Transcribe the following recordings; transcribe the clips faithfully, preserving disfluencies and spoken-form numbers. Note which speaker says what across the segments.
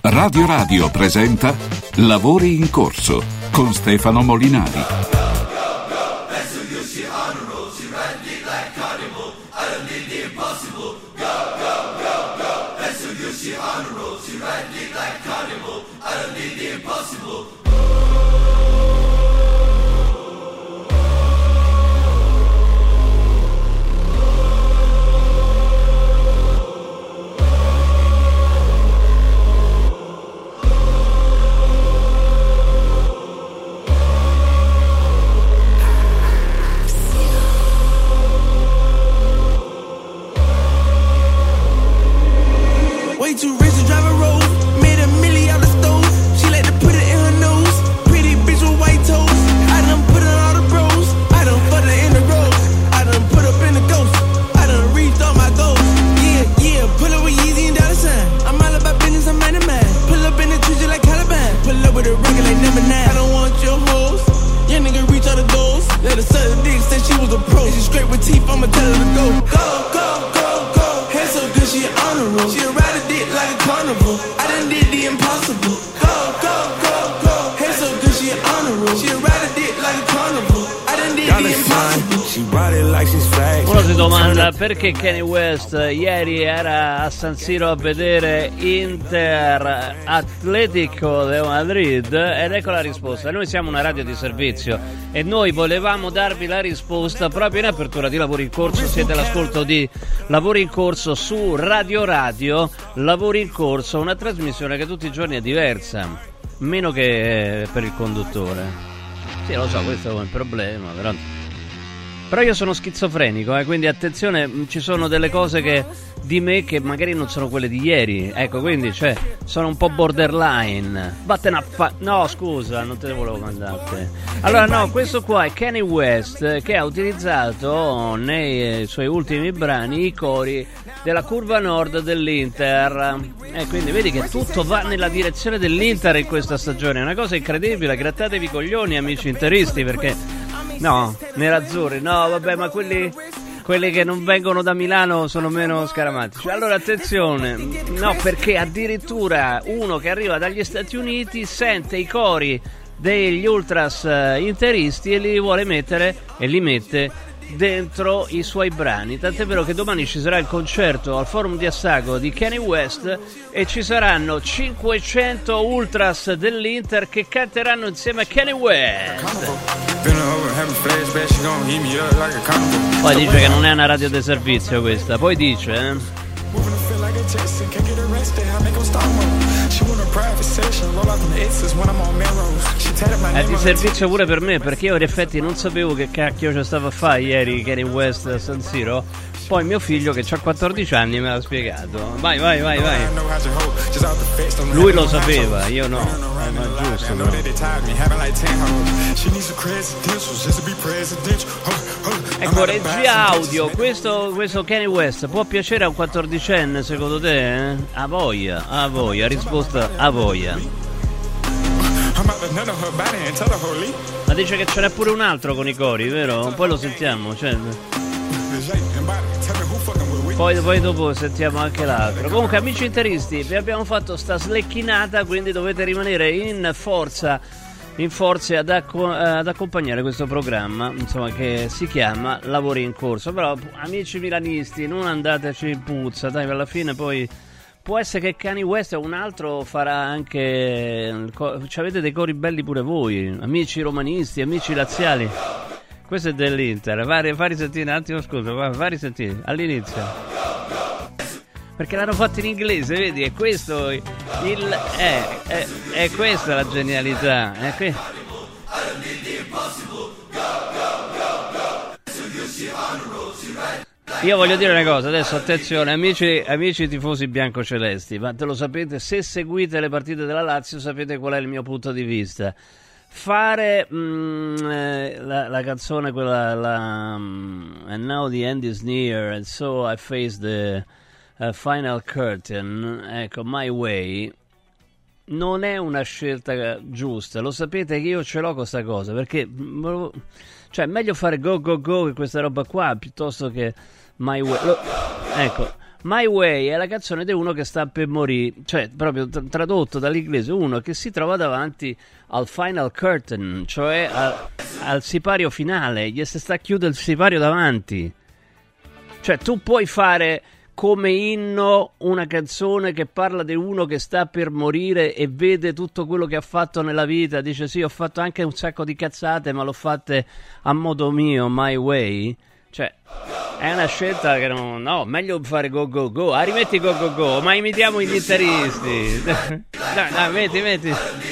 Speaker 1: Radio Radio presenta Lavori in corso con Stefano Molinari.
Speaker 2: Uno si domanda perché Kanye West ieri era a San Siro a vedere Inter Atlético de Madrid, ed ecco la risposta. Noi siamo una radio di servizio e noi volevamo darvi la risposta proprio in apertura di Lavori in Corso. Siete all'ascolto di Lavori in Corso su Radio Radio. Lavori in Corso, una trasmissione che tutti i giorni è diversa, meno che per il conduttore. Sì, lo so, questo è un problema, però Però io sono schizofrenico, eh, quindi attenzione, ci sono delle cose che di me che magari non sono quelle di ieri. Ecco, quindi, cioè, sono un po' borderline. Vattene a fa... No, scusa, non te ne volevo mandare. Allora, no, questo qua è Kanye West, che ha utilizzato nei suoi ultimi brani i cori della curva nord dell'Inter. E quindi vedi che tutto va nella direzione dell'Inter in questa stagione. È una cosa incredibile, grattatevi i coglioni, amici interisti, perché... No, nerazzurri, no, vabbè, ma quelli, quelli che non vengono da Milano sono meno scaramatici. Allora, attenzione, no, perché addirittura uno che arriva dagli Stati Uniti sente i cori degli ultras interisti e li vuole mettere, e li mette dentro i suoi brani. Tant'è vero che domani ci sarà il concerto al Forum di Assago di Kanye West e ci saranno cinquecento ultras dell'Inter che canteranno insieme a Kanye West. Poi dice che non è una radio di servizio questa, poi dice eh? È di servizio pure per me, perché io in effetti non sapevo che cacchio ci stava a fare ieri Kanye West a San Siro. Poi mio figlio che ha quattordici anni me l'ha spiegato. Vai, vai, vai, vai. Lui lo sapeva, io no. Eh, ma giusto, no? Ecco, regia audio, questo, questo Kanye West può piacere a un quattordicenne secondo te? Eh? A voglia, a voglia, risposta a voglia. Ma dice che ce n'è pure un altro con i cori, vero? Poi lo sentiamo, cioè... Poi, poi dopo sentiamo anche l'altro. Comunque, amici interisti, vi abbiamo fatto sta slecchinata, quindi dovete rimanere in forza, in forza ad, acco- ad accompagnare questo programma, insomma, che si chiama Lavori in Corso. Però, amici milanisti, non andateci in puzza, dai, alla fine poi può essere che Kanye West o un altro farà anche... Ci avete dei cori belli pure voi, amici romanisti, amici laziali. Questo è dell'Inter. Fai, fai risentire un attimo, scusa, fai risentire all'inizio. Perché l'hanno fatto in inglese, vedi? È questo il. È, è, è questa la genialità. È que... Io voglio dire una cosa, adesso attenzione, amici, amici tifosi biancocelesti, ma te lo sapete, se seguite le partite della Lazio sapete qual è il mio punto di vista. Fare mm, eh, la, la canzone quella la, um, And now the end is near and so I face the uh, final curtain, ecco, My Way, non è una scelta giusta. Lo sapete che io ce l'ho con sta cosa, perché cioè è meglio fare Go Go Go che questa roba qua piuttosto che My Way. Lo, ecco, My Way è la canzone di uno che sta per morire, cioè proprio t- tradotto dall'inglese, uno che si trova davanti al final curtain, cioè al, al sipario finale, gli si sta a chiudere il sipario davanti. Cioè tu puoi fare come inno una canzone che parla di uno che sta per morire e vede tutto quello che ha fatto nella vita, dice sì, ho fatto anche un sacco di cazzate ma l'ho fatte a modo mio, my way. Cioè è una scelta che non, no, meglio fare go go go. Ah, rimetti go go go, ma imitiamo gli interisti. Dai, dai, metti, metti.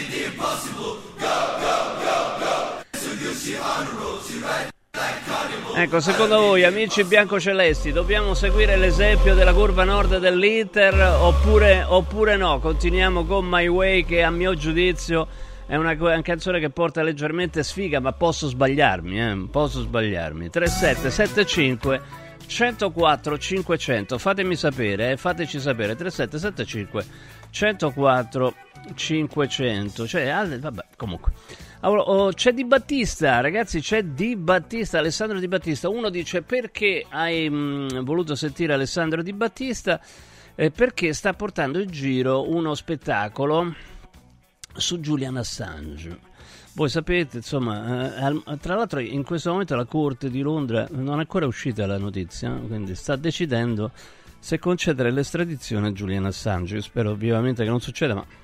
Speaker 2: Ecco, secondo voi, amici biancocelesti, dobbiamo seguire l'esempio della curva nord dell'Inter oppure, oppure no? Continuiamo con My Way, che a mio giudizio è una, una canzone che porta leggermente sfiga, ma posso sbagliarmi, eh? Posso sbagliarmi. tre sette sette cinque uno zero quattro cinquecento, fatemi sapere, eh? Fateci sapere, tre sette sette cinque uno zero quattro cinquecento, cioè, ah, vabbè, comunque. Allora, oh, c'è Di Battista, ragazzi, c'è Di Battista, Alessandro Di Battista. Uno dice: perché hai mh, voluto sentire Alessandro Di Battista? Eh, perché sta portando in giro uno spettacolo su Julian Assange. Voi sapete, insomma, eh, tra l'altro in questo momento la Corte di Londra non è ancora uscita la notizia, quindi sta decidendo se concedere l'estradizione a Julian Assange. Io spero vivamente che non succeda, ma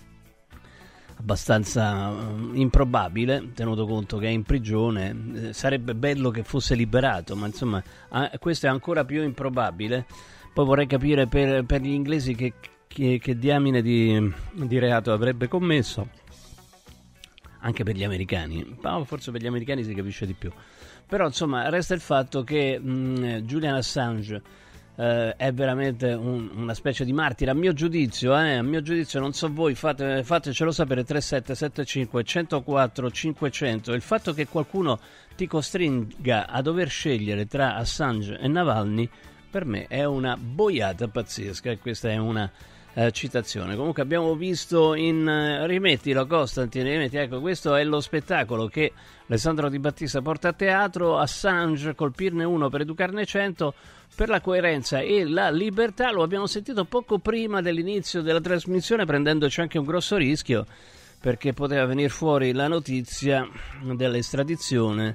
Speaker 2: abbastanza uh, improbabile, tenuto conto che è in prigione. Eh, sarebbe bello che fosse liberato, ma insomma eh, questo è ancora più improbabile. Poi vorrei capire per, per gli inglesi che, che, che diamine di, di reato avrebbe commesso, anche per gli americani, oh, forse per gli americani si capisce di più. Però insomma resta il fatto che mh, Julian Assange Uh, è veramente un, una specie di martire, a mio giudizio, eh, a mio giudizio, non so voi, fate, fatecelo sapere. Tre sette sette cinque uno zero quattro cinquecento. Il fatto che qualcuno ti costringa a dover scegliere tra Assange e Navalny, per me è una boiata pazzesca, e questa è una uh, citazione. Comunque abbiamo visto in uh, rimettilo Costantin, rimetti, ecco, questo è lo spettacolo che Alessandro Di Battista porta a teatro. Assange, colpirne uno per educarne cento, per la coerenza e la libertà. Lo abbiamo sentito poco prima dell'inizio della trasmissione, prendendoci anche un grosso rischio, perché poteva venire fuori la notizia dell'estradizione,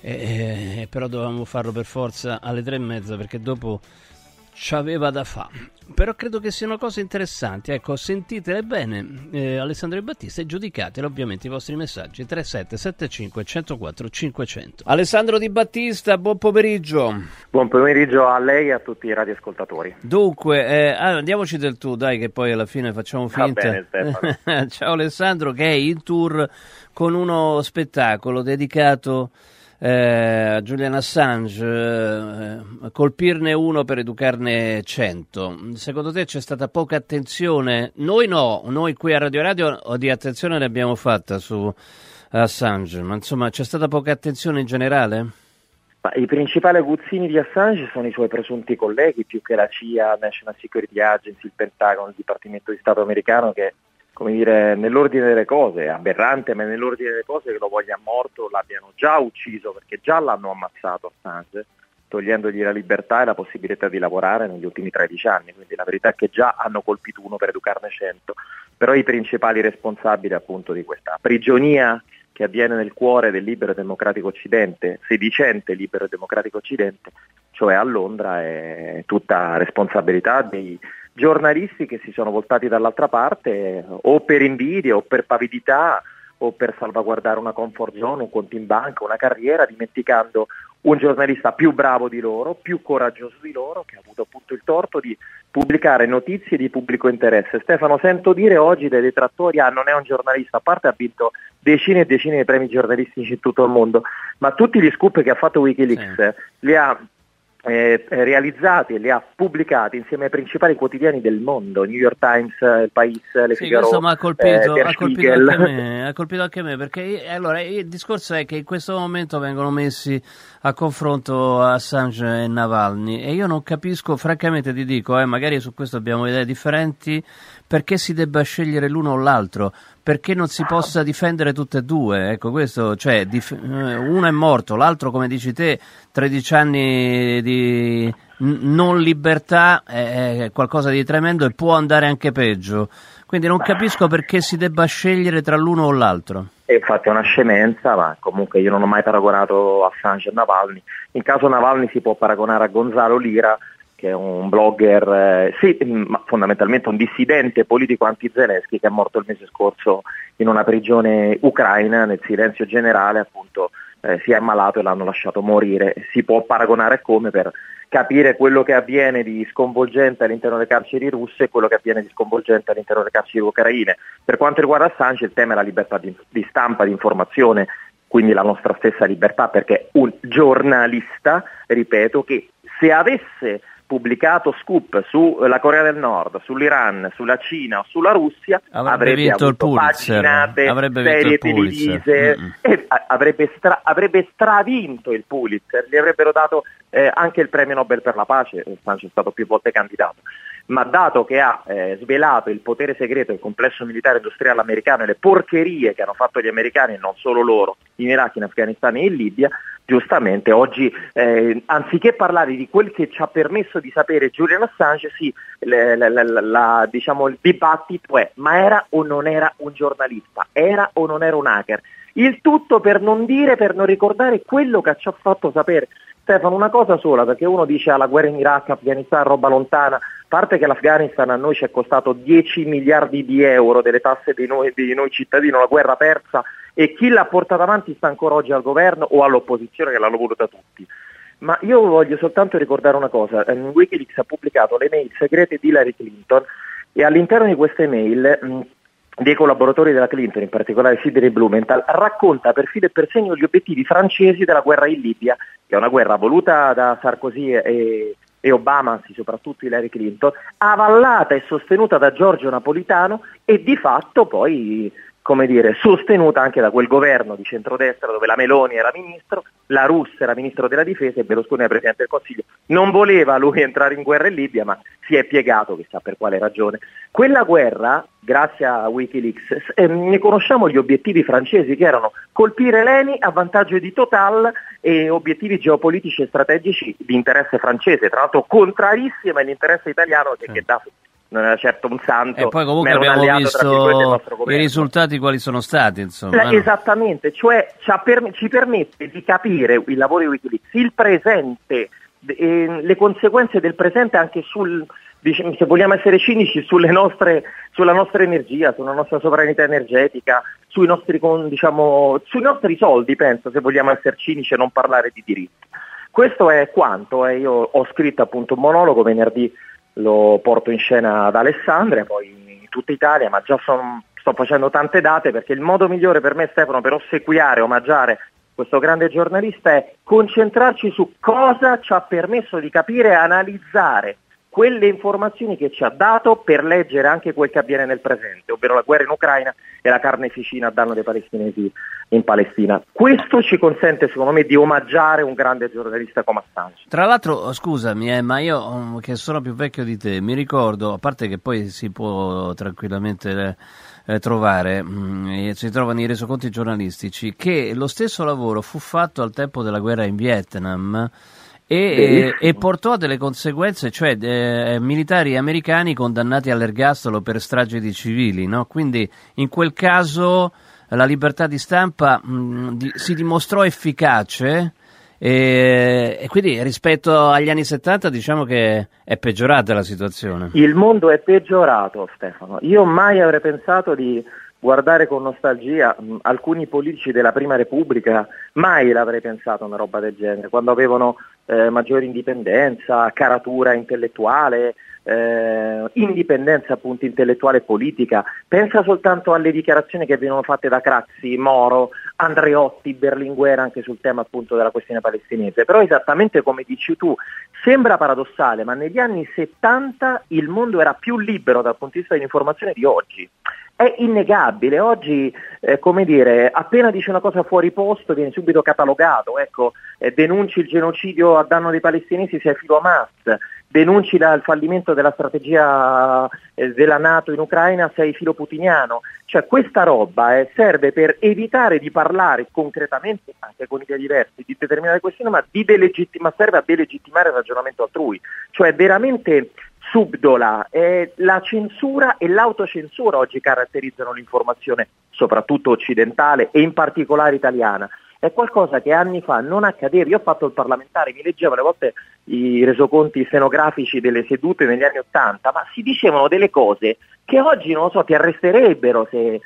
Speaker 2: eh, però dovevamo farlo per forza alle tre e mezza, perché dopo c'aveva da fare. Però credo che siano cose interessanti, ecco, sentitele bene, eh, Alessandro Di Battista, e giudicatele ovviamente i vostri messaggi. Tre sette sette cinque uno zero quattro cinquecento. Alessandro Di Battista, buon pomeriggio.
Speaker 3: Buon pomeriggio a lei e a tutti i radioascoltatori.
Speaker 2: Dunque, eh, andiamoci del tu, dai, che poi alla fine facciamo finta.
Speaker 3: Va bene, Stefano.
Speaker 2: Ciao Alessandro, che è in tour con uno spettacolo dedicato Eh, a Julian Assange, eh, colpirne uno per educarne cento. Secondo te c'è stata poca attenzione? Noi no, noi qui a Radio Radio di attenzione ne abbiamo fatta su Assange, ma insomma c'è stata poca attenzione in generale?
Speaker 3: Ma i principali aguzzini di Assange sono i suoi presunti colleghi, più che la C I A, National Security Agency, il Pentagono, il Dipartimento di Stato americano, che, come dire, nell'ordine delle cose, aberrante, ma nell'ordine delle cose, che lo vogliano morto, l'abbiano già ucciso, perché già l'hanno ammazzato Assange, togliendogli la libertà e la possibilità di lavorare negli ultimi tredici anni. Quindi la verità è che già hanno colpito uno per educarne cento. Però i principali responsabili appunto di questa prigionia che avviene nel cuore del libero e democratico Occidente, sedicente libero e democratico Occidente, cioè a Londra, è tutta responsabilità dei giornalisti che si sono voltati dall'altra parte, o per invidia o per pavidità o per salvaguardare una comfort zone, un conto in banca, una carriera, dimenticando un giornalista più bravo di loro, più coraggioso di loro, che ha avuto appunto il torto di pubblicare notizie di pubblico interesse. Stefano, sento dire oggi dai detrattori: ah, non è un giornalista, a parte ha vinto decine e decine di premi giornalistici in tutto il mondo, ma tutti gli scoop che ha fatto Wikileaks sì. li ha Eh, realizzati e li ha pubblicati insieme ai principali quotidiani del mondo, New York Times, Il País, Le
Speaker 2: sì,
Speaker 3: Figaro,
Speaker 2: questo mi ha colpito,
Speaker 3: eh,
Speaker 2: ha colpito anche me, ha colpito anche me, perché allora il discorso è che in questo momento vengono messi a confronto Assange e Navalny, e io non capisco, francamente ti dico, eh, magari su questo abbiamo idee differenti, perché si debba scegliere l'uno o l'altro. perché non si possa difendere tutte e due. Ecco, questo, cioè, dif- uno è morto, l'altro, come dici te, tredici anni di n- non libertà è qualcosa di tremendo e può andare anche peggio. Quindi non capisco perché si debba scegliere tra l'uno o l'altro.
Speaker 3: E infatti è una scemenza, ma comunque io non ho mai paragonato Assange e Navalny. In caso Navalny si può paragonare a Gonzalo Lira, che è un blogger, eh, sì, ma fondamentalmente un dissidente politico anti-Zelensky che è morto il mese scorso in una prigione ucraina nel silenzio generale, appunto eh, si è ammalato e l'hanno lasciato morire. Si può paragonare come per capire quello che avviene di sconvolgente all'interno delle carceri russe e quello che avviene di sconvolgente all'interno delle carceri ucraine. Per quanto riguarda Assange il tema è la libertà di, di stampa, di informazione, quindi la nostra stessa libertà, perché un giornalista, ripeto, che se avesse pubblicato scoop sulla Corea del Nord, sull'Iran, sulla Cina o sulla Russia,
Speaker 2: avrebbe,
Speaker 3: avrebbe
Speaker 2: vinto
Speaker 3: avuto
Speaker 2: il Pulitzer,
Speaker 3: paginate,
Speaker 2: avrebbe
Speaker 3: serie
Speaker 2: vinto il Pulitzer.
Speaker 3: televise
Speaker 2: Mm-mm.
Speaker 3: e a- avrebbe, stra- avrebbe stravinto il Pulitzer, gli avrebbero dato eh, anche il premio Nobel per la pace, Assange è stato più volte candidato. Ma dato che ha eh, svelato il potere segreto del complesso militare industriale americano e le porcherie che hanno fatto gli americani, e non solo loro, in Iraq, in Afghanistan e in Libia, giustamente oggi, eh, anziché parlare di quel che ci ha permesso di sapere Julian Assange, sì, le, le, le, la, diciamo, il dibattito è: ma era o non era un giornalista? Era o non era un hacker? Il tutto per non dire, per non ricordare quello che ci ha fatto sapere. Stefano, una cosa sola, perché uno dice alla guerra in Iraq, Afghanistan, roba lontana, a parte che l'Afghanistan a noi ci è costato dieci miliardi di euro delle tasse di noi, di noi cittadini, una guerra persa, e chi l'ha portata avanti sta ancora oggi al governo o all'opposizione che l'hanno voluta tutti. Ma io voglio soltanto ricordare una cosa: Wikileaks ha pubblicato le mail segrete di Hillary Clinton e all'interno di queste mail mh, dei collaboratori della Clinton, in particolare Sidney Blumenthal, racconta per filo e per segno gli obiettivi francesi della guerra in Libia, che è una guerra voluta da Sarkozy e, e Obama, anzi soprattutto Hillary Clinton, avallata e sostenuta da Giorgio Napolitano e di fatto poi, come dire, sostenuta anche da quel governo di centrodestra dove la Meloni era ministro, la Russa era ministro della difesa e Berlusconi era presidente del Consiglio. Non voleva lui entrare in guerra in Libia, ma si è piegato, chissà per quale ragione. Quella guerra, grazie a Wikileaks, eh, ne conosciamo gli obiettivi francesi, che erano colpire l'Eni a vantaggio di Total e obiettivi geopolitici e strategici di interesse francese, tra l'altro contrarissimi all'interesse italiano, che,
Speaker 2: sì.
Speaker 3: che da non era certo un santo,
Speaker 2: e poi comunque
Speaker 3: ma era un
Speaker 2: abbiamo
Speaker 3: alleato, tra virgolette, del
Speaker 2: visto
Speaker 3: nostro
Speaker 2: i
Speaker 3: governo.
Speaker 2: risultati quali sono stati, insomma.
Speaker 3: Eh, Esattamente, cioè ci, ha per- ci permette di capire il lavoro di Wikileaks, il presente, eh, le conseguenze del presente anche sul, diciamo, se vogliamo essere cinici, sulle nostre, sulla nostra energia, sulla nostra sovranità energetica, sui nostri, con, diciamo, sui nostri soldi, penso, se vogliamo essere cinici e non parlare di diritti. Questo è quanto, eh, io ho scritto appunto un monologo, venerdì lo porto in scena ad Alessandria, poi in tutta Italia, ma già son, sto facendo tante date, perché il modo migliore per me, Stefano, per ossequiare, omaggiare questo grande giornalista è concentrarci su cosa ci ha permesso di capire e analizzare quelle informazioni che ci ha dato per leggere anche quel che avviene nel presente, ovvero la guerra in Ucraina e la carneficina a danno dei palestinesi in Palestina. Questo ci consente, secondo me, di omaggiare un grande giornalista come Assange.
Speaker 2: Tra l'altro, scusami, eh, ma io um, che sono più vecchio di te, mi ricordo, a parte che poi si può tranquillamente eh, trovare, mh, si trovano nei resoconti giornalistici, che lo stesso lavoro fu fatto al tempo della guerra in Vietnam, E, e portò a delle conseguenze, cioè eh, militari americani condannati all'ergastolo per strage di civili, no? Quindi in quel caso la libertà di stampa mh, di, si dimostrò efficace e, e quindi rispetto agli anni settanta diciamo che è peggiorata la situazione.
Speaker 3: Il mondo è peggiorato, Stefano. Io mai avrei pensato di guardare con nostalgia mh, alcuni politici della Prima Repubblica, mai l'avrei pensato una roba del genere, quando avevano eh, maggiore indipendenza, caratura intellettuale, eh, indipendenza appunto intellettuale e politica. Pensa soltanto alle dichiarazioni che venivano fatte da Craxi, Moro, Andreotti, Berlinguer anche sul tema appunto della questione palestinese. Però esattamente come dici tu, sembra paradossale, ma negli anni settanta il mondo era più libero dal punto di vista dell'informazione di oggi. È innegabile, oggi eh, come dire, appena dice una cosa fuori posto viene subito catalogato, ecco, eh, denunci il genocidio a danno dei palestinesi, sei filo Hamas, denunci il fallimento della strategia eh, della NATO in Ucraina, sei filo putiniano. Cioè questa roba eh, serve per evitare di parlare concretamente, anche con idee diverse, di determinate questioni, ma, di delegittim- ma serve a delegittimare il ragionamento altrui. Cioè veramente subdola, eh, la censura e l'autocensura oggi caratterizzano l'informazione, soprattutto occidentale e in particolare italiana. È qualcosa che anni fa non accadeva. Io ho fatto il parlamentare, mi leggevo alle volte i resoconti stenografici delle sedute negli anni Ottanta, ma si dicevano delle cose che oggi, non lo so, ti arresterebbero se...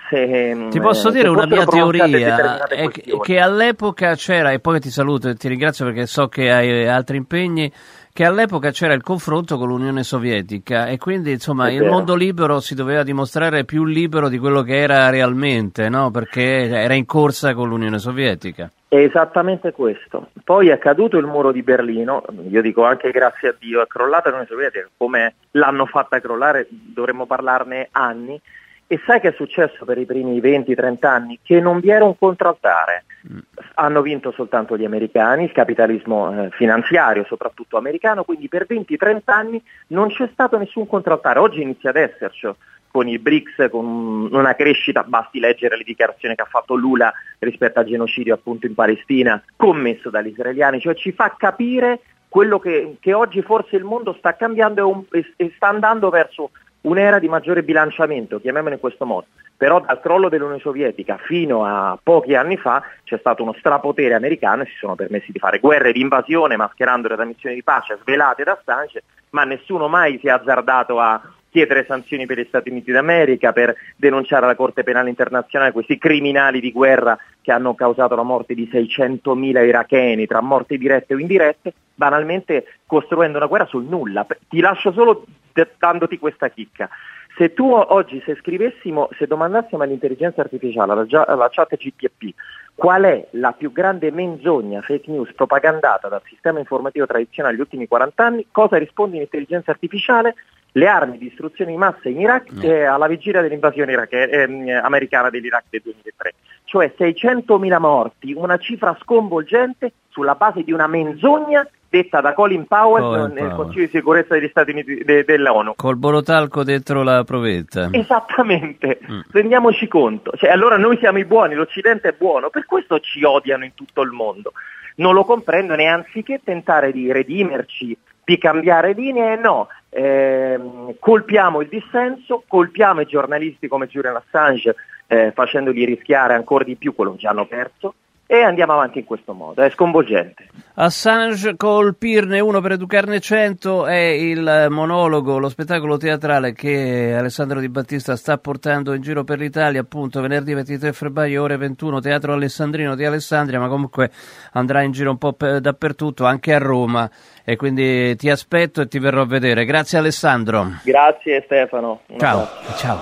Speaker 3: Se,
Speaker 2: ti posso
Speaker 3: eh,
Speaker 2: dire una mia teoria, è che, che all'epoca c'era, e poi ti saluto e ti ringrazio perché so che hai altri impegni, che all'epoca c'era il confronto con l'Unione Sovietica e quindi insomma il mondo libero si doveva dimostrare più libero di quello che era realmente, no? Perché era in corsa con l'Unione Sovietica.
Speaker 3: È esattamente questo. Poi è caduto il muro di Berlino, io dico anche grazie a Dio, è crollata l'Unione Sovietica, come l'hanno fatta crollare dovremmo parlarne anni. E sai che è successo per i primi venti trenta anni? Che non vi era un contraltare. Mm. Hanno vinto soltanto gli americani, il capitalismo eh, finanziario soprattutto americano, quindi per venti trenta anni non c'è stato nessun contraltare. Oggi inizia ad esserci con i B R I C S, con una crescita, basti leggere le dichiarazioni che ha fatto Lula rispetto al genocidio appunto in Palestina commesso dagli israeliani, cioè ci fa capire quello che, che oggi forse il mondo sta cambiando e, un, e, e sta andando verso un'era di maggiore bilanciamento, chiamiamolo in questo modo. Però dal crollo dell'Unione Sovietica fino a pochi anni fa c'è stato uno strapotere americano e si sono permessi di fare guerre di invasione mascherandole da missioni di pace svelate da Assange, ma nessuno mai si è azzardato a chiedere sanzioni per gli Stati Uniti d'America, per denunciare alla Corte Penale Internazionale questi criminali di guerra che hanno causato la morte di seicentomila iracheni, tra morti dirette o indirette, banalmente costruendo una guerra sul nulla. Ti lascio solo dandoti questa chicca. Se tu oggi, se scrivessimo, se domandassimo all'intelligenza artificiale, alla, alla chat G P T, qual è la più grande menzogna, fake news, propagandata dal sistema informativo tradizionale negli ultimi quaranta anni, cosa risponde l'intelligenza artificiale? Le armi di distruzione di massa in Iraq mm. eh, alla vigilia dell'invasione irache, eh, americana dell'Iraq del duemilatré. Cioè seicentomila morti, una cifra sconvolgente sulla base di una menzogna detta da Colin Powell Colin nel Powell. Consiglio di sicurezza degli Stati Uniti de, dell'ONU.
Speaker 2: Col borotalco dentro la provetta.
Speaker 3: Esattamente, mm. rendiamoci conto. Cioè, allora noi siamo i buoni, l'Occidente è buono, per questo ci odiano in tutto il mondo. Non lo comprendono e anziché tentare di redimerci, di cambiare linee, no. Eh, colpiamo il dissenso, colpiamo i giornalisti come Julian Assange eh, facendogli rischiare ancora di più quello che già hanno perso e andiamo avanti in questo modo, è sconvolgente.
Speaker 2: Assange, colpirne uno per educarne cento è il monologo, lo spettacolo teatrale che Alessandro Di Battista sta portando in giro per l'Italia, appunto venerdì ventitré febbraio ore ventuno, Teatro Alessandrino di Alessandria, ma comunque andrà in giro un po' p- dappertutto, anche a Roma, e quindi ti aspetto e ti verrò a vedere. Grazie Alessandro.
Speaker 3: Grazie Stefano. Un
Speaker 2: ciao.
Speaker 3: abbraccio.
Speaker 2: Ciao.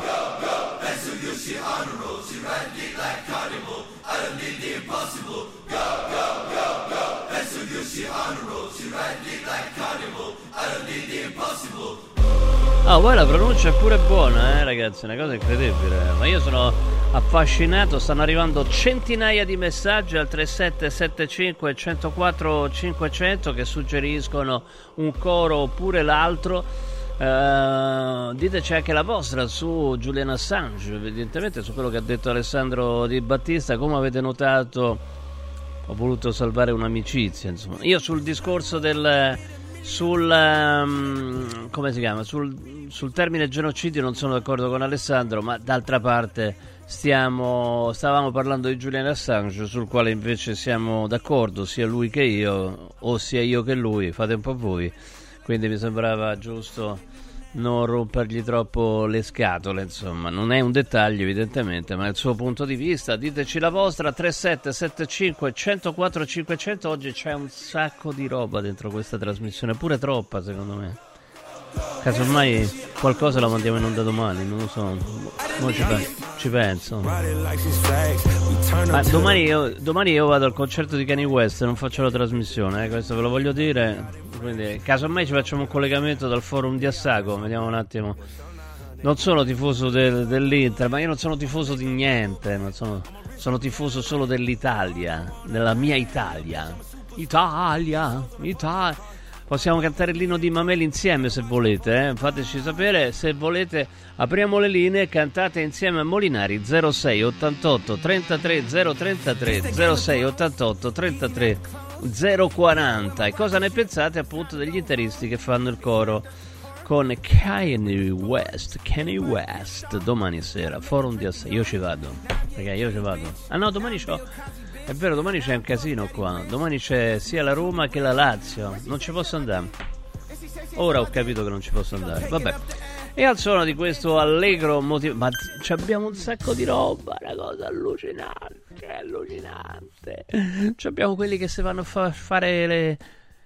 Speaker 2: Ah, poi la pronuncia è pure buona, eh ragazzi, è una cosa incredibile. Ma io sono affascinato, stanno arrivando centinaia di messaggi al tre sette sette cinque uno zero quattro cinquecento che suggeriscono un coro oppure l'altro. Uh, diteci anche la vostra su Julian Assange, evidentemente su quello che ha detto Alessandro Di Battista. Come avete notato, ho voluto salvare un'amicizia, insomma. Io sul discorso del sul um, come si chiama sul, sul termine genocidio non sono d'accordo con Alessandro, ma d'altra parte stiamo stavamo parlando di Julian Assange, sul quale invece siamo d'accordo sia lui che io, o sia io che lui, fate un po' voi, quindi mi sembrava giusto non rompergli troppo le scatole, insomma. Non è un dettaglio evidentemente, ma è il suo punto di vista. Diteci la vostra, tre sette sette cinque uno zero quattro cinquecento. Oggi c'è un sacco di roba dentro questa trasmissione, pure troppa secondo me. Casomai qualcosa la mandiamo in onda domani, non lo so. Mo ci, pe- ci penso. Ma domani io, domani io vado al concerto di Kanye West, non faccio la trasmissione, eh, questo ve lo voglio dire. Quindi casomai ci facciamo un collegamento dal forum di Assago, vediamo un attimo. Non sono tifoso del, dell'Inter, ma io non sono tifoso di niente, non sono, sono tifoso solo dell'Italia, della mia Italia. Italia, Italia. possiamo cantare l'inno di Mameli insieme se volete, eh? Fateci sapere se volete. Apriamo le linee, cantate insieme a Molinari. Zero sei ottantotto trentatré zero trentatré zero sei ottantotto trentatré zero quaranta. E cosa ne pensate appunto degli interisti che fanno il coro con Kanye West? Kanye West domani sera, Forum di Assai. Io ci vado, perché io ci vado. Ah no, domani c'ho, è vero, domani c'è un casino qua. Domani c'è sia la Roma che la Lazio. Non ci posso andare. Ora ho capito che non ci posso andare. Vabbè. E al suono di questo allegro motivo, ma c- abbiamo un sacco di roba, una cosa allucinante, allucinante. C- abbiamo quelli che si vanno a fa- fare le,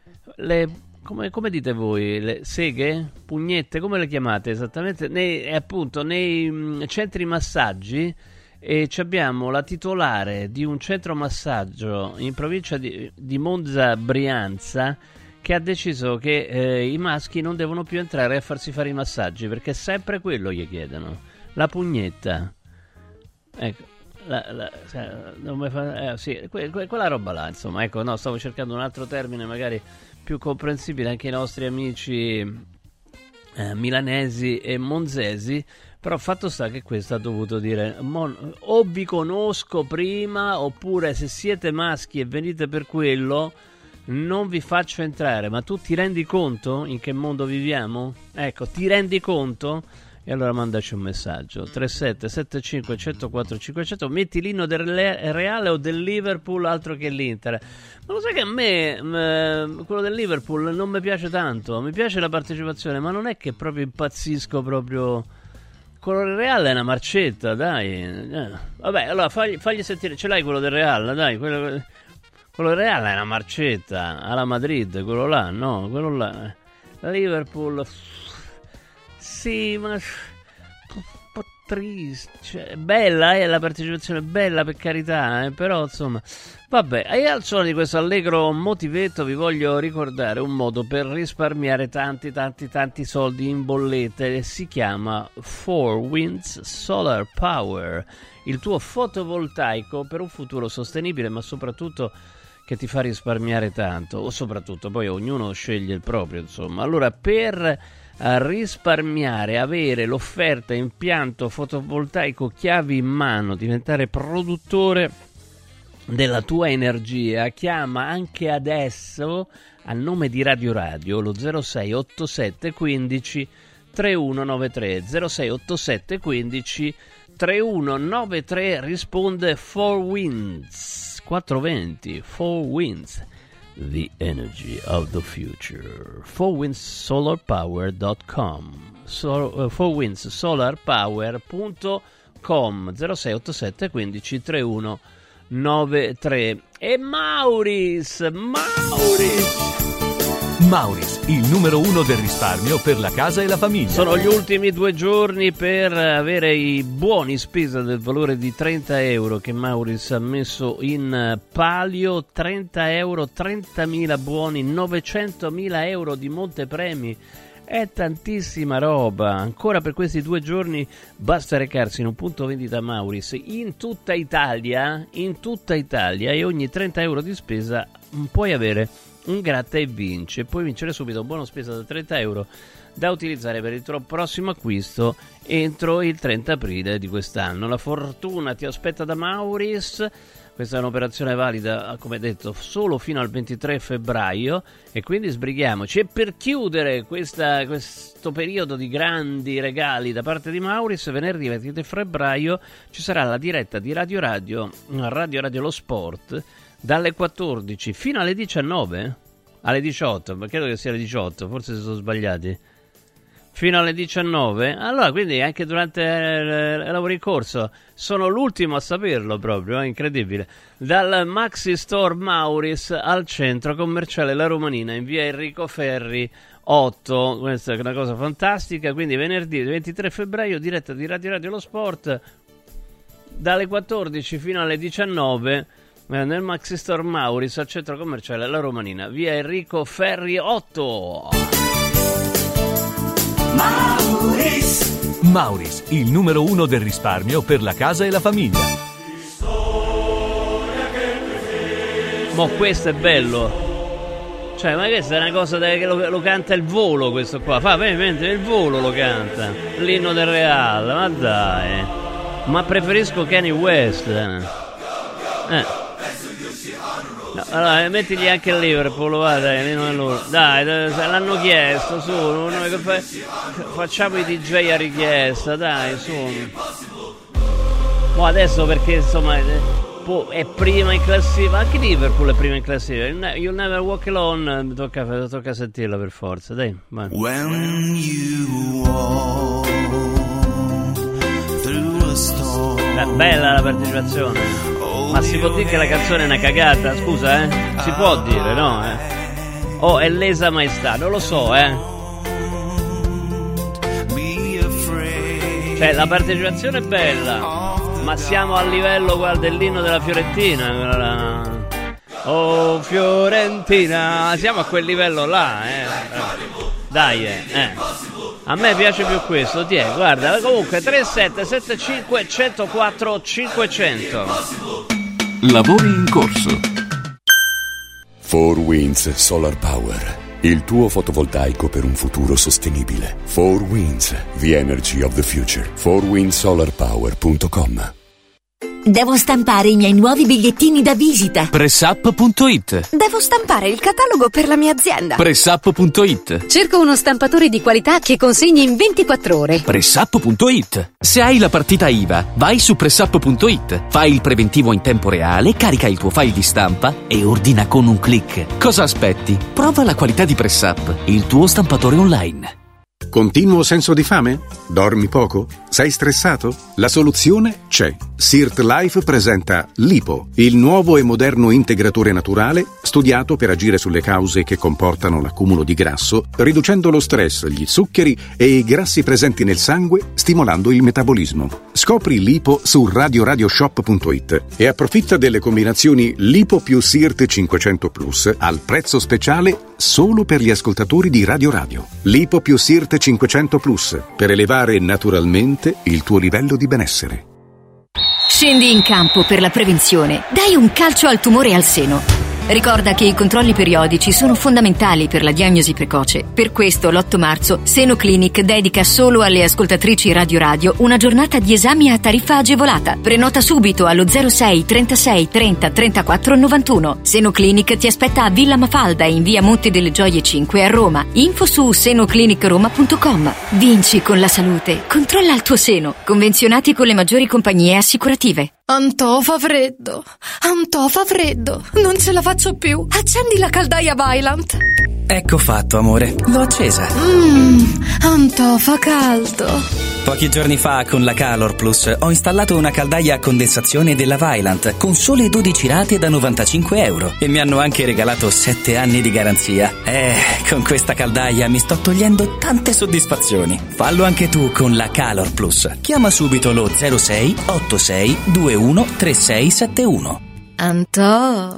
Speaker 2: le come, come dite voi, le seghe, pugnette, come le chiamate esattamente? Nei, appunto nei mh, centri massaggi. E abbiamo la titolare di un centro massaggio in provincia di, di Monza Brianza, che ha deciso che eh, i maschi non devono più entrare a farsi fare i massaggi, perché sempre quello gli chiedono, la pugnetta, ecco, la, la, non mi fa, eh, sì, que, que, quella roba là, insomma, ecco, no, stavo cercando un altro termine magari più comprensibile anche ai nostri amici eh, milanesi e monzesi, però fatto sta che questo ha dovuto dire mon, o vi conosco prima, oppure se siete maschi e venite per quello non vi faccio entrare. Ma tu ti rendi conto in che mondo viviamo? Ecco, ti rendi conto? E allora mandaci un messaggio tre sette sette cinque uno zero quattro cinquecento. Metti l'inno del Reale o del Liverpool, altro che l'Inter. Ma lo sai che a me mh, quello del Liverpool non mi piace tanto. Mi piace la partecipazione, ma non è che proprio impazzisco proprio. Quello del Reale è una marcetta, dai. Eh. Vabbè, allora fagli, fagli sentire. Ce l'hai quello del Reale, dai. Quello, quello del Reale è una marcetta alla Madrid, quello là, no? Quello là. Liverpool, sì, ma un po' triste. Cioè, bella, eh, la partecipazione è bella, per carità, eh, però insomma. Vabbè, e al suono di questo allegro motivetto vi voglio ricordare un modo per risparmiare tanti tanti tanti soldi in bollette. Si chiama four winds Solar Power, il tuo fotovoltaico per un futuro sostenibile, ma soprattutto che ti fa risparmiare tanto, o soprattutto poi ognuno sceglie il proprio, insomma. Allora, per risparmiare, avere l'offerta impianto fotovoltaico chiavi in mano, diventare produttore della tua energia, chiama anche adesso a nome di Radio Radio lo zero sei ottantasette quindici trentunoovantatré zero sei ottantasette quindici trentunoovantatré. Risponde four winds quattrocentoventi. four winds, the energy of the future. four winds solar power dot com. So, uh, four winds solar power dot com. zero sei ottantasette quindici trentunoovantatré. E Mauris, Mauris
Speaker 1: Mauris, il numero uno del risparmio per la casa e la famiglia.
Speaker 2: Sono gli ultimi due giorni per avere i buoni spesa del valore di trenta euro che Mauris ha messo in palio. trenta euro, trentamila buoni, novecentomila euro di montepremi. È tantissima roba. Ancora per questi due giorni basta recarsi in un punto vendita Mauris in tutta Italia, in tutta Italia, e ogni trenta euro di spesa puoi avere un gratta e vince. Puoi vincere subito un buono spesa da trenta euro da utilizzare per il tuo prossimo acquisto entro il trenta aprile di quest'anno. La fortuna ti aspetta da Mauris. Questa è un'operazione valida, come detto, solo fino al ventitré febbraio, e quindi sbrighiamoci. E per chiudere questa, questo periodo di grandi regali da parte di Mauris, venerdì ventitré febbraio ci sarà la diretta di Radio Radio, Radio Radio Lo Sport, dalle quattordici fino alle diciannove, alle diciotto, ma credo che sia alle diciotto, forse si sono sbagliati, fino alle diciannove. Allora, quindi anche durante i lavori in corso, sono l'ultimo a saperlo proprio, è incredibile. Dal Maxi Store Mauris al centro commerciale La Romanina in via Enrico Ferri otto, questa è una cosa fantastica. Quindi venerdì ventitré febbraio, diretta di Radio Radio Lo Sport dalle quattordici fino alle diciannove nel Maxi Store Mauris al centro commerciale La Romanina, via Enrico Ferri otto.
Speaker 1: Mauris. Mauris, il numero uno del risparmio per la casa e la famiglia.
Speaker 2: Mo questo è bello. Cioè, ma questa è una cosa che lo, lo canta il Volo, questo qua. Fa, mentre il Volo lo canta, l'inno del Real, ma dai. Ma preferisco Kanye West. Eh. No, allora, mettigli anche il Liverpool, va, dai, l'inno del loro. Dai, l'hanno chiesto, su, noi fa, facciamo i D J a richiesta, dai, su. Mo adesso perché, insomma... è prima in classifica, anche Liverpool è prima in classifica. You'll Never Walk Alone, tocca, tocca sentirla per forza, dai. Vai. When you walk through a storm. Beh, bella la partecipazione, ma si può dire che la canzone è una cagata? Scusa, eh? Si può dire, no? Eh? Oh, è lesa maestà, non lo so, eh? Cioè, la partecipazione è bella, ma siamo a livello, guarda, dell'inno della Fiorentina. Oh Fiorentina, siamo a quel livello là, eh. Dai, eh. eh. A me piace più questo, ti è, guarda, comunque tre sette sette cinque uno zero quattro cinquecento.
Speaker 1: Lavori in corso.
Speaker 4: four Winds Solar Power, il tuo fotovoltaico per un futuro sostenibile. four Winds, the energy of the future. four wind solar power punto com.
Speaker 5: Devo stampare i miei nuovi bigliettini da visita.
Speaker 6: Pressup punto it.
Speaker 7: Devo stampare il catalogo per la mia azienda.
Speaker 6: Pressup punto it.
Speaker 7: Cerco uno stampatore di qualità che consegni in ventiquattro ore.
Speaker 6: Pressup punto it. Se hai la partita I V A, vai su Pressup punto it, fai il preventivo in tempo reale, carica il tuo file di stampa e ordina con un click. Cosa aspetti? Prova la qualità di Pressup, il tuo stampatore online.
Speaker 8: Continuo senso di fame? Dormi poco? Sei stressato? La soluzione c'è. Sirt Life presenta Lipo, il nuovo e moderno integratore naturale studiato per agire sulle cause che comportano l'accumulo di grasso, riducendo lo stress, gli zuccheri e i grassi presenti nel sangue, stimolando il metabolismo. Scopri Lipo su radio radio shop punto it e approfitta delle combinazioni Lipo più Sirt cinquecento plus al prezzo speciale solo per gli ascoltatori di Radio Radio. Lipo più Sirt cinquecento plus per elevare naturalmente il tuo livello di benessere.
Speaker 7: Scendi in campo per la prevenzione. Dai un calcio al tumore al seno. Ricorda che i controlli periodici sono fondamentali per la diagnosi precoce. Per questo l'otto marzo Seno Clinic dedica solo alle ascoltatrici Radio Radio una giornata di esami a tariffa agevolata. Prenota subito allo zero sei trentasei trenta trentaquattro novantuno. Seno Clinic ti aspetta a Villa Mafalda in via Monte delle Gioie cinque a Roma. Info su senoclinicroma punto com. Vinci con la salute. Controlla il tuo seno. Convenzionati con le maggiori compagnie assicurative.
Speaker 9: Antò fa freddo, Antò fa freddo, non ce la faccio più. Accendi la caldaia Vaillant.
Speaker 10: Ecco fatto, amore, l'ho accesa.
Speaker 9: Mmm, Antò fa caldo.
Speaker 10: Pochi giorni fa con la Calor Plus ho installato una caldaia a condensazione della Vaillant con sole dodici rate da novantacinque euro e mi hanno anche regalato sette anni di garanzia. Eh, con questa caldaia mi sto togliendo tante soddisfazioni. Fallo anche tu con la Calor Plus. Chiama subito lo zero sei otto sei due uno tre sei sette uno.
Speaker 9: Antò.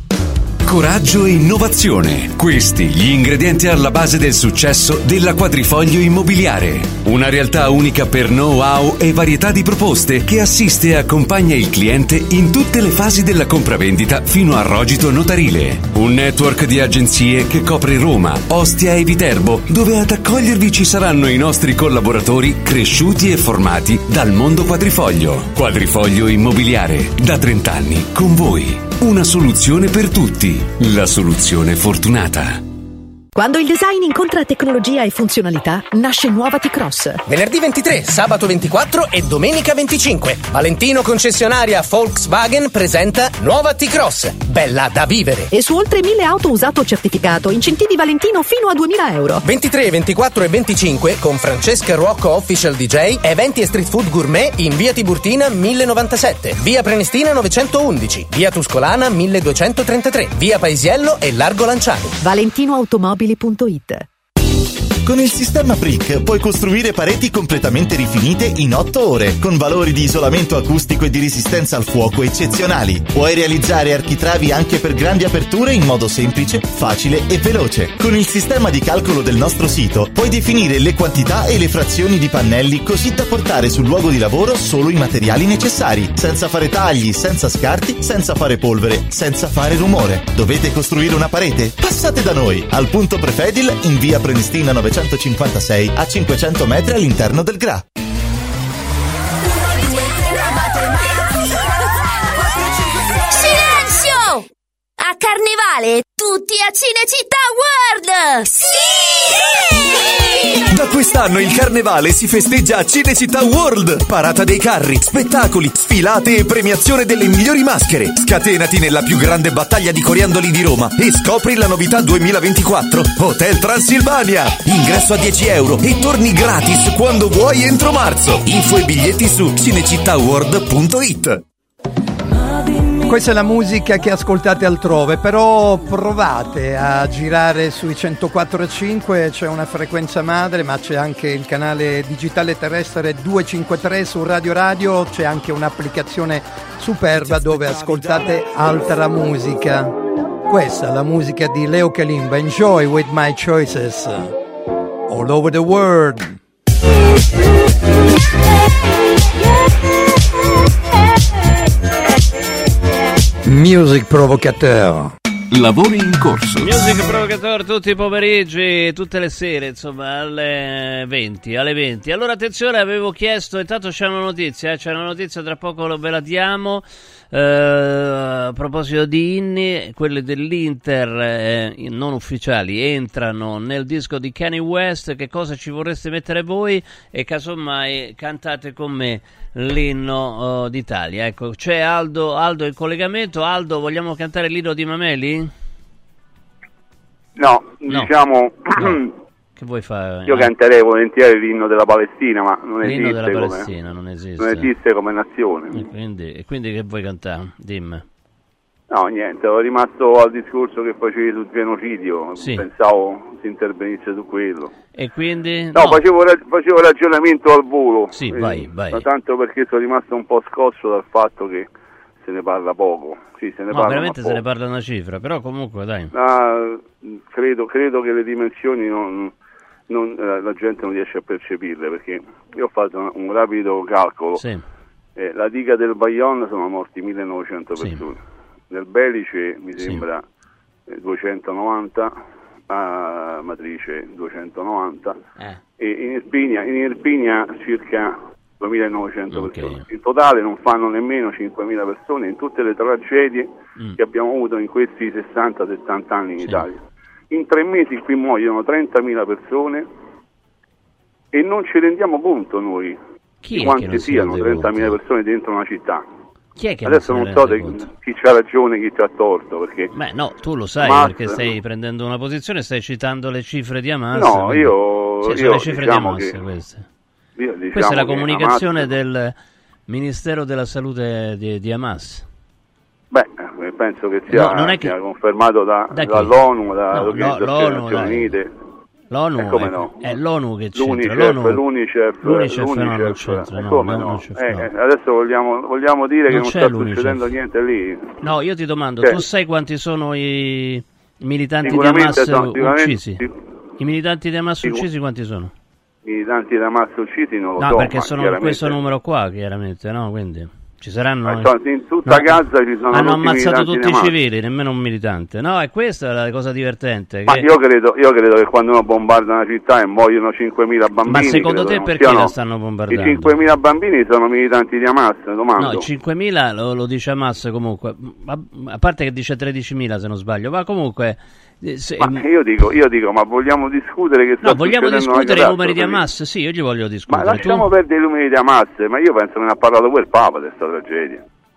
Speaker 1: Coraggio e innovazione. Questi gli ingredienti alla base del successo della Quadrifoglio Immobiliare. Una realtà unica per know-how e varietà di proposte che assiste e accompagna il cliente in tutte le fasi della compravendita fino al rogito notarile. Un network di agenzie che copre Roma, Ostia e Viterbo, dove ad accogliervi ci saranno i nostri collaboratori cresciuti e formati dal mondo Quadrifoglio. Quadrifoglio Immobiliare, da trenta anni con voi. Una soluzione per tutti. La soluzione fortunata.
Speaker 11: Quando il design incontra tecnologia e funzionalità, nasce nuova T-Cross.
Speaker 12: Venerdì ventitré, sabato ventiquattro e domenica venticinque. Valentino concessionaria Volkswagen presenta nuova T-Cross. Bella da vivere.
Speaker 11: E su oltre mille auto usato certificato, incentivi Valentino fino a duemila euro.
Speaker 12: ventitré, ventiquattro e venticinque con Francesca Rocco Official D J, eventi e street food gourmet in via Tiburtina mille novantasette, via Prenestina novecentoundici, via Tuscolana milleduecentotrentatré, via Paesiello e Largo Lanciani.
Speaker 11: Valentino Automobili punto it.
Speaker 13: Con il sistema Brick puoi costruire pareti completamente rifinite in otto ore, con valori di isolamento acustico e di resistenza al fuoco eccezionali. Puoi realizzare architravi anche per grandi aperture in modo semplice, facile e veloce. Con il sistema di calcolo del nostro sito puoi definire le quantità e le frazioni di pannelli così da portare sul luogo di lavoro solo i materiali necessari, senza fare tagli, senza scarti, senza fare polvere, senza fare rumore. Dovete costruire una parete? Passate da noi, al punto Prefedil in via Prenestina novecentocinquantasei a cinquecento metri all'interno del G R A.
Speaker 14: Silenzio! A Carnevale tutti a Cinecittà World! Sì!
Speaker 15: Da quest'anno il Carnevale si festeggia a Cinecittà World. Parata dei carri, spettacoli, sfilate e premiazione delle migliori maschere. Scatenati nella più grande battaglia di coriandoli di Roma e scopri la novità duemilaventiquattro. Hotel Transilvania. Ingresso a dieci euro e torni gratis quando vuoi entro marzo. Info e biglietti su cinecittàworld punto it.
Speaker 16: Questa è la musica che ascoltate altrove, però provate a girare sui centoquattro e cinque, c'è una frequenza madre, ma c'è anche il canale digitale terrestre duecentocinquantatré su Radio Radio, c'è anche un'applicazione superba dove ascoltate altra musica. Questa è la musica di Leo Kalimba, Enjoy with My Choices, all over the world. Music Provocateur.
Speaker 6: Lavori in corso.
Speaker 2: Music Provocateur tutti i pomeriggi, tutte le sere, insomma, alle venti, alle venti. Allora attenzione, avevo chiesto, intanto c'è una notizia, eh, c'è una notizia, tra poco ve la diamo. Uh, a proposito di inni, quelli dell'Inter eh, non ufficiali entrano nel disco di Kanye West. Che cosa ci vorreste mettere voi? E casomai cantate con me l'inno uh, d'Italia. Ecco, c'è Aldo, Aldo in collegamento. Aldo, vogliamo cantare l'inno di Mameli?
Speaker 17: No,
Speaker 2: no.
Speaker 17: diciamo
Speaker 2: no. Che vuoi fare?
Speaker 17: Io canterei volentieri l'inno della Palestina, ma non
Speaker 2: l'inno
Speaker 17: esiste
Speaker 2: della
Speaker 17: come,
Speaker 2: Palestina non esiste.
Speaker 17: non esiste come nazione.
Speaker 2: E quindi, e quindi che vuoi cantare? Dimmi.
Speaker 17: No, niente, ero rimasto al discorso che facevi sul genocidio, sì. Pensavo si intervenisse su quello.
Speaker 2: E quindi?
Speaker 17: No, no. Facevo, facevo ragionamento al volo.
Speaker 2: Sì,
Speaker 17: eh,
Speaker 2: vai, vai.
Speaker 17: Tanto perché sono rimasto un po' scosso dal fatto che se ne parla poco. Sì, se ne
Speaker 2: no,
Speaker 17: parla
Speaker 2: veramente
Speaker 17: se
Speaker 2: ne parla una cifra, però comunque dai.
Speaker 17: Ah, credo, credo che le dimensioni non... Non, la, la gente non riesce a percepirle, perché io ho fatto un, un rapido calcolo, sì. eh, la diga del Bayonne sono morti millenovecento persone, sì. Nel Belice mi sembra sì. eh, duecentonovanta, a Matrice duecentonovanta eh. e in Irpinia, in Irpinia circa duemilanovecento okay. persone. In totale non fanno nemmeno cinquemila persone in tutte le tragedie mm. che abbiamo avuto in questi sessanta settanta anni in sì. Italia. In tre mesi qui muoiono trentamila persone e non ci rendiamo conto noi
Speaker 2: chi
Speaker 17: di quante siano trentamila persone dentro una città.
Speaker 2: Chi è che
Speaker 17: adesso non, non so de- chi c'ha ragione, chi c'ha torto, perché
Speaker 2: beh no, tu lo sai
Speaker 17: Hamas,
Speaker 2: perché stai prendendo una posizione, stai citando le cifre di Hamas.
Speaker 17: No, quindi, io,
Speaker 2: cioè,
Speaker 17: io
Speaker 2: sono le cifre
Speaker 17: diciamo
Speaker 2: di Hamas
Speaker 17: che,
Speaker 2: queste.
Speaker 17: Io, diciamo
Speaker 2: questa è la comunicazione
Speaker 17: Hamas,
Speaker 2: del Ministero della Salute di, di Hamas.
Speaker 17: Beh, penso che sia,
Speaker 2: no, non è che...
Speaker 17: sia confermato da,
Speaker 2: da
Speaker 17: dall'ONU, dall'Organizzazione
Speaker 2: no,
Speaker 17: delle Nazioni Unite.
Speaker 2: L'ONU,
Speaker 17: eh, come
Speaker 2: è,
Speaker 17: no?
Speaker 2: è l'ONU che c'entra.
Speaker 17: L'UNICEF,
Speaker 2: L'ONU,
Speaker 17: l'UNICEF,
Speaker 2: l'UNICEF,
Speaker 17: l'UNICEF
Speaker 2: no, non c'entra, no,
Speaker 17: come
Speaker 2: no,
Speaker 17: no?
Speaker 2: l'UNICEF,
Speaker 17: eh,
Speaker 2: no.
Speaker 17: Adesso vogliamo, vogliamo dire
Speaker 2: non
Speaker 17: che non
Speaker 2: c'è
Speaker 17: sta
Speaker 2: l'UNICEF.
Speaker 17: succedendo niente lì.
Speaker 2: No, io ti domando,
Speaker 17: C'è.
Speaker 2: tu sai quanti sono i militanti di Hamas
Speaker 17: sono,
Speaker 2: uccisi?
Speaker 17: Sic-
Speaker 2: I militanti di Hamas
Speaker 17: sic-
Speaker 2: uccisi quanti sono?
Speaker 17: I militanti di Hamas uccisi non lo
Speaker 2: no,
Speaker 17: so.
Speaker 2: perché sono
Speaker 17: chiaramente...
Speaker 2: questo numero qua, chiaramente, no? Quindi... Ci saranno
Speaker 17: in tutta
Speaker 2: no,
Speaker 17: Gaza ci sono
Speaker 2: hanno ammazzato tutti i
Speaker 17: Hamas.
Speaker 2: civili, nemmeno un militante. No, è questa la cosa divertente.
Speaker 17: Ma
Speaker 2: che...
Speaker 17: io credo, io credo che quando uno bombarda una città e muoiono cinquemila bambini.
Speaker 2: Ma secondo te perché
Speaker 17: siano...
Speaker 2: la stanno bombardando?
Speaker 17: I cinquemila bambini sono militanti di Hamas, domando.
Speaker 2: No, cinquemila lo, lo dice Hamas comunque. A parte che dice tredicimila se non sbaglio, ma comunque. Se...
Speaker 17: Ma io dico, io dico, ma vogliamo discutere che sta
Speaker 2: No, vogliamo discutere i numeri di Hamas?
Speaker 17: Quindi...
Speaker 2: Sì, io gli voglio discutere.
Speaker 17: Ma lasciamo
Speaker 2: tu...
Speaker 17: perdere i numeri di Hamas, ma io penso che ne ha parlato pure il Papa di questa tragedia.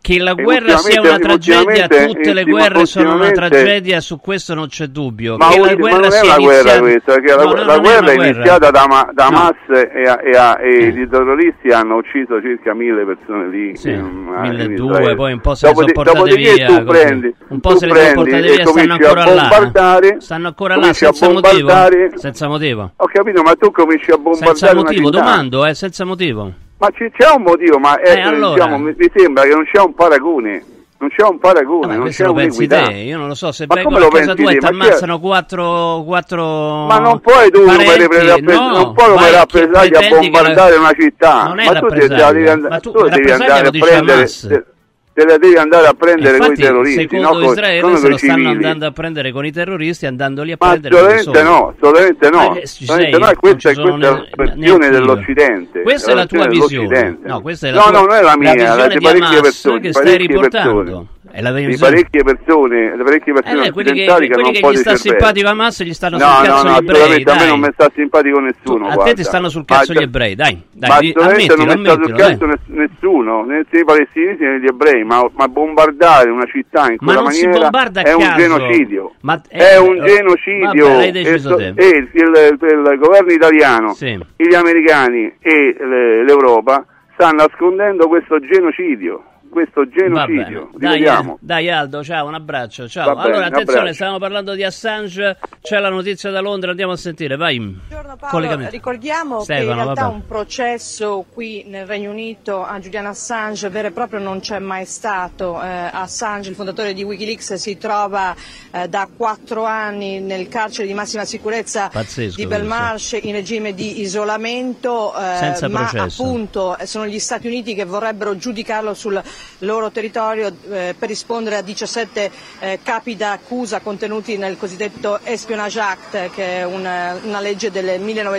Speaker 2: Che la guerra sia una tragedia, tutte le guerre sono una tragedia, su questo non c'è dubbio.
Speaker 17: Ma,
Speaker 2: che
Speaker 17: un,
Speaker 2: la guerra
Speaker 17: ma non è
Speaker 2: sia
Speaker 17: una guerra
Speaker 2: iniziata...
Speaker 17: questa, perché
Speaker 2: no,
Speaker 17: la,
Speaker 2: no,
Speaker 17: la guerra è
Speaker 2: guerra.
Speaker 17: iniziata da, da
Speaker 2: no.
Speaker 17: Hamas e, e, e, e i terroristi hanno ucciso circa mille persone lì.
Speaker 2: Sì,
Speaker 17: in,
Speaker 2: milleduecento, poi un po' se le sono
Speaker 17: Dopodi-
Speaker 2: portate via.
Speaker 17: tu prendi,
Speaker 2: un po'
Speaker 17: tu
Speaker 2: se le sono portate via, stanno ancora là. Stanno ancora là, senza motivo. Senza motivo.
Speaker 17: Ho capito, ma tu cominci a bombardare
Speaker 2: senza motivo,
Speaker 17: una città.
Speaker 2: domando, eh, senza motivo.
Speaker 17: Ma c- c'è un motivo, ma è,
Speaker 2: Eh, allora.
Speaker 17: diciamo, mi, mi sembra che non c'è un paragone. Non c'è un paragone,
Speaker 2: Ah,
Speaker 17: non
Speaker 2: questo
Speaker 17: c'è
Speaker 2: lo pensi
Speaker 17: un'equità.
Speaker 2: te, io non lo so, se
Speaker 17: Ma
Speaker 2: vengono
Speaker 17: come
Speaker 2: a
Speaker 17: lo
Speaker 2: casa
Speaker 17: pensi
Speaker 2: tua e
Speaker 17: te?
Speaker 2: ti
Speaker 17: Ma chi è-
Speaker 2: ammazzano quattro, quattro
Speaker 17: Ma non puoi tu come
Speaker 2: parenti,
Speaker 17: rappresentare,
Speaker 2: no,
Speaker 17: non puoi come
Speaker 2: vai,
Speaker 17: rappresentare
Speaker 2: che
Speaker 17: a
Speaker 2: pretendi
Speaker 17: bombardare
Speaker 2: che la-
Speaker 17: una città.
Speaker 2: Non è
Speaker 17: ma tu te, te la devi,
Speaker 2: rappresaglia,
Speaker 17: and-
Speaker 2: ma tu
Speaker 17: tu devi
Speaker 2: rappresaglia
Speaker 17: andare
Speaker 2: lo
Speaker 17: a
Speaker 2: dice
Speaker 17: prendere,
Speaker 2: Hamas.
Speaker 17: te, te la devi andare a prendere con i
Speaker 2: Infatti,
Speaker 17: terroristi,
Speaker 2: secondo
Speaker 17: no? Con-
Speaker 2: Israele
Speaker 17: con
Speaker 2: se
Speaker 17: i
Speaker 2: lo stanno
Speaker 17: civili.
Speaker 2: andando a prendere con i terroristi, andandoli a
Speaker 17: Ma
Speaker 2: prendere con i
Speaker 17: assolutamente
Speaker 2: soldi.
Speaker 17: no, assolutamente no,
Speaker 2: Ma, eh, ci
Speaker 17: assolutamente
Speaker 2: sei,
Speaker 17: no, e questa,
Speaker 2: non ci sono
Speaker 17: questa è
Speaker 2: ne-
Speaker 17: la versione
Speaker 2: neanche io.
Speaker 17: dell'Occidente.
Speaker 2: Questa è la tua
Speaker 17: versione
Speaker 2: visione.
Speaker 17: dell'Occidente.
Speaker 2: No, questa è la
Speaker 17: no,
Speaker 2: tua-
Speaker 17: no, non è la
Speaker 2: la
Speaker 17: mia, è la
Speaker 2: visione
Speaker 17: di
Speaker 2: di
Speaker 17: parecchie
Speaker 2: Hamas
Speaker 17: persone.
Speaker 2: che stai
Speaker 17: parecchie
Speaker 2: riportando.
Speaker 17: persone.
Speaker 2: È la
Speaker 17: Di
Speaker 2: visione.
Speaker 17: parecchie persone, di parecchie persone
Speaker 2: Eh, quelli che,
Speaker 17: occidentali che,
Speaker 2: quelli
Speaker 17: hanno
Speaker 2: che
Speaker 17: un po'
Speaker 2: gli
Speaker 17: di
Speaker 2: sta
Speaker 17: cervello.
Speaker 2: simpatico a Hamas gli stanno
Speaker 17: No,
Speaker 2: sul
Speaker 17: no,
Speaker 2: cazzo
Speaker 17: no,
Speaker 2: gli ebrei,
Speaker 17: assolutamente, a me
Speaker 2: dai.
Speaker 17: non mi sta simpatico nessuno.
Speaker 2: A
Speaker 17: guarda.
Speaker 2: te ti stanno sul cazzo
Speaker 17: Ma-
Speaker 2: gli ebrei, dai,
Speaker 17: Ma
Speaker 2: dai, di-
Speaker 17: assolutamente
Speaker 2: ammettilo,
Speaker 17: non mi sta sul
Speaker 2: ammettilo, dai.
Speaker 17: cazzo ness- nessuno, né i palestinesi né gli ebrei, ma, ma bombardare una città in
Speaker 2: Ma
Speaker 17: quella
Speaker 2: non si
Speaker 17: maniera
Speaker 2: bombarda a
Speaker 17: è un
Speaker 2: caso.
Speaker 17: genocidio.
Speaker 2: Ma-
Speaker 17: è
Speaker 2: eh,
Speaker 17: un
Speaker 2: eh,
Speaker 17: genocidio.
Speaker 2: vabbè, l'hai deciso
Speaker 17: e,
Speaker 2: te.
Speaker 17: e il, il- il governo italiano,
Speaker 2: Sì.
Speaker 17: gli americani e le- l'Europa stanno nascondendo questo genocidio. Questo genocidio,
Speaker 2: Va bene.
Speaker 17: rivediamo.
Speaker 2: Dai, dai Aldo, ciao, un abbraccio. Ciao.
Speaker 17: Va bene,
Speaker 2: Allora,
Speaker 17: un
Speaker 2: attenzione,
Speaker 17: abbraccio.
Speaker 2: stavamo parlando di Assange, c'è la notizia da Londra, andiamo a sentire, vai.
Speaker 18: Buongiorno Paolo,
Speaker 2: Collegamento.
Speaker 18: ricordiamo
Speaker 2: Stefano,
Speaker 18: che in realtà
Speaker 2: vabbè.
Speaker 18: un processo qui nel Regno Unito a Julian Assange vero e proprio non c'è mai stato. Eh, Assange, il fondatore di Wikileaks, si trova eh, da quattro anni nel carcere di massima sicurezza
Speaker 2: Pazzesco,
Speaker 18: di Belmarsh in regime di isolamento, eh,
Speaker 2: Senza
Speaker 18: ma
Speaker 2: processo.
Speaker 18: appunto eh, sono gli Stati Uniti che vorrebbero giudicarlo sul loro territorio eh, per rispondere a diciassette eh, capi d'accusa contenuti nel cosiddetto Espionage Act, che è una, una legge del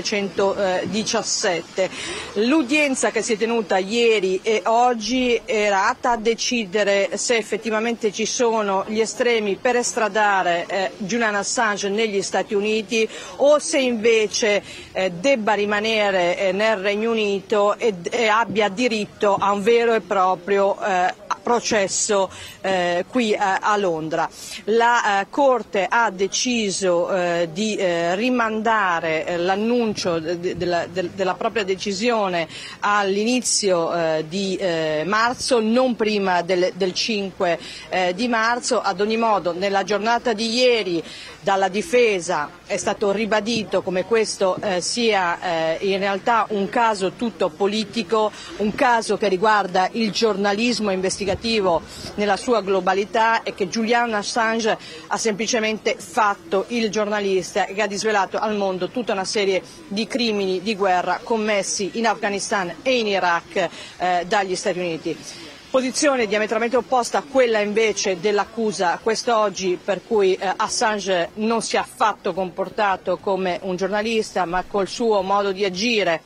Speaker 18: millenovecentodiciassette. L'udienza che si è tenuta ieri e oggi era atta a decidere se effettivamente ci sono gli estremi per estradare eh, Julian Assange negli Stati Uniti o se invece eh, debba rimanere eh, nel Regno Unito e, e abbia diritto a un vero e proprio eh, processo eh, qui eh, a Londra. La eh, Corte ha deciso eh, di eh, rimandare eh, l'annuncio de- della, de- della propria decisione all'inizio eh, di eh, marzo, non prima del, del cinque eh, di marzo. Ad ogni modo, nella giornata di ieri dalla difesa è stato ribadito come questo eh, sia eh, in realtà un caso tutto politico, un caso che riguarda il giornalismo investigativo nella sua globalità e che Julian Assange ha semplicemente fatto il giornalista e che ha disvelato al mondo tutta una serie di crimini di guerra commessi in Afghanistan e in Iraq eh, dagli Stati Uniti. Posizione diametralmente opposta a quella invece dell'accusa quest'oggi, per cui eh, Assange non si è affatto comportato come un giornalista, ma col suo modo di agire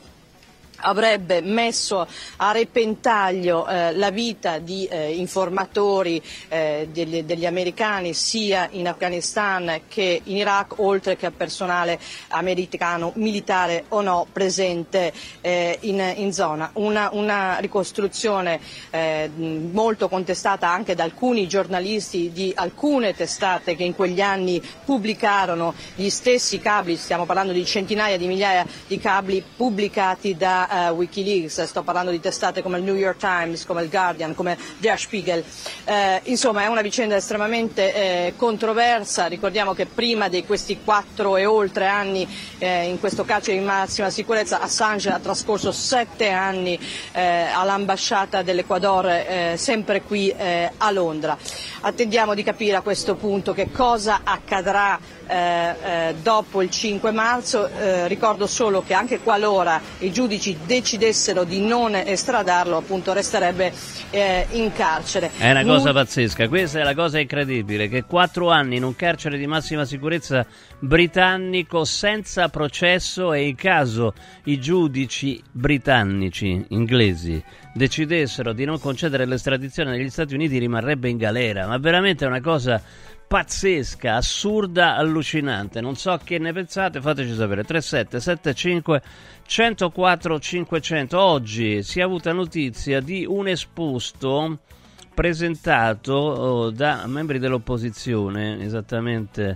Speaker 18: avrebbe messo a repentaglio eh, la vita di eh, informatori eh, degli, degli americani sia in Afghanistan che in Iraq, oltre che a personale americano, militare o no, presente eh, in, in zona. Una, una ricostruzione eh, molto contestata anche da alcuni giornalisti di alcune testate che in quegli anni pubblicarono gli stessi cabli, stiamo parlando di centinaia di migliaia di cabli pubblicati da Uh, Wikileaks, sto parlando di testate come il New York Times, come il Guardian, come Der Spiegel. Eh, insomma è una vicenda estremamente eh, controversa. Ricordiamo che prima di questi quattro e oltre anni eh, in questo carcere di massima sicurezza Assange ha trascorso sette anni eh, all'ambasciata dell'Ecuador, eh, sempre qui eh, a Londra. Attendiamo di capire a questo punto che cosa accadrà eh, eh, dopo il cinque marzo. Eh, ricordo solo che anche qualora i giudici decidessero di non estradarlo, appunto resterebbe eh, in carcere.
Speaker 2: È una
Speaker 18: Non-
Speaker 2: cosa pazzesca, questa è la cosa incredibile, che quattro anni in un carcere di massima sicurezza britannico senza processo e in caso i giudici britannici, inglesi, decidessero di non concedere l'estradizione negli Stati Uniti rimarrebbe in galera, ma veramente è una cosa pazzesca, assurda, allucinante. Non so che ne pensate, fateci sapere. Tre sette sette cinque uno zero quattro cinquecento. Oggi si è avuta notizia di un esposto presentato oh, da membri dell'opposizione, esattamente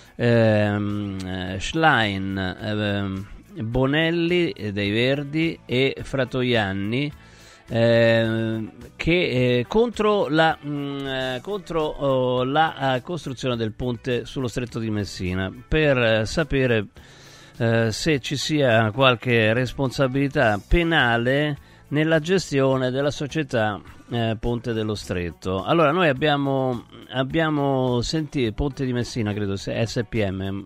Speaker 2: ehm, Schlein, ehm, Bonelli dei Verdi e Fratoianni, eh, che eh, contro la, mh, eh, contro oh, la uh, costruzione del ponte sullo Stretto di Messina, per eh, sapere eh, se ci sia qualche responsabilità penale nella gestione della società eh, Ponte dello Stretto. Allora, noi abbiamo, abbiamo sentito Ponte di Messina, credo, S P M,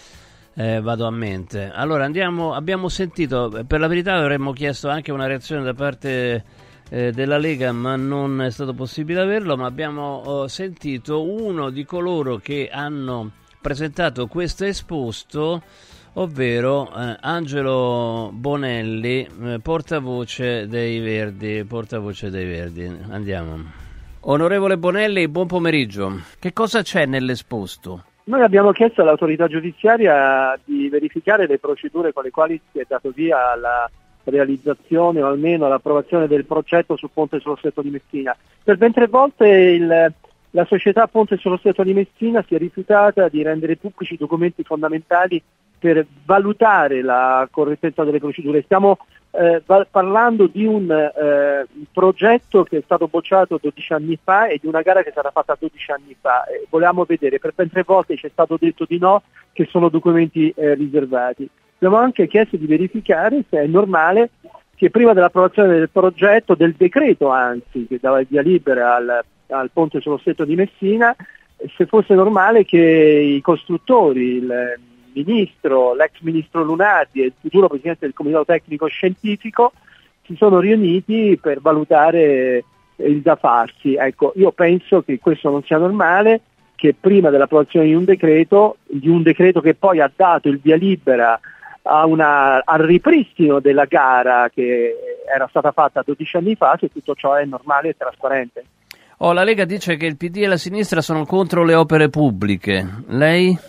Speaker 2: eh, vado a mente. Allora, andiamo, abbiamo sentito, per la verità avremmo chiesto anche una reazione da parte eh, della Lega, ma non è stato possibile averlo, ma abbiamo oh, sentito uno di coloro che hanno presentato questo esposto, ovvero eh, Angelo Bonelli, eh, portavoce dei Verdi, portavoce dei Verdi. Andiamo. Onorevole Bonelli, buon pomeriggio. Che cosa c'è nell'esposto?
Speaker 19: Noi abbiamo chiesto all'autorità giudiziaria di verificare le procedure con le quali si è dato via alla realizzazione o almeno all'approvazione del progetto sul Ponte sullo Stretto di Messina. Per ben tre volte il La società Ponte sullo Stretto di Messina si è rifiutata di rendere pubblici i documenti fondamentali per valutare la correttezza delle procedure. Stiamo eh, parlando di un eh, progetto che è stato bocciato dodici anni fa e di una gara che sarà fatta dodici anni fa. Eh, volevamo vedere, per ben tre volte ci è stato detto di no, che sono documenti eh, riservati. Abbiamo anche chiesto di verificare se è normale che prima dell'approvazione del progetto, del decreto anzi, che dava il via libera al al Ponte sullo Stretto di Messina, se fosse normale che i costruttori, il ministro, l'ex ministro Lunardi e il futuro presidente del Comitato Tecnico Scientifico si sono riuniti per valutare il da farsi. Ecco, io penso che questo non sia normale, che prima dell'approvazione di un decreto, di un decreto che poi ha dato il via libera a una, al ripristino della gara che era stata fatta dodici anni fa, se tutto ciò è normale e trasparente.
Speaker 2: Oh, la Lega dice che il P D e la sinistra sono contro le opere pubbliche. Lei?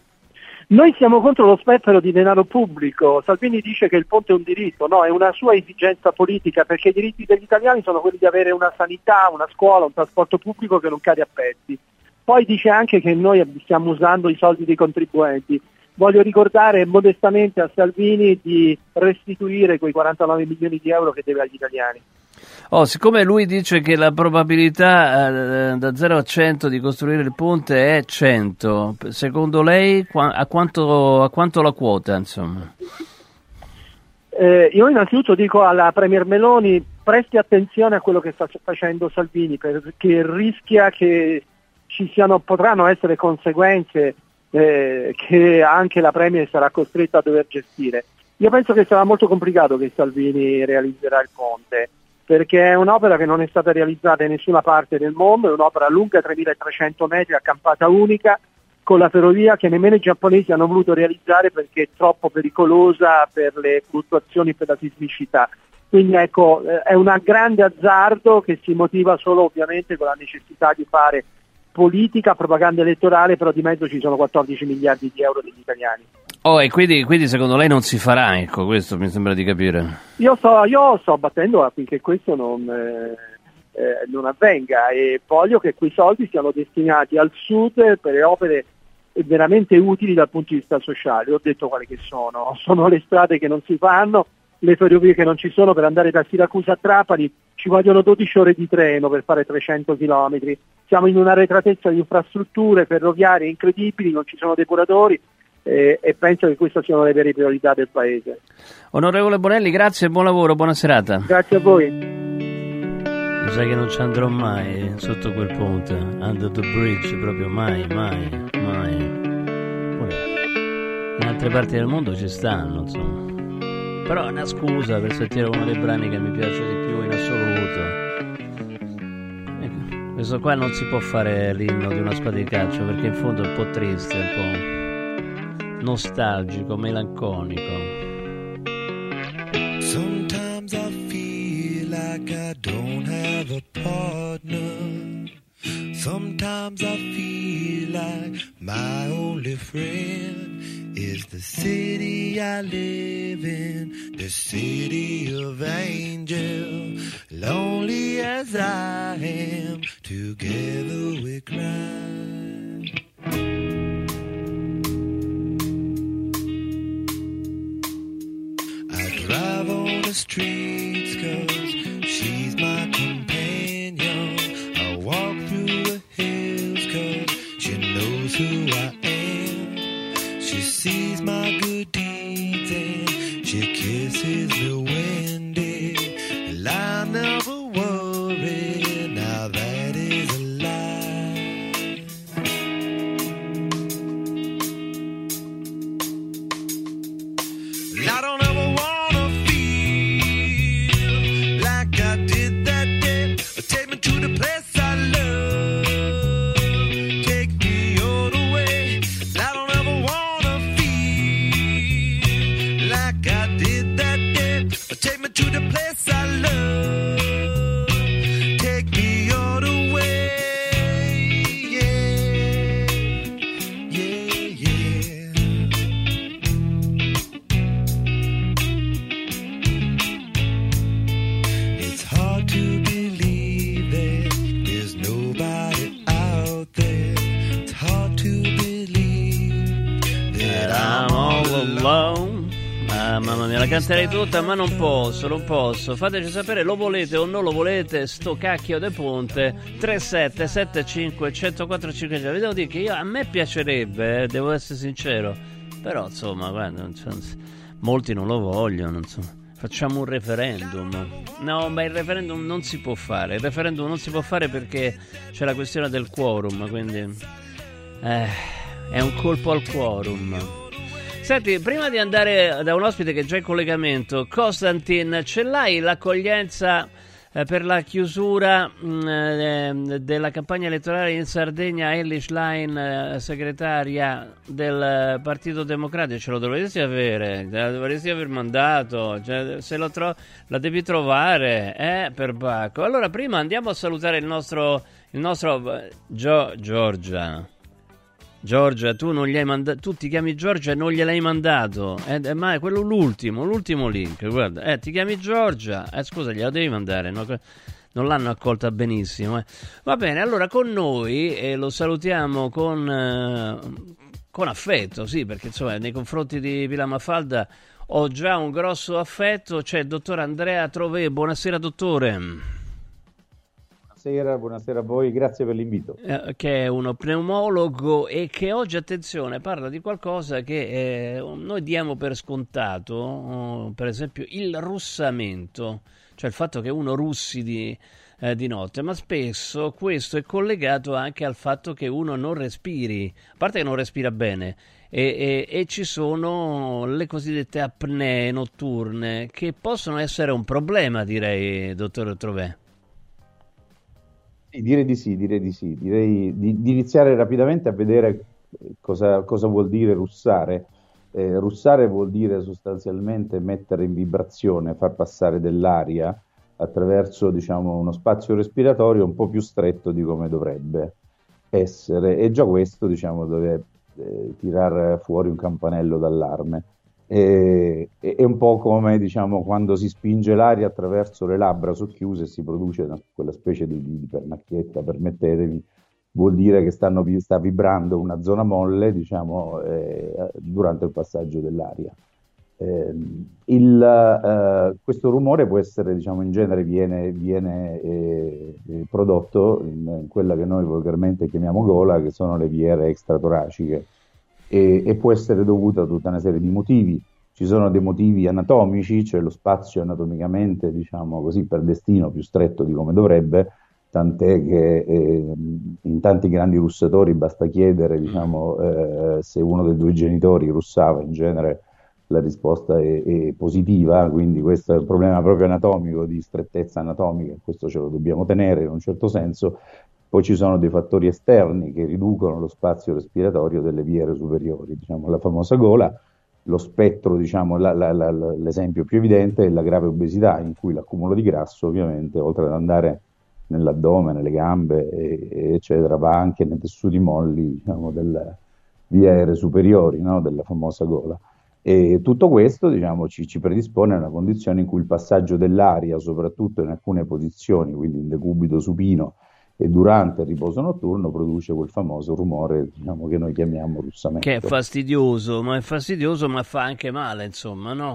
Speaker 19: Noi siamo contro lo sperpero di denaro pubblico. Salvini dice che il ponte è un diritto, no, è una sua esigenza politica, perché i diritti degli italiani sono quelli di avere una sanità, una scuola, un trasporto pubblico che non cade a pezzi. Poi dice anche che noi stiamo usando i soldi dei contribuenti. Voglio ricordare modestamente a Salvini di restituire quei quarantanove milioni di euro che deve agli italiani.
Speaker 2: Oh, siccome lui dice che la probabilità eh, da zero a cento di costruire il ponte è cento, secondo lei qua, a, quanto, a quanto la quota, insomma?
Speaker 19: Eh, io innanzitutto dico alla Premier Meloni, presti attenzione a quello che sta facendo Salvini, perché rischia che ci siano, potranno essere conseguenze eh, che anche la Premier sarà costretta a dover gestire. Io penso che sarà molto complicato che Salvini realizzerà il ponte, perché è un'opera che non è stata realizzata in nessuna parte del mondo, è un'opera lunga tremilatrecento metri a campata unica, con la ferrovia che nemmeno i giapponesi hanno voluto realizzare perché è troppo pericolosa per le fluttuazioni, per la sismicità. Quindi ecco, è un grande azzardo che si motiva solo ovviamente con la necessità di fare politica, propaganda elettorale, però di mezzo ci sono quattordici miliardi di euro degli italiani.
Speaker 2: Oh, e quindi, quindi secondo lei non si farà, ecco, questo mi sembra di capire.
Speaker 19: Io sto, io sto battendo affinché questo non, eh, eh, non avvenga e voglio che quei soldi siano destinati al sud per le opere veramente utili dal punto di vista sociale. Ho detto quali che sono, sono le strade che non si fanno, le ferrovie che non ci sono. Per andare da Siracusa a Trapani ci vogliono dodici ore di treno per fare trecento chilometri, siamo in un'arretratezza di infrastrutture ferroviarie incredibili, non ci sono depuratori. E, e penso che queste siano le vere priorità del Paese.
Speaker 2: Onorevole Bonelli, grazie e buon lavoro, buona serata.
Speaker 19: Grazie a voi.
Speaker 2: Mi sa che non ci andrò mai sotto quel ponte, under the bridge, proprio mai, mai, mai. In altre parti del mondo ci stanno, insomma. Però è una scusa per sentire uno dei brani che mi piace di più in assoluto. Ecco, questo qua non si può fare l'inno di una squadra di calcio perché in fondo è un po' triste, un po' nostalgico, melanconico.
Speaker 20: Sometimes I feel like I don't have a partner. Sometimes I feel like my only friend is the city I live in, the city of angels, lonely as as I am, together we cry. I drive on the streets 'cause she's my companion. I walk through the hills 'cause she knows who I am. She sees my good deeds and she kisses the windy. And I never worry, now that is a lie. And I don't ever wanna feel like I did that day. Take me to the place I love, take me all the way. And I don't ever wanna feel like I did that day. Take me to the place I love, take me all the way. Yeah, yeah, yeah. It's hard to believe that there's nobody out there. It's hard to believe that
Speaker 2: I'm all alone. Ah, mamma mia, la canterei tutta, ma non posso, non posso. Fateci sapere, lo volete o non lo volete, sto cacchio de ponte. Tre sette sette cinque uno zero quattro cinque zero. Vi devo dire che io, a me piacerebbe, eh, devo essere sincero. Però, insomma, guarda, insomma, molti non lo vogliono, insomma. Facciamo un referendum. No, ma il referendum non si può fare. Il referendum non si può fare perché c'è la questione del quorum, quindi eh, è un colpo al quorum. Senti, prima di andare da un ospite che è già in collegamento, Costantin, ce l'hai l'accoglienza eh, per la chiusura mh, eh, della campagna elettorale in Sardegna? Elly Schlein, eh, segretaria del Partito Democratico, ce lo dovresti avere, la dovresti aver mandato, cioè, se lo tro- la devi trovare, eh, per Bacco. Allora, prima andiamo a salutare il nostro, il nostro eh, Gio- Giorgia. Giorgia, tu non gli hai mandato, tu ti chiami Giorgia e non gliel'hai mandato, eh, ma è quello l'ultimo, l'ultimo link, guarda, eh, ti chiami Giorgia, eh, scusa, glielo devi mandare, no? Non l'hanno accolta benissimo, eh. Va bene, allora con noi, e eh, lo salutiamo con, eh, con affetto, sì, perché insomma nei confronti di Villa Mafalda ho già un grosso affetto, c'è il dottor Andrea Trové. Buonasera dottore.
Speaker 21: Buonasera, buonasera a voi, grazie per l'invito.
Speaker 2: Eh, che è uno pneumologo e che oggi, attenzione, parla di qualcosa che eh, noi diamo per scontato, oh, per esempio il russamento, cioè il fatto che uno russi di, eh, di notte, ma spesso questo è collegato anche al fatto che uno non respiri, a parte che non respira bene, e, e, e ci sono le cosiddette apnee notturne che possono essere un problema, direi, dottor Trové.
Speaker 21: Sì, direi di sì, direi di sì, direi di, di iniziare rapidamente a vedere cosa, cosa vuol dire russare. Eh, russare vuol dire sostanzialmente mettere in vibrazione, far passare dell'aria attraverso, diciamo, uno spazio respiratorio un po' più stretto di come dovrebbe essere, e già questo, diciamo, deve eh, tirar fuori un campanello d'allarme. E, è un po' come, diciamo, quando si spinge l'aria attraverso le labbra socchiuse e si produce una, quella specie di, di, di pernacchietta, permettetemi, vuol dire che stanno, sta vibrando una zona molle, diciamo, eh, durante il passaggio dell'aria. Eh, il, eh, questo rumore può essere, diciamo, in genere viene, viene eh, prodotto in, in quella che noi volgarmente chiamiamo gola, che sono le viere extratoraciche. E, e può essere dovuta a tutta una serie di motivi. Ci sono dei motivi anatomici, cioè lo spazio anatomicamente, diciamo così, per destino più stretto di come dovrebbe, tant'è che eh, in tanti grandi russatori basta chiedere, diciamo, eh, se uno dei due genitori russava, in genere la risposta è, è positiva, quindi questo è un problema proprio anatomico, di strettezza anatomica, questo ce lo dobbiamo tenere in un certo senso. Poi ci sono dei fattori esterni che riducono lo spazio respiratorio delle viere superiori, diciamo la famosa gola. Lo spettro, diciamo, la, la, la, l'esempio più evidente è la grave obesità, in cui l'accumulo di grasso, ovviamente, oltre ad andare nell'addome, nelle gambe, e, eccetera, va anche nei tessuti molli, diciamo, delle vie aeree superiori, no? Della famosa gola. E tutto questo, diciamo, ci, ci predispone a una condizione in cui il passaggio dell'aria, soprattutto in alcune posizioni, quindi in decubito supino e durante il riposo notturno, produce quel famoso rumore, diciamo, che noi chiamiamo russamento.
Speaker 2: Che è fastidioso, ma è fastidioso, ma fa anche male, insomma, no?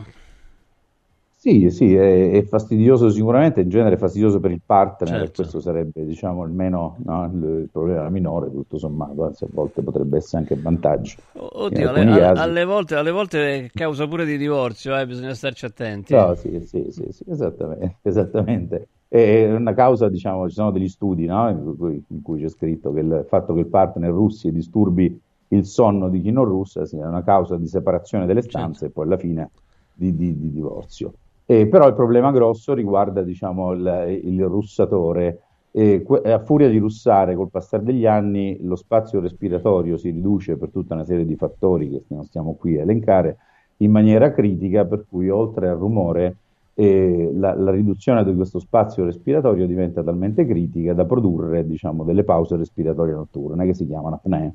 Speaker 21: Sì, sì, è, è fastidioso sicuramente, in genere è fastidioso per il partner,
Speaker 2: Certo.
Speaker 21: e questo sarebbe, diciamo, almeno, no, il, il problema minore, tutto sommato, anzi a volte potrebbe essere anche vantaggio. In
Speaker 2: Oddio, alle,
Speaker 21: alcuni
Speaker 2: alle-
Speaker 21: casi.
Speaker 2: alle volte, alle volte è causa pure di divorzio, eh, bisogna starci attenti.
Speaker 21: No, sì, sì, sì, sì, esattamente, esattamente. È una causa, diciamo, ci sono degli studi, no, in cui, in cui c'è scritto che il fatto che il partner russi disturbi il sonno di chi non russa sia una causa di separazione delle stanze e poi alla fine di, di- di divorzio. E però il problema grosso riguarda, diciamo, il, il russatore. E que- a furia di russare col passare degli anni lo spazio respiratorio si riduce per tutta una serie di fattori che non stiamo qui a elencare in maniera critica, per cui oltre al rumore eh, la, la riduzione di questo spazio respiratorio diventa talmente critica da produrre, diciamo, delle pause respiratorie notturne che si chiamano apnee.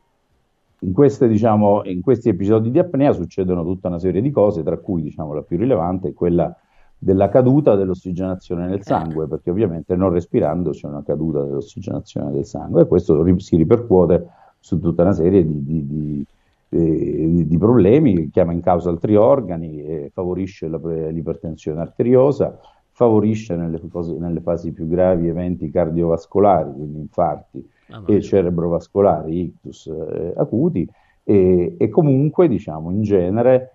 Speaker 21: In, queste, diciamo, in questi episodi di apnea succedono tutta una serie di cose, tra cui, diciamo, la più rilevante è quella della caduta dell'ossigenazione nel sangue, perché ovviamente non respirando c'è una caduta dell'ossigenazione del sangue, e questo ri- si ripercuote su tutta una serie di, di- di- eh, di problemi, chiama in causa altri organi, e favorisce la pre- l'ipertensione arteriosa, favorisce nelle, cose- nelle fasi più gravi eventi cardiovascolari, quindi infarti e cerebrovascolari, ictus eh, acuti, e, e comunque, diciamo, in genere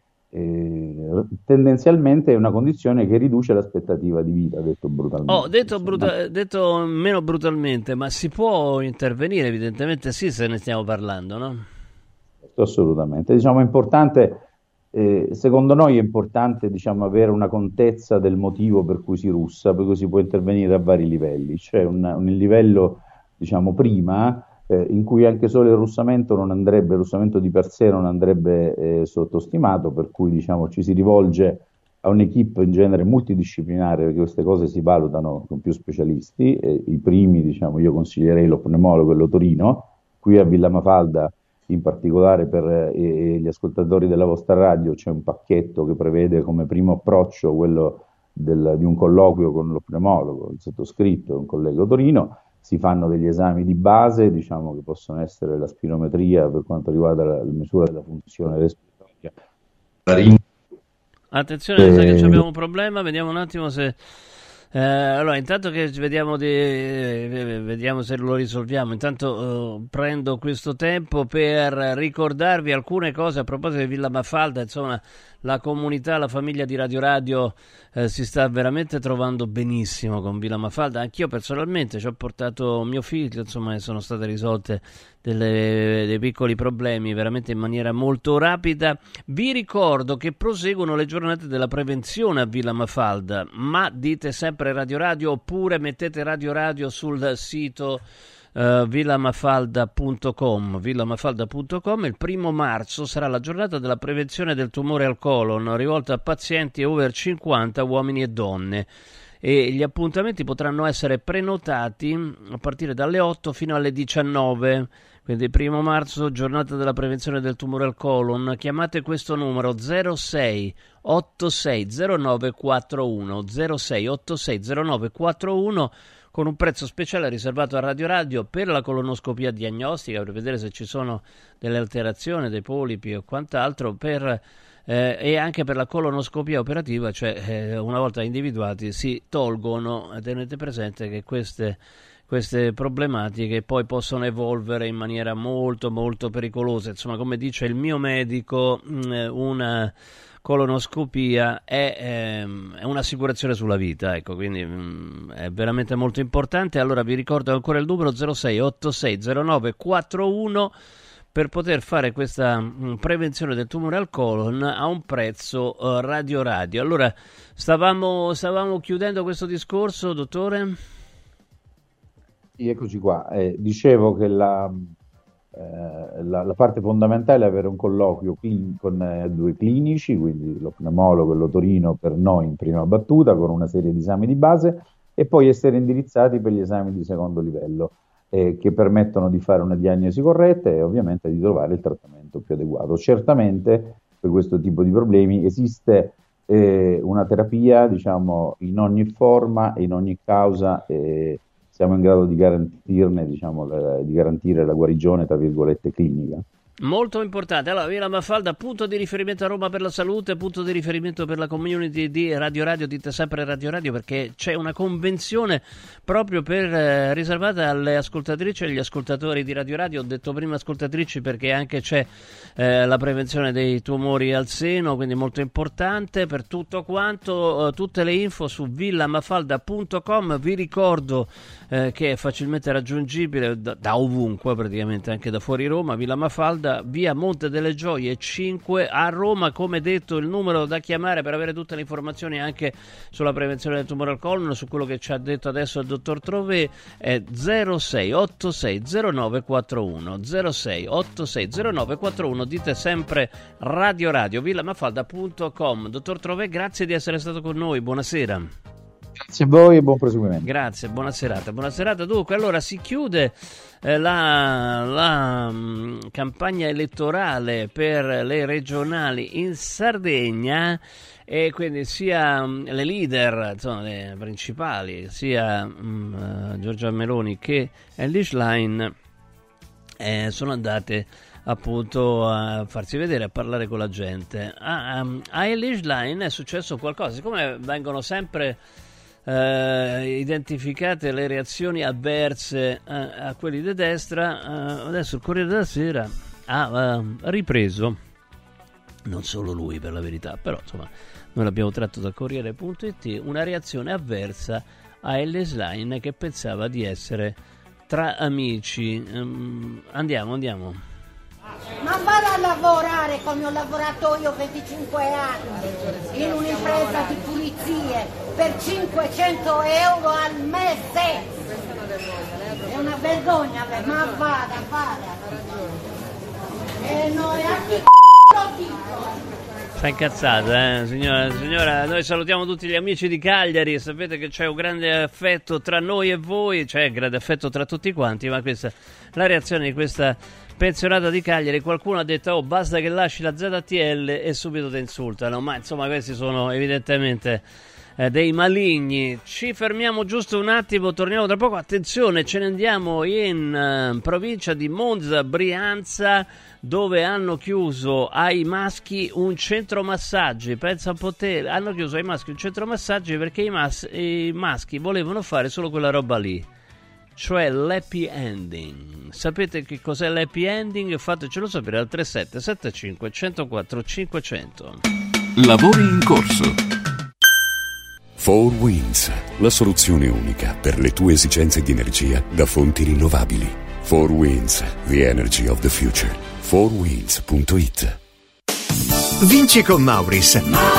Speaker 21: eh, tendenzialmente è una condizione che riduce l'aspettativa di vita, detto brutalmente.
Speaker 2: Oh, detto, bruta- detto meno brutalmente, ma si può intervenire? Evidentemente sì, se ne stiamo parlando, no?
Speaker 21: Assolutamente. Diciamo, è importante, eh, secondo noi è importante, diciamo, avere una contezza del motivo per cui si russa, per cui si può intervenire a vari livelli. C'è un, un livello, diciamo, prima, eh, in cui anche solo il russamento non andrebbe, il russamento di per sé non andrebbe eh, sottostimato, per cui, diciamo, ci si rivolge a un'equipe in genere multidisciplinare, perché queste cose si valutano con più specialisti. Eh, i primi, diciamo, io consiglierei lo pneumologo e l'otorino. Qui a Villa Mafalda, in particolare per eh, gli ascoltatori della vostra radio, c'è un pacchetto che prevede come primo approccio quello del- di un colloquio con lo pneumologo, il sottoscritto, un collega otorino. Si fanno degli esami di base, diciamo, che possono essere la spirometria per quanto riguarda la, la misura della funzione respiratoria, la rin-
Speaker 2: Attenzione, mi sa che
Speaker 21: Eh,
Speaker 2: abbiamo un problema, vediamo un attimo se... eh, allora, intanto che vediamo, di, eh, vediamo se lo risolviamo, intanto eh, prendo questo tempo per ricordarvi alcune cose a proposito di Villa Mafalda. Insomma, la comunità, la famiglia di Radio Radio eh, si sta veramente trovando benissimo con Villa Mafalda. Anch'io personalmente ci ho portato mio figlio, insomma, e sono state risolte delle- dei piccoli problemi veramente in maniera molto rapida. Vi ricordo che proseguono le giornate della prevenzione a Villa Mafalda, ma dite sempre Radio Radio oppure mettete Radio Radio sul sito Uh, villamafalda punto com villamafalda punto com. Il primo marzo sarà la giornata della prevenzione del tumore al colon, rivolta a pazienti over cinquanta, uomini e donne, e gli appuntamenti potranno essere prenotati a partire dalle otto fino alle diciannove. Quindi primo marzo, giornata della prevenzione del tumore al colon. Chiamate questo numero zero sei otto sei zero nove quattro uno zero sei otto sei zero nove quattro uno, con un prezzo speciale riservato a Radio Radio per la colonoscopia diagnostica, per vedere se ci sono delle alterazioni, dei polipi o quant'altro, per, eh, e anche per la colonoscopia operativa, cioè eh, una volta individuati si tolgono. Tenete presente che queste, queste problematiche poi possono evolvere in maniera molto molto pericolosa. Insomma, come dice il mio medico, mh, una colonoscopia è, ehm, è un'assicurazione sulla vita, ecco, quindi mh, è veramente molto importante. Allora vi ricordo ancora il numero zero sei otto sei zero nove quattro uno per poter fare questa mh, prevenzione del tumore al colon a un prezzo uh, Radio Radio. Allora stavamo, stavamo chiudendo questo discorso, dottore?
Speaker 21: Sì, eccoci qua. Eh, dicevo che la, eh, la, la parte fondamentale è avere un colloquio clin- con eh, due clinici, quindi lo pneumologo e l'otorino per noi in prima battuta, con una serie di esami di base, e poi essere indirizzati per gli esami di secondo livello, eh, che permettono di fare una diagnosi corretta e ovviamente di trovare il trattamento più adeguato. Certamente per questo tipo di problemi. Esiste eh, una terapia, diciamo, in ogni forma e in ogni causa, e siamo in grado di garantirne, diciamo, la, di garantire la guarigione, tra virgolette, clinica.
Speaker 2: Molto importante. Allora, Villa Mafalda, punto di riferimento a Roma per la salute, punto di riferimento per la community di Radio Radio, dite sempre Radio Radio, perché c'è una convenzione proprio per eh, riservata alle ascoltatrici e agli ascoltatori di Radio Radio. Ho detto prima ascoltatrici perché anche c'è eh, la prevenzione dei tumori al seno, quindi molto importante. Per tutto quanto, eh, tutte le info su villa mafalda punto com. Vi ricordo eh, che è facilmente raggiungibile da, da ovunque, praticamente anche da fuori Roma. Villa Mafalda, via Monte delle Gioie cinque a Roma. Come detto, il numero da chiamare per avere tutte le informazioni anche sulla prevenzione del tumore al colon, su quello che ci ha detto adesso il dottor Trové, è zero sei otto sei zero nove quattro uno zero sei otto sei zero nove quattro uno. Dite sempre Radio Radio, villa mafalda punto com. Dottor Trové, grazie di essere stato con noi, buonasera.
Speaker 21: Grazie a voi e buon proseguimento.
Speaker 2: Grazie, buona serata. Buona serata. Dunque, allora si chiude eh, la, la mh, campagna elettorale per le regionali in Sardegna, e quindi sia mh, le leader, insomma, le principali, sia mh, Giorgia Meloni che Elly Schlein eh, sono andate appunto a farsi vedere, a parlare con la gente. A, a, a Elly Schlein è successo qualcosa, siccome vengono sempre Uh, identificate le reazioni avverse uh, a quelli di destra, uh, adesso il Corriere della Sera ha uh, ripreso, non solo lui per la verità, però insomma noi l'abbiamo tratto da Corriere punto it, una reazione avversa a Elly Schlein che pensava di essere tra amici. Um, andiamo, andiamo.
Speaker 3: Ma vado a lavorare come ho lavorato io venticinque anni in un'impresa di pulizie per cinquecento euro al mese. È una vergogna, ma vada, vada. E noi a chi lo dico?
Speaker 2: Sta incazzata, eh, signora, signora. Noi salutiamo tutti gli amici di Cagliari. Sapete che c'è un grande affetto tra noi e voi, c'è un grande affetto tra tutti quanti, ma questa la reazione di questa pensionata di Cagliari. Qualcuno ha detto: oh, basta che lasci la Z T L e subito ti insultano. Ma insomma, questi sono evidentemente eh, dei maligni. Ci fermiamo giusto un attimo, torniamo tra poco. Attenzione, ce ne andiamo in uh, provincia di Monza, Brianza, dove hanno chiuso ai maschi un centro massaggi. Pensa un po' te, hanno chiuso ai maschi un centro massaggi perché i, mas- i maschi volevano fare solo quella roba lì, cioè l'happy ending. Sapete che cos'è l'happy ending? Fatecelo sapere al tre sette sette cinque uno zero quattro cinquecento.
Speaker 1: Lavori in corso.
Speaker 4: four Winds, la soluzione unica per le tue esigenze di energia da fonti rinnovabili. four Winds, the energy of the future. four winds punto it.
Speaker 22: Vinci con Mauris.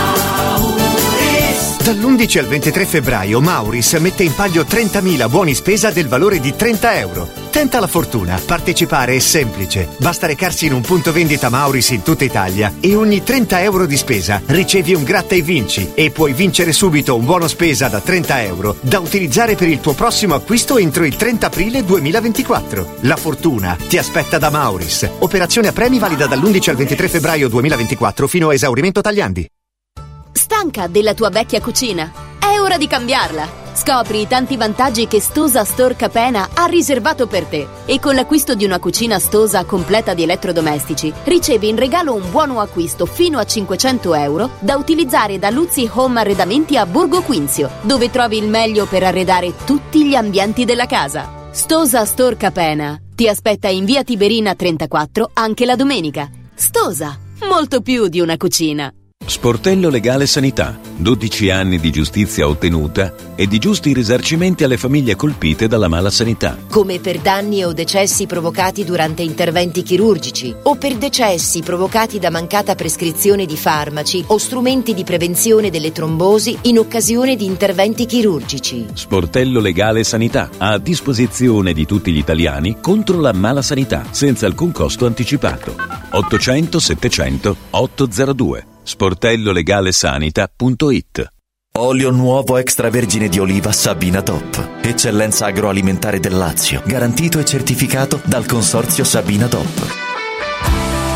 Speaker 22: Dall'undici al ventitré febbraio Mauris mette in palio trentamila buoni spesa del valore di trenta euro. Tenta la fortuna, partecipare è semplice. Basta recarsi in un punto vendita Mauris in tutta Italia e ogni trenta euro di spesa ricevi un gratta e vinci e puoi vincere subito un buono spesa da trenta euro da utilizzare per il tuo prossimo acquisto entro il trenta aprile duemilaventiquattro. La fortuna ti aspetta da Mauris. Operazione a premi valida dall'undici al ventitré febbraio duemilaventiquattro fino a esaurimento tagliandi.
Speaker 7: Stanca della tua vecchia cucina? È ora di cambiarla! Scopri i tanti vantaggi che Stosa Store Capena ha riservato per te. E con l'acquisto di una cucina Stosa completa di elettrodomestici, ricevi in regalo un buono acquisto fino a cinquecento euro da utilizzare da Luzzi Home Arredamenti a Borgo Quinzio, dove trovi il meglio per arredare tutti gli ambienti della casa. Stosa Store Capena ti aspetta in via Tiberina trentaquattro anche la domenica. Stosa, molto più di una cucina.
Speaker 1: Sportello Legale Sanità, dodici anni di giustizia ottenuta e di giusti risarcimenti alle famiglie colpite dalla mala sanità.
Speaker 23: Come per danni o decessi provocati durante interventi chirurgici o per decessi provocati da mancata prescrizione di farmaci o strumenti di prevenzione delle trombosi in occasione di interventi chirurgici.
Speaker 1: Sportello Legale Sanità, a disposizione di tutti gli italiani contro la mala sanità, senza alcun costo anticipato. ottocento settecento ottocentodue sportellolegalesanita punto it.
Speaker 24: Olio nuovo extravergine di oliva Sabina Top. Eccellenza agroalimentare del Lazio, garantito e certificato dal consorzio Sabina Top.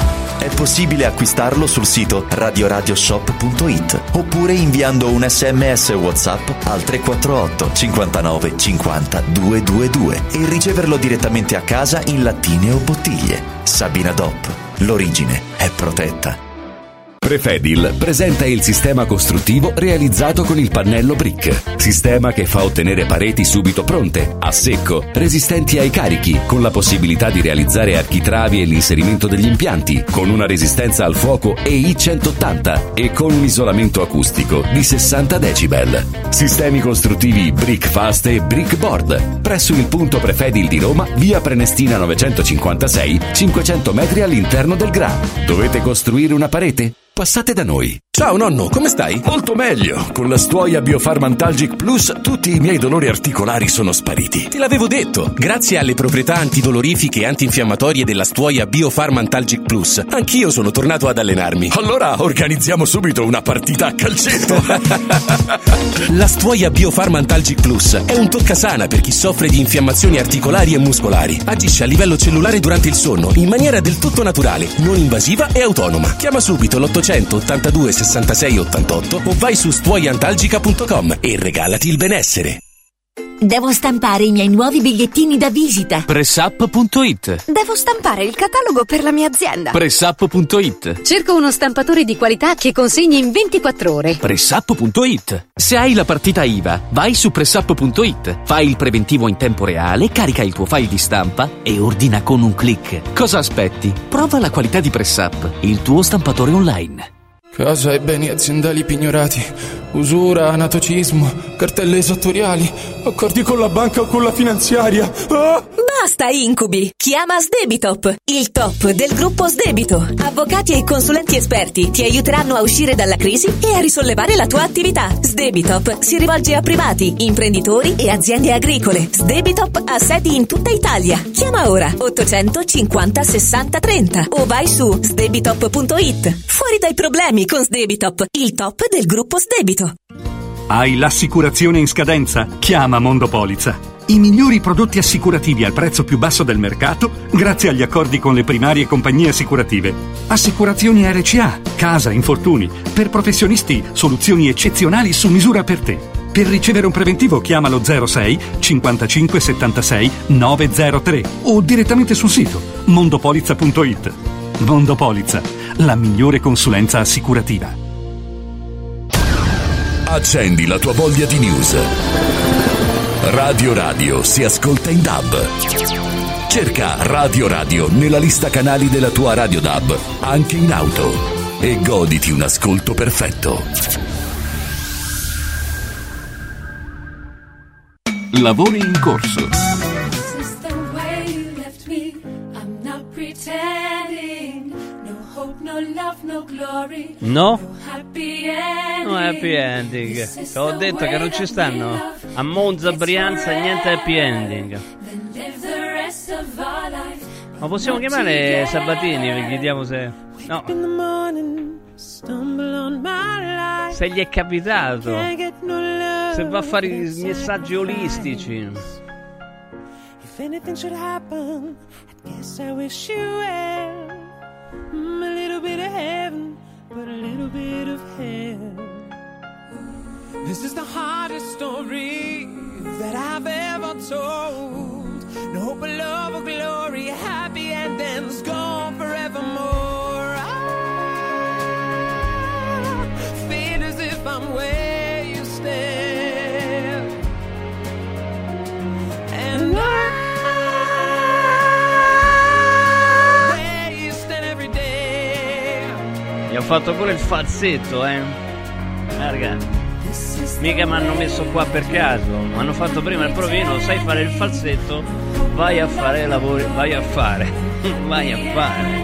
Speaker 24: È possibile acquistarlo sul sito radio radio shop punto it oppure inviando un sms WhatsApp al tre quattro otto cinquantanove cinquanta duecentoventidue e riceverlo direttamente a casa in lattine o bottiglie. Sabina D O P. L'origine è protetta.
Speaker 1: Prefedil presenta il sistema costruttivo realizzato con il pannello brick. Sistema che fa ottenere pareti subito pronte, a secco, resistenti ai carichi, con la possibilità di realizzare architravi e l'inserimento degli impianti, con una resistenza al fuoco E I centottanta e con un isolamento acustico di sessanta decibel. Sistemi costruttivi Brick Fast e Brick Board. Presso il punto Prefedil di Roma, via Prenestina novecentocinquantasei, cinquecento metri all'interno del Gra. Dovete costruire una parete? Passate da noi.
Speaker 5: Ciao nonno, come stai?
Speaker 1: Molto meglio. Con la Stuoia Biofarmantalgic Plus tutti i miei dolori articolari sono spariti.
Speaker 5: Te l'avevo detto. Grazie alle proprietà antidolorifiche e antinfiammatorie della Stuoia Biofarmantalgic Plus, anch'io sono tornato ad allenarmi.
Speaker 1: Allora organizziamo subito una partita a calcetto.
Speaker 5: La Stuoia Biofarmantalgic Plus è un toccasana per chi soffre di infiammazioni articolari e muscolari. Agisce a livello cellulare durante il sonno in maniera del tutto naturale, non invasiva e autonoma. Chiama subito l'ottocento ottantadue sessantasei ottantotto o vai su stuoiantalgica punto com e regalati il benessere.
Speaker 14: Devo stampare i miei nuovi bigliettini da visita.
Speaker 6: Pressup punto it.
Speaker 8: Devo stampare il catalogo per la mia azienda.
Speaker 6: Pressup punto it.
Speaker 8: Cerco uno stampatore di qualità che consegni in ventiquattro ore.
Speaker 6: Pressup punto it. Se hai la partita I V A, vai su pressup punto it. Fai il preventivo in tempo reale, carica il tuo file di stampa e ordina con un click. Cosa aspetti? Prova la qualità di Pressup, il tuo stampatore online.
Speaker 9: Casa e beni aziendali pignorati, usura, anatocismo, cartelle esattoriali, accordi con la banca o con la finanziaria. Ah!
Speaker 14: Basta incubi! Chiama Sdebitop, il top del gruppo Sdebito. Avvocati e consulenti esperti ti aiuteranno a uscire dalla crisi e a risollevare la tua attività. Sdebitop si rivolge a privati, imprenditori e aziende agricole. Sdebitop ha sedi in tutta Italia. Chiama ora ottocento cinquanta sessanta trenta o vai su sdebitop punto it. Fuori dai problemi con Sdebitop, il top del gruppo Sdebito.
Speaker 10: Hai l'assicurazione in scadenza? Chiama Mondopolizza. I migliori prodotti assicurativi al prezzo più basso del mercato grazie agli accordi con le primarie compagnie assicurative. Assicurazioni R C A, casa, infortuni. Per professionisti, soluzioni eccezionali su misura per te. Per ricevere un preventivo chiama lo zero sei cinquantacinque settantasei novecentotre o direttamente sul sito mondopolizza punto it. Mondopolizza, la migliore consulenza assicurativa.
Speaker 1: Accendi la tua voglia di news. Radio Radio si ascolta in D A B. Cerca Radio Radio nella lista canali della tua radio D A B, anche in auto, e goditi un ascolto perfetto.
Speaker 6: Lavori in corso.
Speaker 2: No? No happy ending. Ho detto che non ci stanno. A Monza, Brianza, niente happy ending. Ma possiamo chiamare Sabatini e gli chiediamo se... No. Se gli è capitato. Se va a fare i messaggi olistici. If anything should happen, I guess I wish you well. Mm, a little bit of heaven, but a little bit of hell.
Speaker 25: This is the hardest story that I've ever told. No hope of love or glory, happy endings gone forevermore. I feel as if I'm where you stand, and I
Speaker 2: ho fatto pure il falsetto, eh. eh ragazzi, mica mi hanno messo qua per caso, mi hanno fatto prima il provino. Sai fare il falsetto? Vai a fare lavori, vai a fare, vai a fare.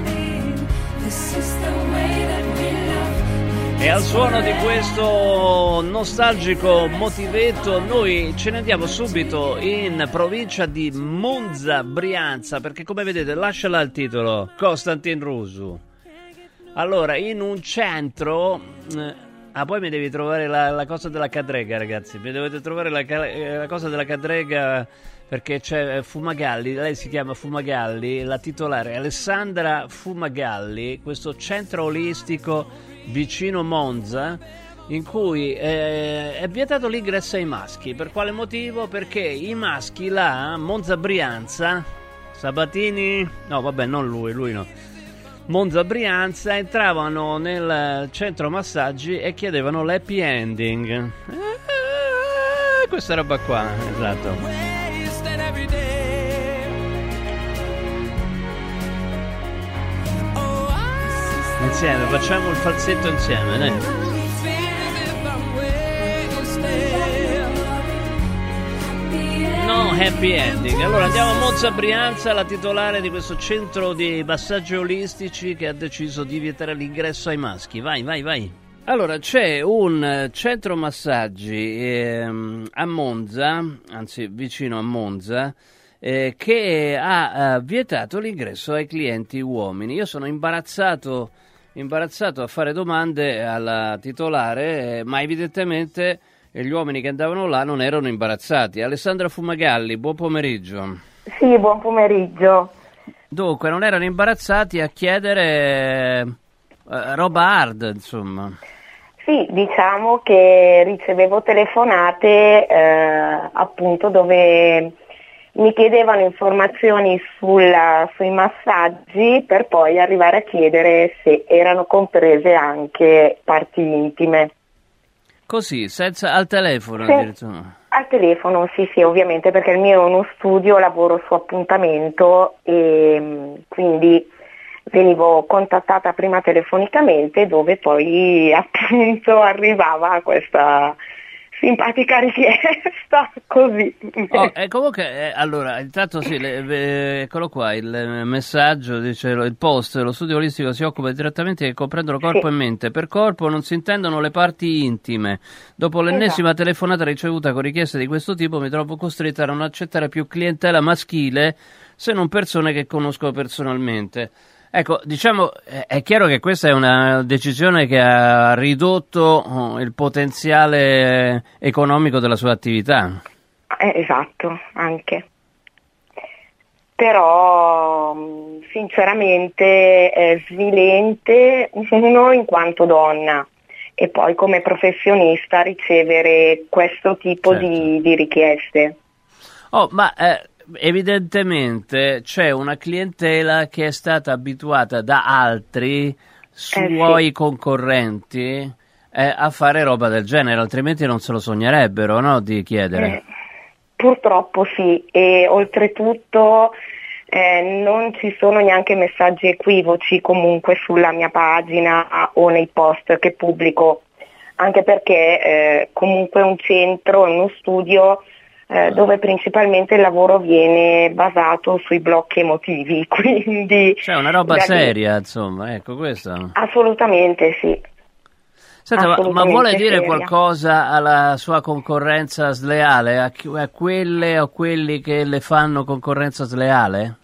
Speaker 2: E al suono di questo nostalgico motivetto noi ce ne andiamo subito in provincia di Monza, Brianza, perché come vedete lascia là il titolo, Costantin Rusu. Allora, in un centro... Eh, ah, poi mi devi trovare la, la cosa della cadrega, ragazzi. Mi dovete trovare la, la cosa della cadrega, perché c'è Fumagalli, lei si chiama Fumagalli, la titolare Alessandra Fumagalli, questo centro olistico vicino Monza, in cui eh, è vietato l'ingresso ai maschi. Per quale motivo? Perché i maschi là, Monza Brianza, Sabatini, no vabbè non lui, lui no, Monza Brianza, entravano nel centro massaggi e chiedevano l'happy ending. Eh, questa roba qua, esatto. Insieme, facciamo il falsetto insieme, dai. No happy ending. Allora andiamo a Monza Brianza, la titolare di questo centro di massaggi olistici che ha deciso di vietare l'ingresso ai maschi. Vai, vai, vai. Allora c'è un centro massaggi ehm, a Monza, anzi vicino a Monza, eh, che ha eh, vietato l'ingresso ai clienti uomini. Io sono imbarazzato imbarazzato a fare domande alla titolare, eh, ma evidentemente gli uomini che andavano là non erano imbarazzati. Alessandra Fumagalli, buon pomeriggio.
Speaker 11: Sì, buon pomeriggio.
Speaker 2: Dunque, non erano imbarazzati a chiedere eh, roba hard, insomma.
Speaker 11: Sì, diciamo che ricevevo telefonate eh, appunto dove mi chiedevano informazioni sulla, sui massaggi per poi arrivare a chiedere se erano comprese anche parti intime.
Speaker 2: Così, senza al telefono
Speaker 11: sì,
Speaker 2: addirittura?
Speaker 11: Al telefono, sì, sì, ovviamente, perché il mio è uno studio, lavoro su appuntamento e quindi venivo contattata prima telefonicamente, dove poi appunto arrivava questa simpatica richiesta, così.
Speaker 2: Oh, e comunque, eh, allora, intanto sì, le, eh, eccolo qua, il messaggio, dice il post, lo studio olistico si occupa di trattamenti che comprendono corpo sì. e mente. Per corpo non si intendono le parti intime. Dopo l'ennesima esatto. telefonata ricevuta con richieste di questo tipo, mi trovo costretta a non accettare più clientela maschile, se non persone che conosco personalmente. Ecco, diciamo, è chiaro che questa è una decisione che ha ridotto il potenziale economico della sua attività.
Speaker 11: Eh, esatto, anche. Però, sinceramente, è svilente, uno in quanto donna, e poi come professionista ricevere questo tipo certo. di, di richieste.
Speaker 2: Oh, ma... Eh... Evidentemente c'è una clientela che è stata abituata da altri suoi eh sì. concorrenti eh, a fare roba del genere, altrimenti non se lo sognerebbero, no, di chiedere.
Speaker 11: Eh, purtroppo sì, e oltretutto eh, non ci sono neanche messaggi equivoci comunque sulla mia pagina o nei post che pubblico, anche perché eh, comunque è un centro, è uno studio Eh, dove principalmente il lavoro viene basato sui blocchi emotivi, quindi...
Speaker 2: Cioè una roba seria, insomma, ecco questo.
Speaker 11: Assolutamente sì.
Speaker 2: Senta, Assolutamente ma, ma vuole dire seria. qualcosa alla sua concorrenza sleale, a, chi, a quelle o quelli che le fanno concorrenza sleale?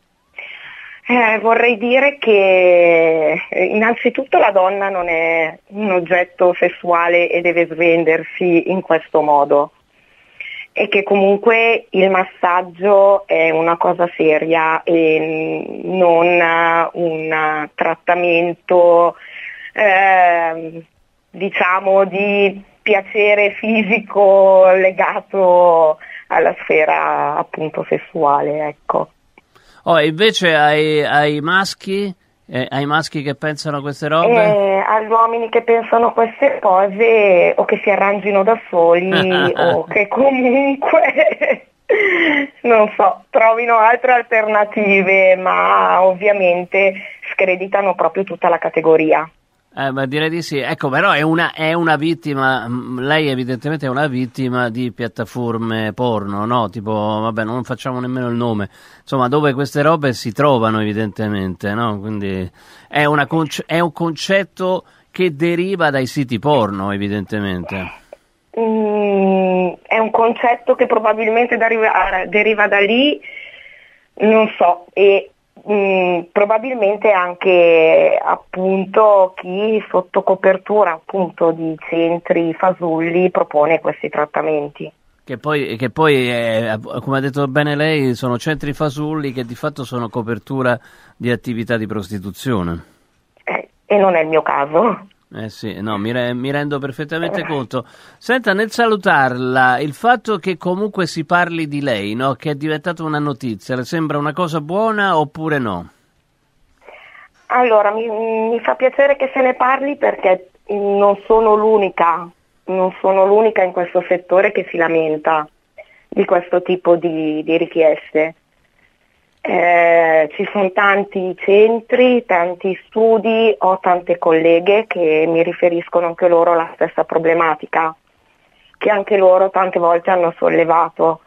Speaker 11: Eh, vorrei dire che innanzitutto la donna non è un oggetto sessuale e deve svendersi in questo modo. E che comunque il massaggio è una cosa seria e non un trattamento eh, diciamo di piacere fisico legato alla sfera appunto sessuale, ecco.
Speaker 2: Oh, invece ai, ai maschi? Eh, ai maschi che pensano queste robe?
Speaker 11: Eh, agli uomini che pensano queste cose o che si arrangino da soli o che comunque non so, trovino altre alternative, ma ovviamente screditano proprio tutta la categoria.
Speaker 2: Eh, ma direi di sì. Ecco, però è una, è una vittima, lei evidentemente è una vittima di piattaforme porno, no? Tipo, vabbè, non facciamo nemmeno il nome. Insomma, dove queste robe si trovano evidentemente, no? Quindi è, una conce- è un concetto che deriva dai siti porno, evidentemente.
Speaker 11: Mm, è un concetto che probabilmente deriva, deriva da lì, non so, e Mm, probabilmente anche appunto chi sotto copertura appunto di centri fasulli propone questi trattamenti.
Speaker 2: Che poi, che poi è, come ha detto bene lei, sono centri fasulli che di fatto sono copertura di attività di prostituzione.
Speaker 11: Eh, e non è il mio caso.
Speaker 2: Eh sì, no, mi, re, mi rendo perfettamente conto. Senta, nel salutarla, il fatto che comunque si parli di lei, no, che è diventata una notizia, le sembra una cosa buona oppure no?
Speaker 11: Allora, mi, mi fa piacere che se ne parli perché non sono l'unica, non sono l'unica in questo settore che si lamenta di questo tipo di, di richieste. Eh, ci sono tanti centri, tanti studi, ho tante colleghe che mi riferiscono anche loro alla stessa problematica, che anche loro tante volte hanno sollevato.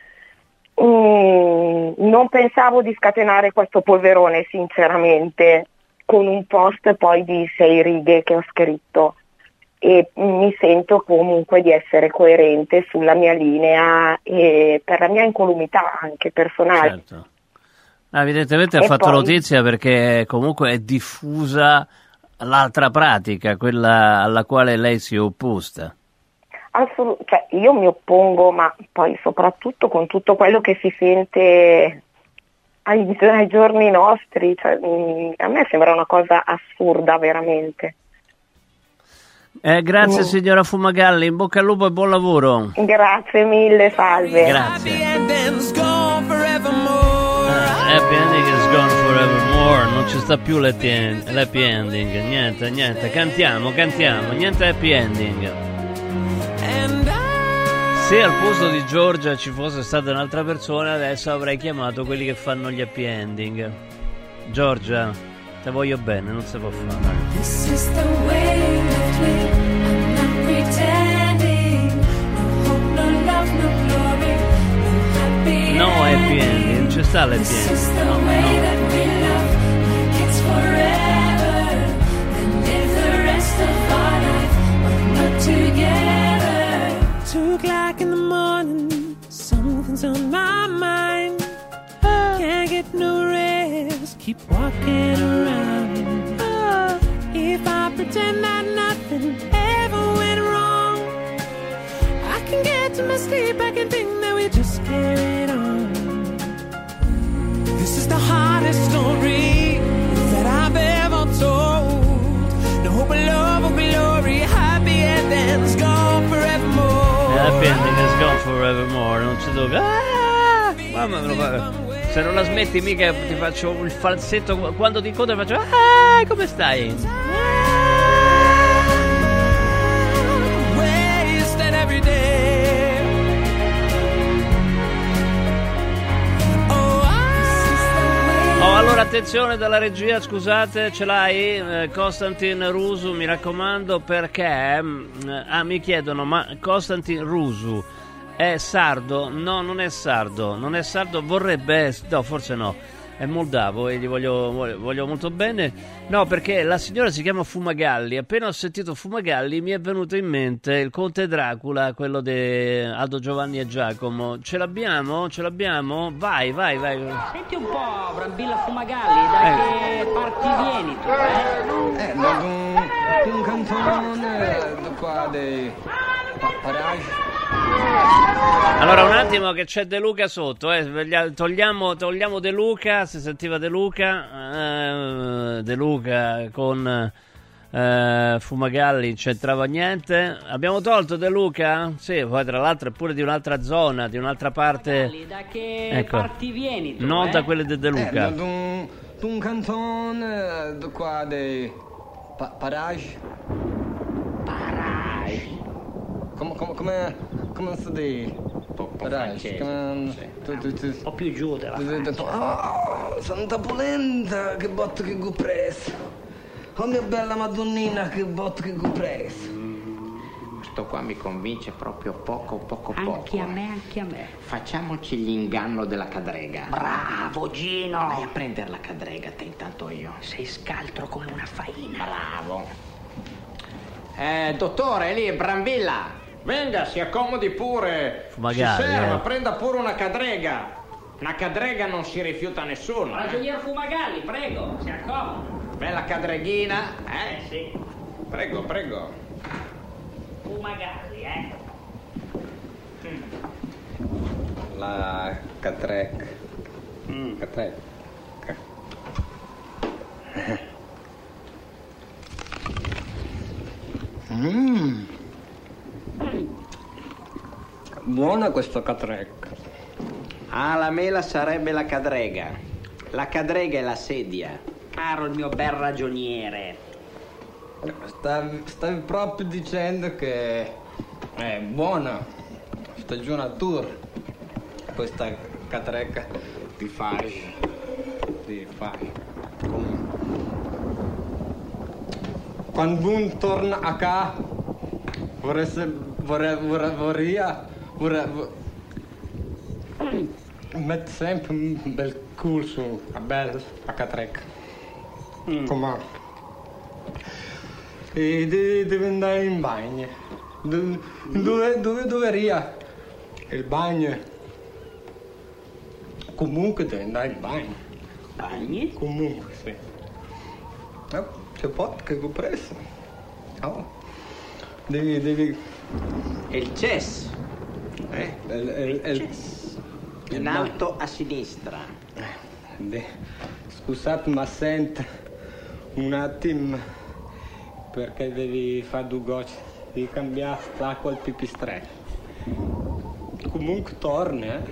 Speaker 11: Mm, non pensavo di scatenare questo polverone sinceramente con un post poi di sei righe che ho scritto, e mi sento comunque di essere coerente sulla mia linea e per la mia incolumità anche personale.
Speaker 2: Certo. Ah, evidentemente ha
Speaker 11: E
Speaker 2: fatto
Speaker 11: poi-
Speaker 2: notizia perché comunque è diffusa l'altra pratica, quella alla quale lei si è opposta.
Speaker 11: Assolut- cioè, io mi oppongo, ma poi soprattutto con tutto quello che si sente ai, ai giorni nostri, cioè, mh, a me sembra una cosa assurda veramente.
Speaker 2: Eh, grazie
Speaker 11: Mm.
Speaker 2: signora Fumagalli, in bocca al lupo e buon lavoro.
Speaker 11: Grazie mille, salve.
Speaker 2: Grazie.
Speaker 25: Ending's gone forevermore.
Speaker 2: Happy ending is gone forevermore, non ci sta più l'happy end- l'happy ending, niente, niente, cantiamo, cantiamo, niente happy ending. Se al posto di Giorgia ci fosse stata un'altra persona, adesso avrei chiamato quelli che fanno gli happy ending. Giorgia, te voglio bene, non si può fare.
Speaker 25: This is the way you left me. I'm not pretending. No hope, no love, no glory, no happy
Speaker 2: No happy ending, non ci sta l'happy
Speaker 25: This is
Speaker 2: ending.
Speaker 25: the
Speaker 2: No,
Speaker 25: way
Speaker 2: no.
Speaker 25: that we love, like it's forever. Then live the rest of our life, but not together. Two o'clock in the morning, something's on my mind. Can't get no rest, keep walking around. If I pretend that nothing ever went wrong, I can get to my sleep, I can think that we just carried on. This is the hardest story that I've ever told. No hope of love or glory, happy endings gone forevermore.
Speaker 2: Happy ending is gone forevermore, non ci tocca. Ah! Mamma mia, se non la smetti mica ti faccio il falsetto quando ti incontro faccio ah, come stai?
Speaker 25: Wasted every day.
Speaker 2: Oh, allora attenzione dalla regia, scusate, ce l'hai? Eh, Konstantin Rusu, mi raccomando, perché mm, ah, mi chiedono, ma Konstantin Rusu è sardo? No, non è sardo, non è sardo, vorrebbe essere, no, forse no, è moldavo e gli voglio, voglio, voglio molto bene. No, perché la signora si chiama Fumagalli. Appena ho sentito Fumagalli mi è venuto in mente il conte Dracula, quello di Aldo Giovanni e Giacomo. Ce l'abbiamo? Ce l'abbiamo? Vai, vai, vai.
Speaker 12: Senti un po', Brambilla Fumagalli, da
Speaker 2: Eh.
Speaker 12: che parti vieni tu, eh?
Speaker 13: Eh, da un, un cantone da qua dei pa- Parage.
Speaker 2: Allora un attimo che c'è De Luca sotto, eh. Veglia- togliamo, togliamo De Luca, si sentiva De Luca, eh, De Luca con eh, Fumagalli, non c'entrava niente. Abbiamo tolto De Luca? Sì, poi tra l'altro è pure di un'altra zona, di un'altra parte.
Speaker 12: Fumagalli, da che
Speaker 2: Ecco.
Speaker 12: parti vieni tu,
Speaker 2: Non
Speaker 12: eh?
Speaker 2: da quelle di De
Speaker 13: Eh,
Speaker 2: Luca.
Speaker 13: da un, un cantone da qua dei pa- Parage.
Speaker 12: Parage?
Speaker 13: Come, come, come, come si dice? Parage. Come, tu, tu, tu,
Speaker 12: Un po' più giù della Francia.
Speaker 13: Oh, santa polenta, che botto che gu preso. Oh mia bella madonnina, che botto che gu preso.
Speaker 15: Questo qua mi convince proprio poco, poco, poco.
Speaker 12: Anche a me, anche a me.
Speaker 15: Facciamoci l'inganno della cadrega.
Speaker 12: Bravo, Gino!
Speaker 15: Vai a prendere la cadrega, te intanto io.
Speaker 12: Sei scaltro come una faina.
Speaker 15: Bravo. Eh, dottore, lì, Brambilla. Venga, si accomodi pure.
Speaker 2: Fumagalli,
Speaker 15: si serva,
Speaker 2: eh.
Speaker 15: prenda pure una cadrega. Una cadrega non si rifiuta nessuno. eh.
Speaker 12: Ragionier Fumagalli, prego, si accomodi.
Speaker 15: Bella cadreghina, eh?
Speaker 12: Eh sì,
Speaker 15: Prego, prego.
Speaker 12: Fumagalli, eh?
Speaker 13: La Catrec. Mm. Catrec. Mm. Buona questa Catrec.
Speaker 15: Ah, la mela sarebbe la cadrega. La cadrega è la sedia.
Speaker 12: Caro il mio bel ragioniere.
Speaker 13: Stavi, stavi proprio dicendo che è buona stagionatura questa Catrec di fai. Di fai. Quando uno torna a casa vorreste vorrei vorrei vorrei vorrei mette sempre un bel culo su a bella a Catrec. Mm. Come e devi, devi andare in bagno. Dove dove dove doveria il bagno? Comunque devi andare in bagno.
Speaker 12: Bagni?
Speaker 13: Comunque sì. Eh, c'è pot che ho preso. Oh. Devi devi.
Speaker 15: E il cesso.
Speaker 13: Eh, il, il, il, il,
Speaker 15: in alto a sinistra.
Speaker 13: Eh, scusate ma senta un attimo perché devi fare due gocce, devi cambiare l'acqua al pipistrello. Comunque torni, eh.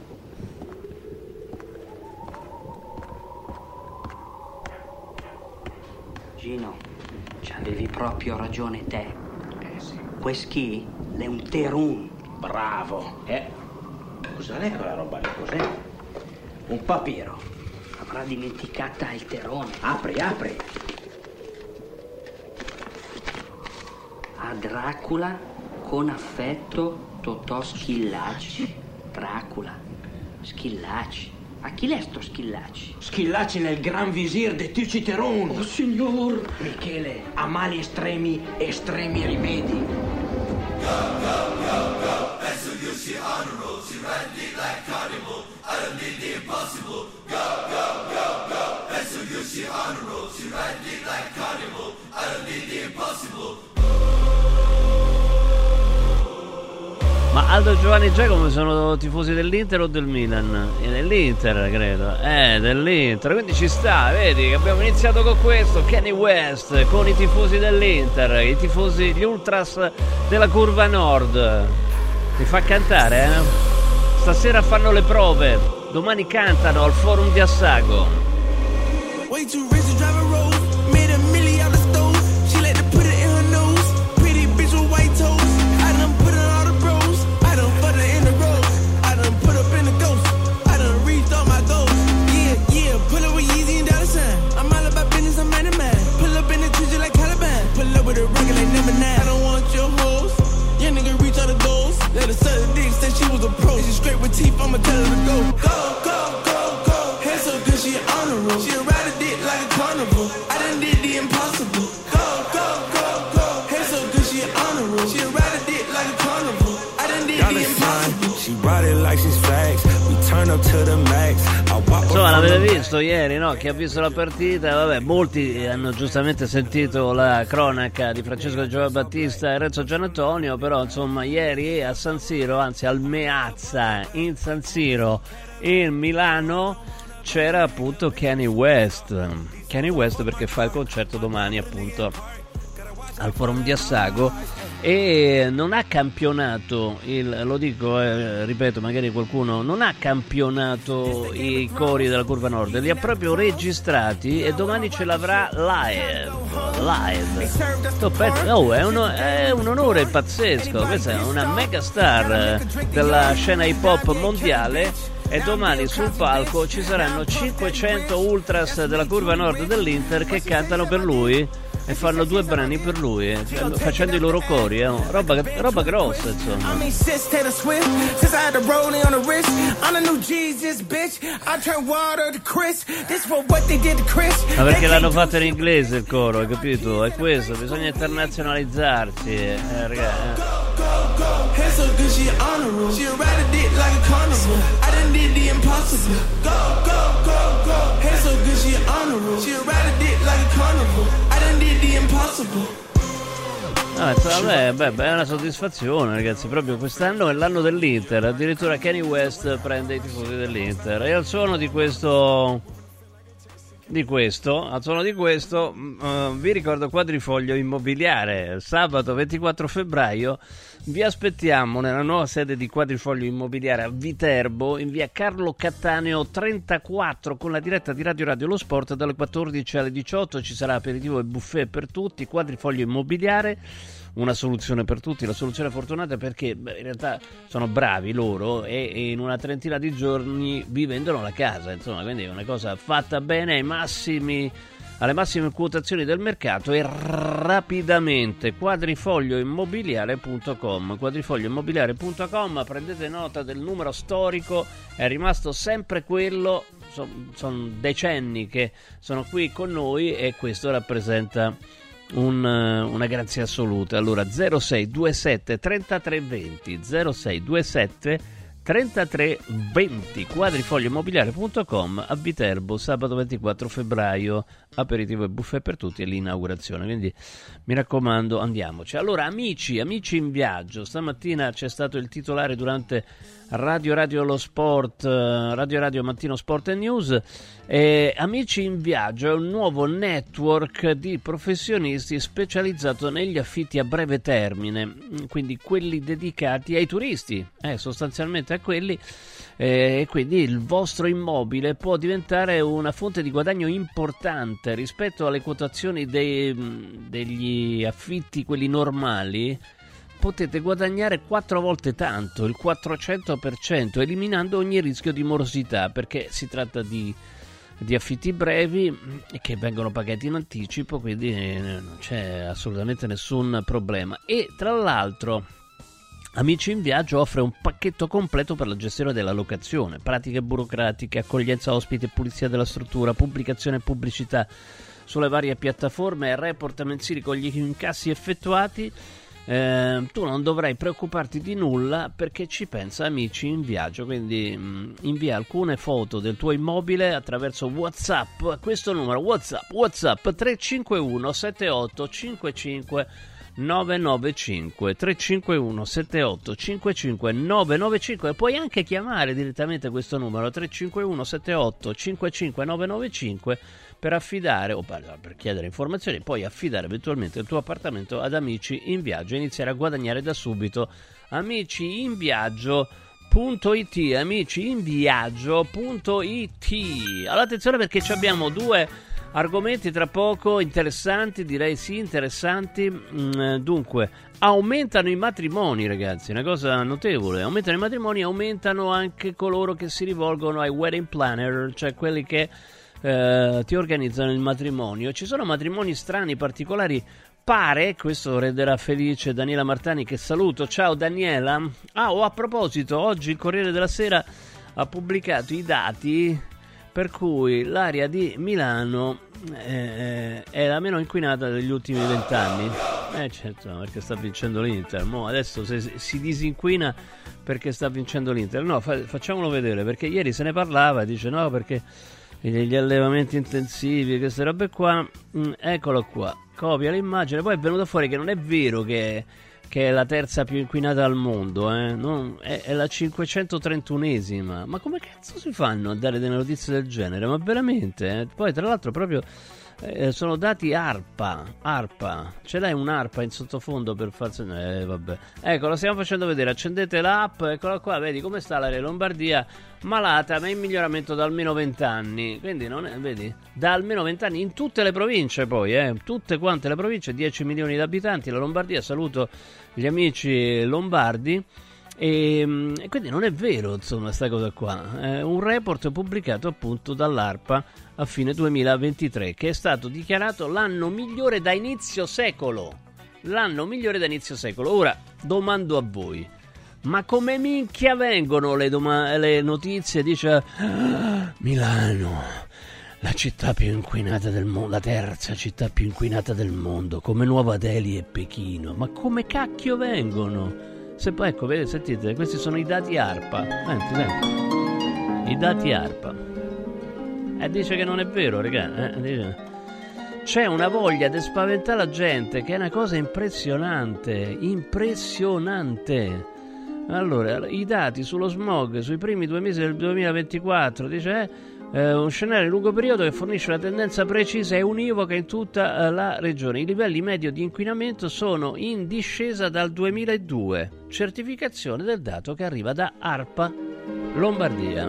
Speaker 12: Gino, c'avevi proprio ragione te. Eh sì. Queschi è un terun.
Speaker 15: Bravo. Eh? Cos'è quella roba lì? Cos'è? Un papiro.
Speaker 12: Avrà dimenticata il terone.
Speaker 15: Apri, apri.
Speaker 12: A Dracula con affetto Totò Schillaci. Dracula, Schillaci. A chi l'è sto Schillaci?
Speaker 15: Schillaci nel Gran Visir de Tuciteron.
Speaker 12: Oh signor!
Speaker 15: Michele, a mali estremi, estremi rimedi.
Speaker 16: Go, go, go, go. That's who you see on the road. She ride it like carnival. I don't need the impossible. Go, go, go, go. That's who you see on the road. She ride it like carnival. I don't need the impossible.
Speaker 2: Ma Aldo, Giovanni e Giacomo sono tifosi dell'Inter o del Milan? E dell'Inter, credo. Eh, dell'Inter. Quindi ci sta, vedi che abbiamo iniziato con questo. Kanye West con i tifosi dell'Inter, i tifosi, gli ultras della curva nord. Li fa cantare, eh? Stasera fanno le prove. Domani cantano al Forum di Assago.
Speaker 25: Way too rich to drive a road. Made a million out of stove. She let her put it in her nose. Pretty bitch with white toes. I done put it all the bros. I done put her in the road. I done put up in the ghost. I done reached all my goals. Yeah, yeah, pull up with Yeezy and dollar sign. I'm all about business, I'm man of man. Pull up in the treasure like Caliban. Pull up with a record like number nine. I don't want your hoes. Your nigga reach all the goals. Let her suck the dick, said she was a pro. She straight with teeth, I'ma tell her to go. Go, go, go, go. Hair so good, she on the road. She'll ride a dick like a carnival. I done did the impossible. Go, go, go, go. Hair so good, she on the road. She'll ride a dick like a carnival. I done did the impossible.
Speaker 16: She ride it like she's facts. We turn up to the max.
Speaker 2: Insomma, l'avete visto ieri, no? Chi ha visto la partita? Vabbè, molti hanno giustamente sentito la cronaca di Francesco Giovanni Battista e Renzo Gianantonio, però insomma ieri a San Siro, anzi al Meazza in San Siro in Milano, c'era appunto Kanye West. Kanye West perché fa il concerto domani appunto al Forum di Assago e non ha campionato il, lo dico, eh, ripeto, magari qualcuno non ha campionato i cori della curva nord, li ha proprio registrati e domani ce l'avrà live live Sto pezzo, oh, è, un, è un onore pazzesco, questa è una mega star della scena hip hop mondiale e domani sul palco ci saranno cinquecento ultras della curva nord dell'Inter che cantano per lui e fanno due brani per lui, eh, facendo i loro cori, eh. roba, roba grossa, insomma. Ma perché l'hanno fatto in inglese il coro, hai capito? È questo, bisogna internazionalizzarsi, eh, ragazzi. Ah, vabbè, beh, beh, è una soddisfazione, ragazzi. Proprio quest'anno è l'anno dell'Inter. Addirittura Kanye West prende i tifosi dell'Inter. E al suono di questo Di questo, al suono di questo uh, vi ricordo Quadrifoglio Immobiliare. Sabato ventiquattro febbraio vi aspettiamo nella nuova sede di Quadrifoglio Immobiliare a Viterbo, in via Carlo Cattaneo trentaquattro, con la diretta di Radio Radio Lo Sport dalle quattordici alle diciotto. Ci sarà aperitivo e buffet per tutti. Quadrifoglio Immobiliare, una soluzione per tutti, la soluzione fortunata, perché beh, in realtà sono bravi loro e, e in una trentina di giorni vi vendono la casa, insomma, quindi è una cosa fatta bene ai massimi, alle massime quotazioni del mercato e rapidamente. Quadrifoglio immobiliare punto com, quadrifoglio immobiliare punto com, prendete nota del numero storico, è rimasto sempre quello, sono son decenni che sono qui con noi e questo rappresenta Un, una garanzia assoluta. Allora zero sei ventisette trentatré venti, zero sei ventisette trentatré venti, quadrifoglio immobiliare punto com a Viterbo, sabato ventiquattro febbraio, aperitivo e buffet per tutti e l'inaugurazione, quindi mi raccomando, andiamoci. Allora amici, amici in viaggio, stamattina c'è stato il titolare durante Radio Radio Lo Sport, Radio Radio Mattino Sport e News. Eh, Amici in Viaggio è un nuovo network di professionisti specializzato negli affitti a breve termine, quindi quelli dedicati ai turisti, eh, sostanzialmente a quelli, eh, e quindi il vostro immobile può diventare una fonte di guadagno importante rispetto alle quotazioni dei, degli affitti, quelli normali. Potete guadagnare quattro volte tanto, il quattrocento per cento, eliminando ogni rischio di morosità, perché si tratta di, di affitti brevi che vengono pagati in anticipo, quindi non c'è assolutamente nessun problema. E tra l'altro Amici in Viaggio offre un pacchetto completo per la gestione della locazione, pratiche burocratiche, accoglienza ospiti e pulizia della struttura, pubblicazione e pubblicità sulle varie piattaforme, report mensili con gli incassi effettuati. Eh, tu non dovrai preoccuparti di nulla perché ci pensa Amici in Viaggio, quindi mh, invia alcune foto del tuo immobile attraverso WhatsApp a questo numero, WhatsApp, WhatsApp tre cinque uno sette otto cinque cinque nove nove cinque, tre cinque uno sette otto cinque cinque nove nove cinque, e puoi anche chiamare direttamente questo numero tre cinque uno sette otto cinque cinque nove nove cinque per affidare o per, per chiedere informazioni, poi affidare eventualmente il tuo appartamento ad Amici in Viaggio e iniziare a guadagnare da subito. Amici in Viaggio punto it, amici in viaggio punto it. Allora attenzione, perché ci abbiamo due argomenti tra poco interessanti, direi sì, interessanti. Mm, dunque, aumentano i matrimoni, ragazzi, una cosa notevole. Aumentano i matrimoni, aumentano anche coloro che si rivolgono ai wedding planner, cioè quelli che eh, ti organizzano il matrimonio. Ci sono matrimoni strani, particolari. Pare, questo renderà felice Daniela Martani, che saluto. Ciao Daniela. Ah, oh, a proposito, oggi il Corriere della Sera ha pubblicato i dati per cui l'area di Milano eh, è la meno inquinata degli ultimi vent'anni. Eh certo, perché sta vincendo l'Inter. Mo adesso se si disinquina perché sta vincendo l'Inter. No, fa, facciamolo vedere, perché ieri se ne parlava, dice no, perché gli allevamenti intensivi, queste robe qua. Mm, eccolo qua, copia l'immagine. Poi è venuto fuori che non è vero che che è la terza più inquinata al mondo, eh? Non, è, è la cinquecentotrentunesima. Ma come cazzo si fanno a dare delle notizie del genere? Ma veramente? Eh? Poi tra l'altro proprio eh, sono dati ARPA, ARPA. Ce l'hai un'ARPA in sottofondo per farsi... Eh, vabbè. Ecco, lo stiamo facendo vedere. Accendete l'app, eccola qua, vedi come sta l'area Lombardia, malata ma in miglioramento da almeno vent'anni. Quindi non è, vedi? Da almeno vent'anni in tutte le province, poi, eh? Tutte quante le province, dieci milioni di abitanti, la Lombardia. Saluto gli amici lombardi. E, e quindi non è vero, insomma, sta cosa qua. È un report pubblicato appunto dall'ARPA a fine duemilaventitré, che è stato dichiarato l'anno migliore da inizio secolo. L'anno migliore da inizio secolo. Ora domando a voi: ma come minchia vengono le, doma- le notizie? Dice ah, Milano, la città più inquinata del mondo, la terza città più inquinata del mondo, come Nuova Delhi e Pechino. Ma come cacchio vengono? Se poi, ecco, vedete, sentite, questi sono i dati ARPA. Senti, senti. I dati ARPA. E dice che non è vero, raga. Eh, dice. c'è una voglia di spaventare la gente che è una cosa impressionante, impressionante. Allora, i dati sullo smog sui primi due mesi del duemilaventiquattro, dice, eh, un scenario di lungo periodo che fornisce una tendenza precisa e univoca in tutta eh, la regione. I livelli medio di inquinamento sono in discesa dal duemiladue, certificazione del dato che arriva da ARPA Lombardia.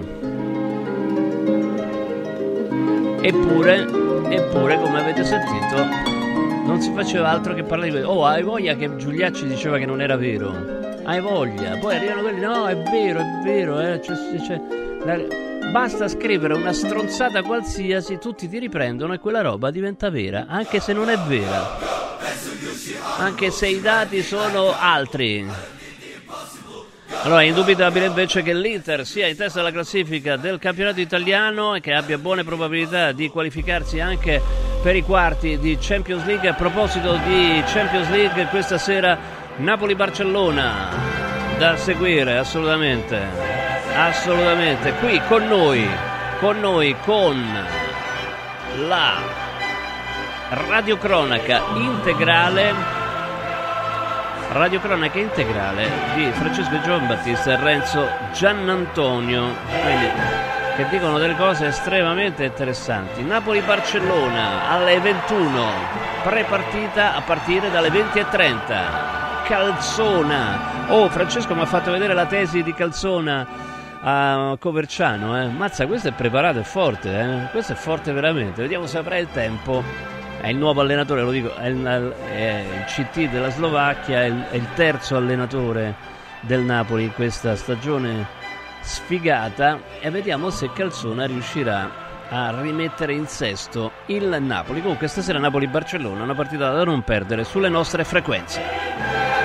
Speaker 2: Eppure, eppure, come avete sentito, non si faceva altro che parlare di... Oh, hai voglia che Giuliacci diceva che non era vero? Hai voglia, poi arrivano quelli, no, è vero, è vero, eh, cioè, cioè, la, basta scrivere una stronzata qualsiasi, tutti ti riprendono e quella roba diventa vera, anche se non è vera, anche se i dati sono altri. Allora, è indubitabile invece che l'Inter sia in testa alla classifica del campionato italiano e che abbia buone probabilità di qualificarsi anche per i quarti di Champions League. A proposito di Champions League, questa sera Napoli-Barcellona da seguire assolutamente, assolutamente. Qui con noi, con noi, con la radiocronaca integrale, radiocronaca integrale di Francesco Giambattista e Renzo Giannantonio, quindi, che dicono delle cose estremamente interessanti. Napoli-Barcellona alle ventuno, pre-partita a partire dalle venti e trenta. Calzona. Oh, Francesco mi ha fatto vedere la tesi di Calzona a Coverciano, eh. Mazza, questo è preparato, è forte, eh. Questo è forte veramente. Vediamo se avrà il tempo. È il nuovo allenatore, lo dico, è il, è il C T della Slovacchia, è il, è il terzo allenatore del Napoli in questa stagione sfigata, e vediamo se Calzona riuscirà a rimettere in sesto il Napoli. Comunque stasera Napoli-Barcellona, una partita da non perdere sulle nostre frequenze.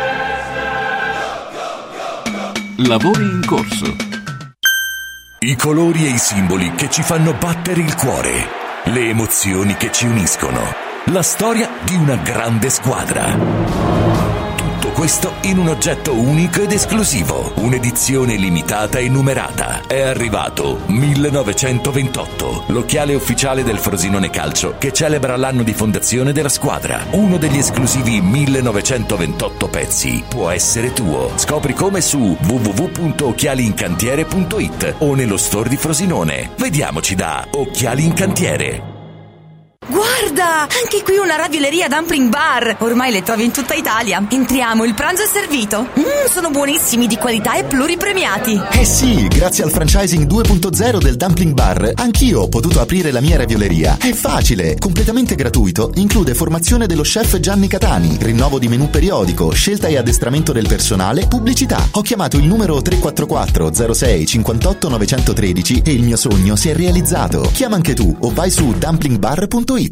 Speaker 17: Lavori in corso. I colori e i simboli che ci fanno battere il cuore, le emozioni che ci uniscono, la storia di una grande squadra. Tutto questo in un oggetto unico ed esclusivo, un'edizione limitata e numerata. È arrivato millenovecentoventotto, l'occhiale ufficiale del Frosinone Calcio che celebra l'anno di fondazione della squadra. Uno degli esclusivi millenovecentoventotto pezzi può essere tuo. Scopri come su w w w punto occhiali in cantiere punto i t o nello store di Frosinone. Vediamoci da Occhiali in Cantiere.
Speaker 14: Guarda, anche qui una ravioleria dumpling bar. Ormai le trovi in tutta Italia. Entriamo, il pranzo è servito. Mmm, sono buonissimi, di qualità e pluripremiati.
Speaker 18: Eh sì, grazie al franchising due punto zero del dumpling bar, anch'io ho potuto aprire la mia ravioleria. È facile, completamente gratuito, include formazione dello chef Gianni Catani, rinnovo di menù periodico, scelta e addestramento del personale, pubblicità. Ho chiamato il numero tre quattro quattro zero sei cinquantotto novecentotredici e il mio sogno si è realizzato. Chiama anche tu o vai su dumpling bar punto it.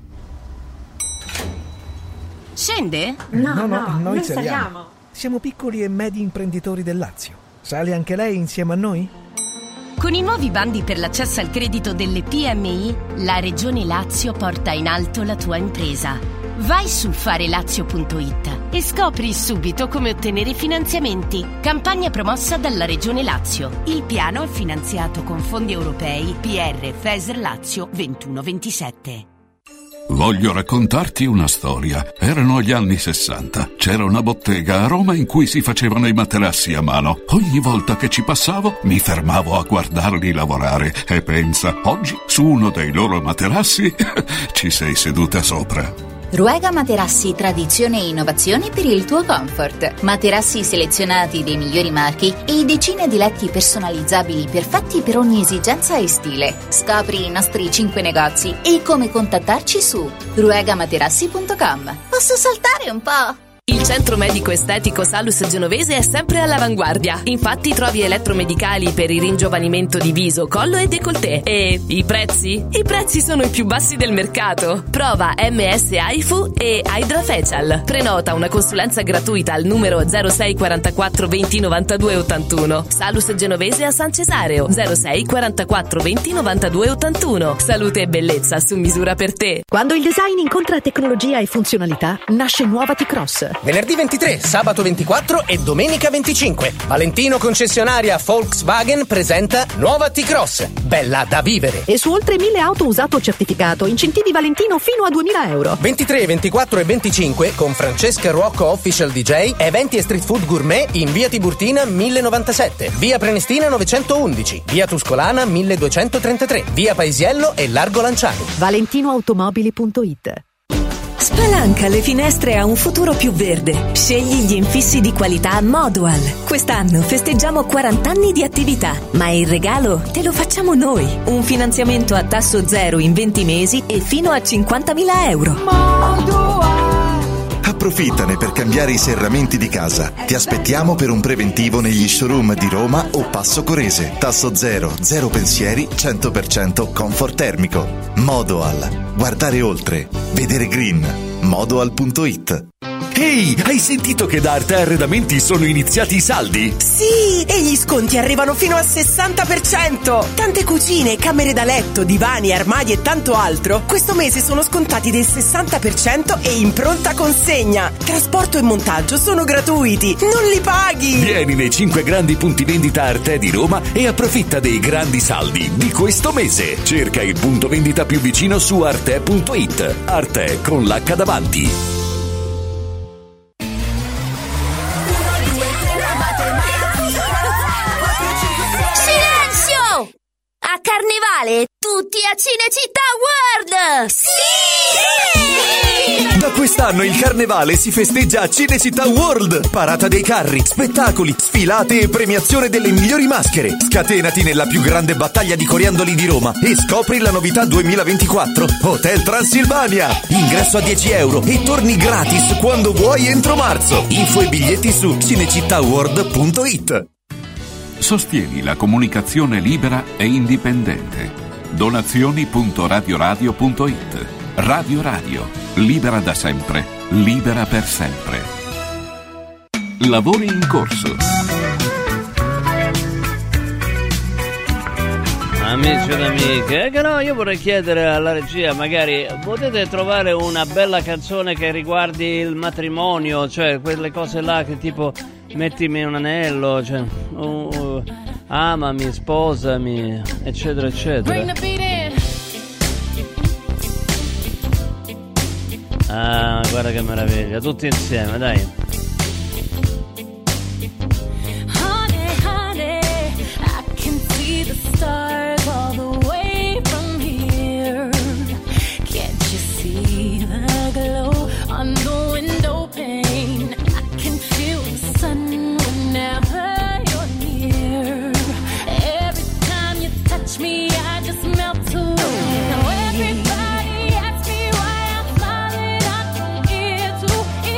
Speaker 8: Scende?
Speaker 19: No, no, no, noi, noi saliamo. saliamo. Siamo piccoli e medi imprenditori del Lazio. Sale anche lei insieme a noi?
Speaker 8: Con i nuovi bandi per l'accesso al credito delle P M I, la Regione Lazio porta in alto la tua impresa. Vai su farelazio punto it e scopri subito come ottenere finanziamenti. Campagna promossa dalla Regione Lazio. Il piano è finanziato con fondi europei P R FESR Lazio ventuno ventisette.
Speaker 17: Voglio raccontarti una storia. Erano gli anni sessanta. C'era una bottega a Roma in cui si facevano i materassi a mano. Ogni volta che ci passavo mi fermavo a guardarli lavorare e pensa, oggi su uno dei loro materassi ci sei seduta sopra.
Speaker 20: Ruega Materassi, tradizione e innovazione per il tuo comfort. Materassi selezionati dei migliori marchi e decine di letti personalizzabili perfetti per ogni esigenza e stile. Scopri i nostri cinque negozi e come contattarci su ruega materassi punto com. Posso saltare un po'?
Speaker 14: Il centro medico estetico Salus Genovese è sempre all'avanguardia. Infatti trovi elettromedicali per il ringiovanimento di viso, collo e décolleté. E i prezzi? I prezzi sono i più bassi del mercato. Prova M S AIFU e Hydra Facial. Prenota una consulenza gratuita al numero zero sei quarantaquattro venti novantadue ottantuno. Salus Genovese a San Cesareo zero sei quarantaquattro venti novantadue ottantuno. Salute e bellezza su misura per te.
Speaker 21: Quando il design incontra tecnologia e funzionalità, nasce nuova T-Cross.
Speaker 3: Venerdì ventitré, sabato ventiquattro e domenica venticinque. Valentino concessionaria Volkswagen presenta nuova T-Cross, bella da vivere.
Speaker 4: E su oltre mille auto usato certificato, incentivi Valentino fino a duemila euro.
Speaker 3: ventitré, ventiquattro e venticinque con Francesca Rocco Official D J, eventi e street food gourmet in via Tiburtina mille novantasette, via Prenestina novecentoundici, via Tuscolana milleduecentotrentatré, via Paesiello e Largo Lanciani.
Speaker 4: valentinoautomobili punto it.
Speaker 14: Spalanca le finestre a un futuro più verde. Scegli gli infissi di qualità Modual. Quest'anno festeggiamo quaranta anni di attività, ma il regalo te lo facciamo noi. Un finanziamento a tasso zero in venti mesi e fino a cinquantamila euro.
Speaker 18: Approfittane per cambiare i serramenti di casa. Ti aspettiamo per un preventivo negli showroom di Roma o Passo Corese. Tasso zero, zero pensieri, cento per cento comfort termico. Modoal. Guardare oltre. Vedere green. Modoal punto it.
Speaker 17: Ehi, hai sentito che da Arte Arredamenti sono iniziati i saldi?
Speaker 7: Sì, e gli sconti arrivano fino al sessanta per cento. Tante cucine, camere da letto, divani, armadi e tanto altro questo mese sono scontati del sessanta per cento e in pronta consegna. Trasporto e montaggio sono gratuiti, non li paghi.
Speaker 17: Vieni nei cinque grandi punti vendita Arte di Roma e approfitta dei grandi saldi di questo mese. Cerca il punto vendita più vicino su arte punto it. Arte con l'H davanti.
Speaker 8: A Carnevale, tutti a Cinecittà World! Sì!
Speaker 17: Da quest'anno il Carnevale si festeggia a Cinecittà World. Parata dei carri, spettacoli, sfilate e premiazione delle migliori maschere. Scatenati nella più grande battaglia di coriandoli di Roma e scopri la novità duemilaventiquattro Hotel Transilvania. Ingresso a dieci euro e torni gratis quando vuoi entro marzo. Info e biglietti su cinecittà world punto it.
Speaker 21: Sostieni la comunicazione libera e indipendente. Donazioni punto radioradio punto it. Radio Radio, libera da sempre, libera per sempre. Lavori in corso.
Speaker 2: Amici ed amiche, che no, io vorrei chiedere alla regia, magari potete trovare una bella canzone che riguardi il matrimonio, cioè quelle cose là che tipo mettimi un anello, cioè uh, uh, amami, sposami, eccetera eccetera. Ah, guarda che meraviglia, tutti insieme, dai.
Speaker 22: Stars all the way from here. Can't you see the glow on the window pane? I can feel the sun whenever you're near. Every time you touch me, I just melt away. Now everybody asks me why I'm smiling out from ear to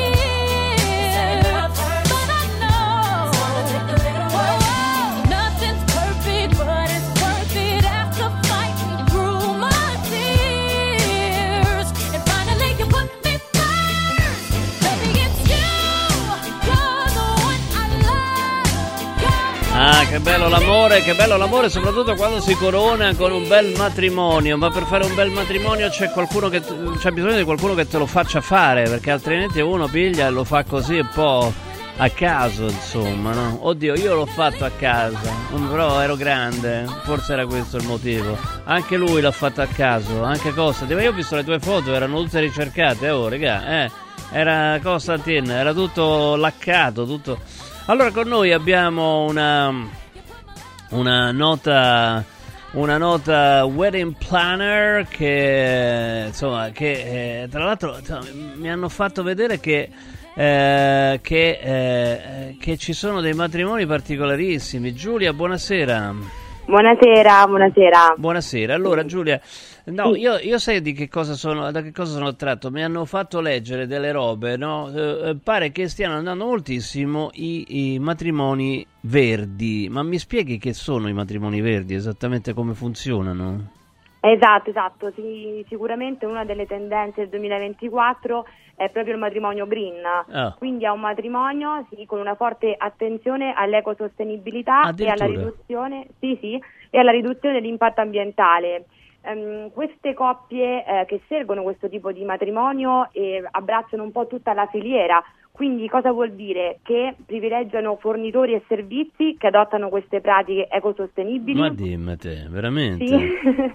Speaker 22: ear. But I know, whoa, nothing's perfect, but it's worth it after fighting through my tears. And finally you put me first. Baby, it's you. You're the one I love.
Speaker 2: Ah, che bello l'amore, che bello l'amore, soprattutto quando si corona con un bel matrimonio. Ma per fare un bel matrimonio c'è qualcuno che c'è bisogno di qualcuno che te lo faccia fare, perché altrimenti uno piglia e lo fa così un po' a caso, insomma, no? Oddio, io l'ho fatto a casa, però ero grande, forse era questo il motivo. Anche lui l'ha fatto a caso, anche Costantin. Io ho visto le tue foto, erano tutte ricercate, oh, regà, eh, era Costantin, era tutto laccato, tutto. Allora con noi abbiamo una una nota una nota wedding planner che insomma che eh, tra l'altro insomma, mi hanno fatto vedere che eh, che, eh, che ci sono dei matrimoni particolarissimi. Giulia, buonasera.
Speaker 11: Buonasera, buonasera.
Speaker 2: Buonasera. Allora Giulia, no, io, io sai di che cosa sono, da che cosa sono attratto? Mi hanno fatto leggere delle robe, no? Eh, pare che stiano andando moltissimo i, i matrimoni verdi, ma mi spieghi che sono i matrimoni verdi, esattamente come funzionano?
Speaker 11: Esatto, esatto, sì, sicuramente una delle tendenze del duemilaventiquattro è proprio il matrimonio green,
Speaker 2: Ah.
Speaker 11: quindi è un matrimonio sì, con una forte attenzione all'ecosostenibilità e alla
Speaker 2: Addirittura.
Speaker 11: riduzione, sì, sì, e alla riduzione dell'impatto ambientale. Ehm, queste coppie eh, che scelgono questo tipo di matrimonio eh, abbracciano un po' tutta la filiera, Quindi cosa vuol dire? Che privilegiano fornitori e servizi che adottano queste pratiche ecosostenibili.
Speaker 2: Ma dimmi te, veramente?
Speaker 11: Sì,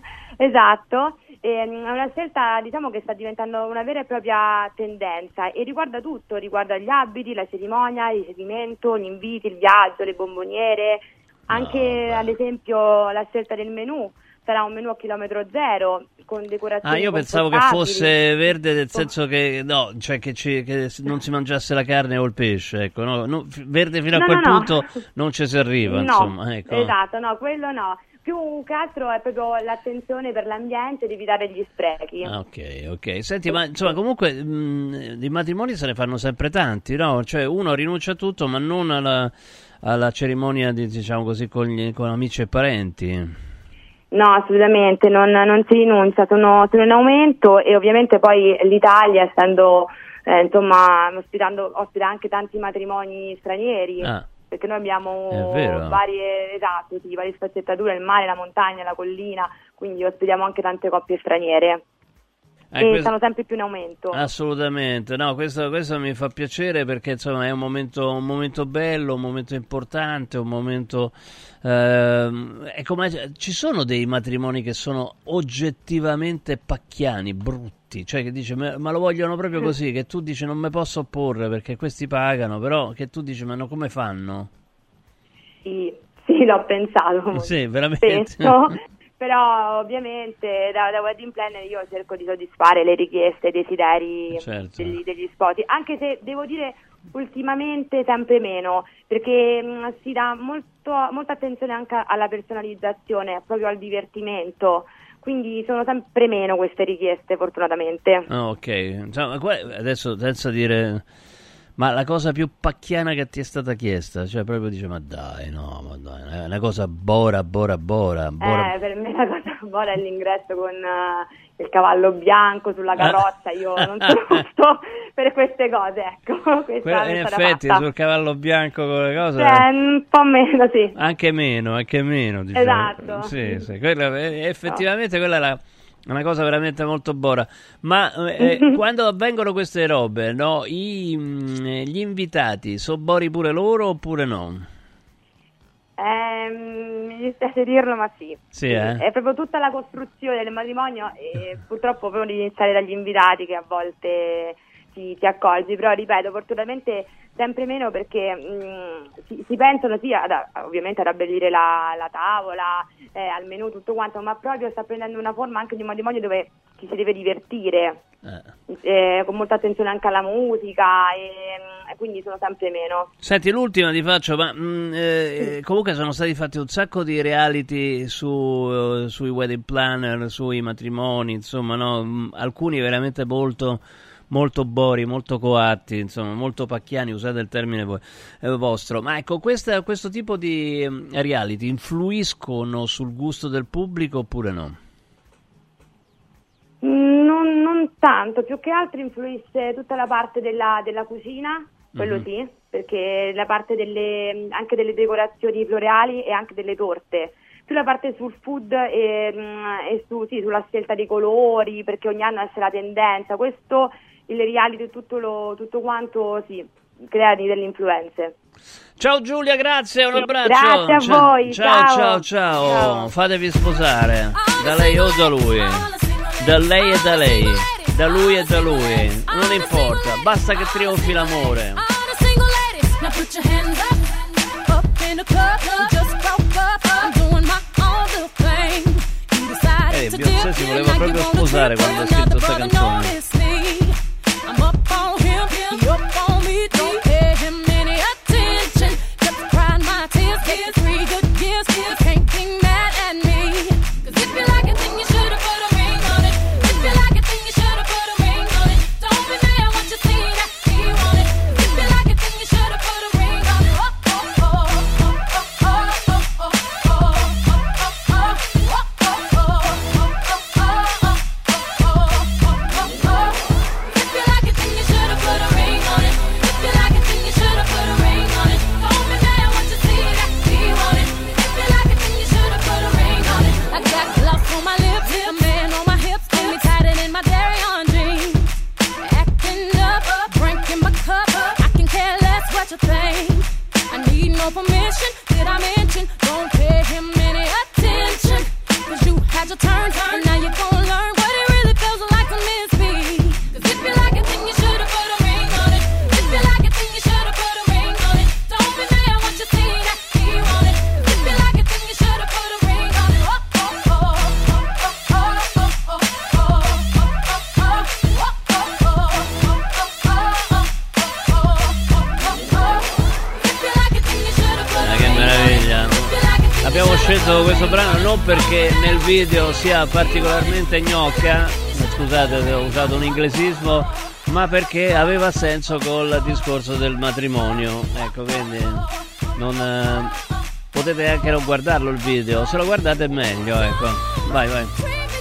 Speaker 11: esatto. È una scelta, diciamo, che sta diventando una vera e propria tendenza e riguarda tutto, riguarda gli abiti, la cerimonia, il ricevimento, gli inviti, il viaggio, le bomboniere, anche ad esempio la scelta del menù. Sarà un menù a chilometro zero con decorazioni.
Speaker 2: Ah, io pensavo che fosse verde nel senso che no, cioè che, ci, che non si mangiasse la carne o il pesce, ecco, no, no, verde fino a
Speaker 11: no,
Speaker 2: quel
Speaker 11: no,
Speaker 2: punto
Speaker 11: no.
Speaker 2: non ci si arriva,
Speaker 11: no,
Speaker 2: insomma, ecco.
Speaker 11: Esatto, no, quello no. Più che altro è proprio l'attenzione per l'ambiente ed evitare gli sprechi.
Speaker 2: Ah, ok, ok. Senti, ma insomma, comunque mh, di matrimoni se ne fanno sempre tanti, no? Cioè uno rinuncia a tutto, ma non alla, alla cerimonia, di, diciamo così, con, gli, con amici e parenti.
Speaker 11: No, assolutamente, non, non si rinuncia, sono, sono in aumento e ovviamente poi l'Italia, essendo, eh, insomma, ospitando, ospita anche tanti matrimoni stranieri,
Speaker 2: ah,
Speaker 11: perché noi abbiamo varie, esatto, sì, varie sfaccettature, il mare, la montagna, la collina, quindi ospitiamo anche tante coppie straniere.
Speaker 2: Eh,
Speaker 11: e
Speaker 2: questo...
Speaker 11: stanno sempre più in aumento.
Speaker 2: Assolutamente, no, questo, questo mi fa piacere perché insomma è un momento, un momento bello, un momento importante, un momento ehm, è come, ci sono dei matrimoni che sono oggettivamente pacchiani, brutti, cioè che dice ma, ma lo vogliono proprio così, che tu dici non mi posso opporre perché questi pagano, però che tu dici ma no, come fanno?
Speaker 11: Sì, sì, l'ho pensato.
Speaker 2: Sì, veramente.
Speaker 11: Spesso. Però ovviamente da, da wedding planner io cerco di soddisfare le richieste e i desideri
Speaker 2: certo.
Speaker 11: degli, degli sposi, anche se devo dire ultimamente sempre meno, perché mh, si dà molto, molta attenzione anche alla personalizzazione, proprio al divertimento, quindi sono sempre meno queste richieste fortunatamente.
Speaker 2: Oh, ok, insomma, adesso senza dire... Ma la cosa più pacchiana che ti è stata chiesta? Cioè proprio dice ma dai, no, ma dai, è una cosa bora, bora, bora. bora.
Speaker 11: Eh, per me la cosa bora è l'ingresso con uh, il cavallo bianco sulla carrozza, io non sono posto per queste cose, ecco. Questa
Speaker 2: Que- in effetti fatta. Sul cavallo bianco con le cose...
Speaker 11: Cioè, un po' meno, sì.
Speaker 2: Anche meno, anche meno, diciamo.
Speaker 11: Esatto.
Speaker 2: Sì, sì, quella, effettivamente no. Quella è la... una cosa veramente molto bora, ma eh, quando avvengono queste robe, no, i, mh, gli invitati sono bori pure loro oppure no?
Speaker 11: Eh, mi dispiace dirlo, ma sì.
Speaker 2: Sì, eh?
Speaker 11: È proprio tutta la costruzione del matrimonio e purtroppo proprio devi iniziare dagli invitati che a volte ti, ti accorgi, però ripeto, fortunatamente sempre meno perché mh, si, si pensano sì ad, ovviamente ad abbellire la, la tavola, eh, al menù, tutto quanto, ma proprio sta prendendo una forma anche di un matrimonio dove ci si deve divertire, eh. Eh, con molta attenzione anche alla musica e, e quindi sono sempre meno.
Speaker 2: Senti, l'ultima ti faccio, ma mh, eh, comunque sono stati fatti un sacco di reality su, uh, sui wedding planner, sui matrimoni, insomma, no? Mh, alcuni veramente molto... molto bori, molto coatti, insomma, molto pacchiani, usate il termine voi, eh, vostro. Ma ecco, questa, questo tipo di eh, reality influiscono sul gusto del pubblico oppure no?
Speaker 11: Non, non tanto, più che altro influisce tutta la parte della, della cucina, quello mm-hmm. sì, perché la parte delle, anche delle decorazioni floreali e anche delle torte. Più la parte sul food e, e su, sì, sulla scelta dei colori, perché ogni anno esce la tendenza. Questo, il reality, tutto, lo, tutto quanto, sì, crea delle influenze.
Speaker 2: Ciao Giulia, grazie, un abbraccio.
Speaker 11: Grazie a
Speaker 2: ciao.
Speaker 11: voi.
Speaker 2: Ciao,
Speaker 11: ciao,
Speaker 2: ciao, ciao, ciao. Fatevi sposare, da lei o da lui, da lei e da lei, da lui e da lui, non importa, basta che trionfi l'amore. Eh, Beyoncé si voleva proprio sposare quando ha scritto questa canzone. questo brano non perché nel video sia particolarmente gnocca, scusate ho usato un inglesismo, ma perché aveva senso col discorso del matrimonio. Ecco, quindi non eh, potete anche non guardarlo il video, se lo guardate è meglio, ecco. Vai, vai.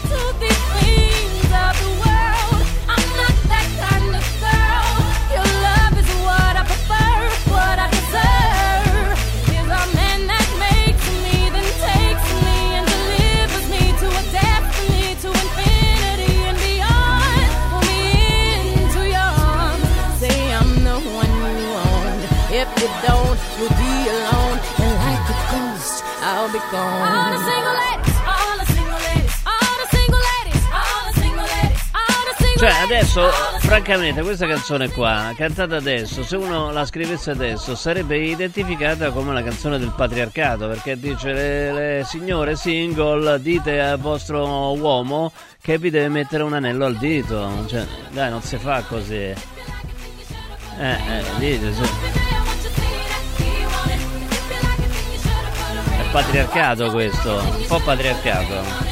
Speaker 22: If you don't, you'll be alone, and like a ghost, I'll be gone. All the single ladies, all the single ladies, all the single ladies, all the single ladies, all the single
Speaker 2: Cioè
Speaker 22: ladies.
Speaker 2: adesso, francamente, questa canzone qua, cantata adesso, se uno la scrivesse adesso, sarebbe identificata come la canzone del patriarcato, perché dice le, le signore single, dite al vostro uomo che vi deve mettere un anello al dito. Cioè, dai, non si fa così. Eh, eh, dite, sì. Patriarcato questo, un po' patriarcato.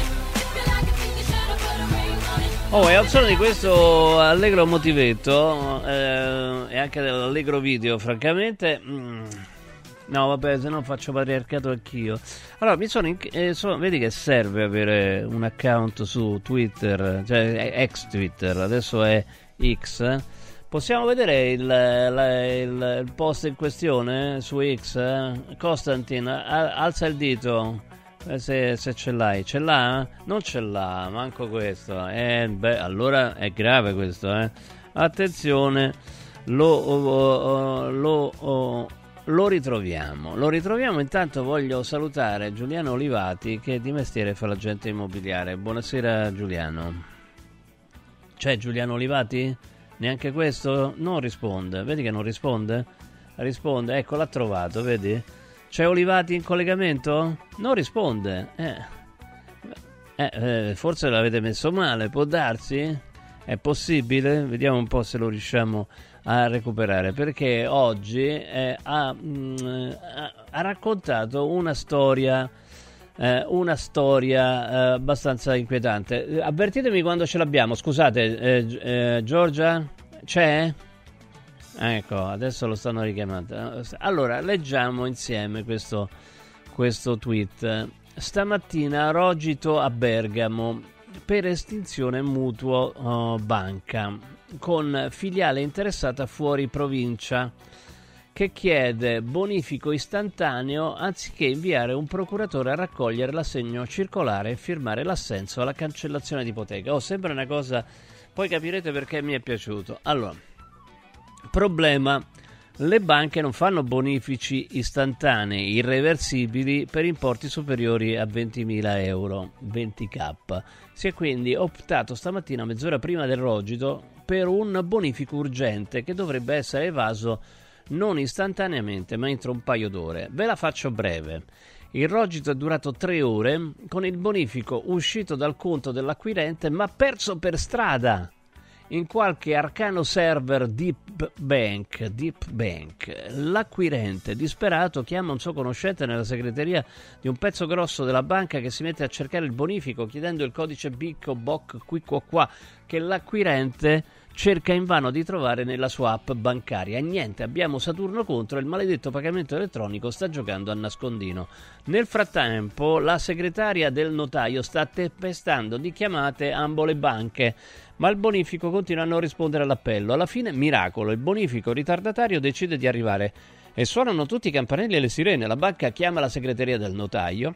Speaker 2: Oh, e al suono di questo allegro motivetto eh, e anche dell'allegro video, francamente mm, no vabbè, se no faccio patriarcato anch'io. Allora mi sono, in, eh, sono vedi che serve avere un account su Twitter, cioè ex Twitter, adesso è X, eh? Possiamo vedere il, la, il, il post in questione su X? Costantin, alza il dito se, se ce l'hai. Ce l'ha? Non ce l'ha, manco questo. Eh, beh, allora è grave questo, eh. Attenzione, lo, lo, lo, lo ritroviamo. Lo ritroviamo, intanto voglio salutare Giuliano Olivati, che di mestiere fa l'agente immobiliare. Buonasera Giuliano. C'è Giuliano Olivati? Neanche questo? Non risponde. Vedi che non risponde? Risponde, ecco, l'ha trovato, vedi? C'è Olivati in collegamento? Non risponde. Eh. Eh, eh, forse l'avete messo male, può darsi? È possibile? Vediamo un po' se lo riusciamo a recuperare, perché oggi eh, ha, mh, ha raccontato una storia eh, una storia eh, abbastanza inquietante. Avvertitemi quando ce l'abbiamo, scusate, eh, eh, Giorgia, c'è? Ecco, adesso lo stanno richiamando. Allora, leggiamo insieme questo, questo tweet. Stamattina Rogito a Bergamo per estinzione mutuo oh, banca con filiale interessata fuori provincia, che chiede bonifico istantaneo anziché inviare un procuratore a raccogliere l'assegno circolare e firmare l'assenso alla cancellazione di ipoteca. Oh, sembra una cosa, poi capirete perché mi è piaciuto. Allora, problema: le banche non fanno bonifici istantanei irreversibili per importi superiori a ventimila euro, venti k. Si è quindi optato stamattina, mezz'ora prima del Rogito, per un bonifico urgente che dovrebbe essere evaso non istantaneamente ma entro un paio d'ore. Ve la faccio breve. Il Rogito è durato tre ore con il bonifico uscito dal conto dell'acquirente ma perso per strada in qualche arcano server deep bank, deep bank. L'acquirente disperato chiama un suo conoscente nella segreteria di un pezzo grosso della banca che si mette a cercare il bonifico chiedendo il codice B I C o B O C qui qua qua che l'acquirente cerca invano di trovare nella sua app bancaria. Niente, abbiamo Saturno contro, il maledetto pagamento elettronico sta giocando a nascondino. Nel frattempo la segretaria del notaio sta tempestando di chiamate ambo le banche, ma il bonifico continua a non rispondere all'appello. Alla fine, miracolo, il bonifico ritardatario decide di arrivare e suonano tutti i campanelli e le sirene. La banca chiama la segreteria del notaio.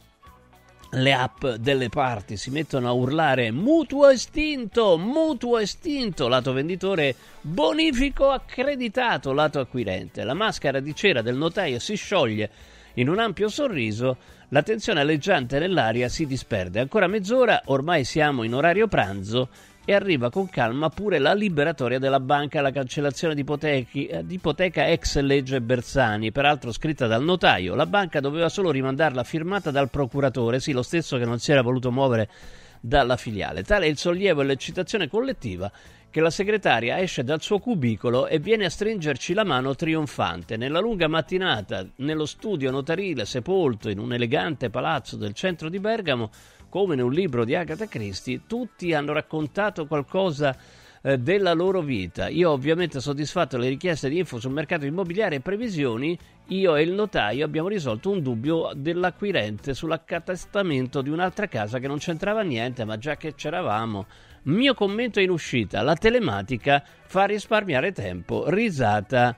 Speaker 2: Le app delle parti si mettono a urlare mutuo estinto, mutuo estinto, lato venditore, bonifico accreditato, lato acquirente. La maschera di cera del notaio si scioglie in un ampio sorriso, la tensione alleggiante nell'aria si disperde. Ancora mezz'ora, ormai siamo in orario pranzo e arriva con calma pure la liberatoria della banca, la cancellazione di, ipotechi, di ipoteca ex legge Bersani, peraltro scritta dal notaio. La banca doveva solo rimandarla firmata dal procuratore, sì, lo stesso che non si era voluto muovere dalla filiale. Tale è il sollievo e l'eccitazione collettiva che la segretaria esce dal suo cubicolo e viene a stringerci la mano trionfante. Nella lunga mattinata, nello studio notarile sepolto in un elegante palazzo del centro di Bergamo, come in un libro di Agatha Christie, tutti hanno raccontato qualcosa eh, della loro vita. Io ovviamente soddisfatto le richieste di info sul mercato immobiliare e previsioni, io e il notaio abbiamo risolto un dubbio dell'acquirente sull'accatastamento di un'altra casa che non c'entrava niente, ma già che c'eravamo. Mio commento in uscita: la telematica fa risparmiare tempo. Risata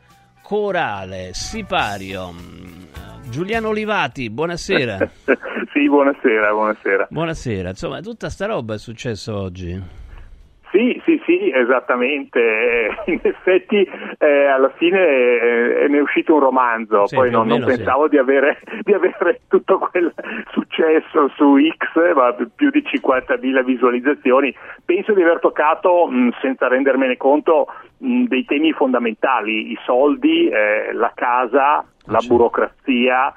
Speaker 2: corale. Sipario. Giuliano Olivati, buonasera.
Speaker 5: Sì, buonasera, buonasera.
Speaker 2: Buonasera. Insomma, tutta sta roba è successo oggi.
Speaker 5: Sì, sì, sì, esattamente. In effetti eh, alla fine eh, ne è uscito un romanzo, sì, poi non, non pensavo sì. di, avere, di avere tutto quel successo su X, ma più di cinquantamila visualizzazioni. Penso di aver toccato, mh, senza rendermene conto, mh, dei temi fondamentali: i soldi, eh, la casa, ah, la certo. burocrazia.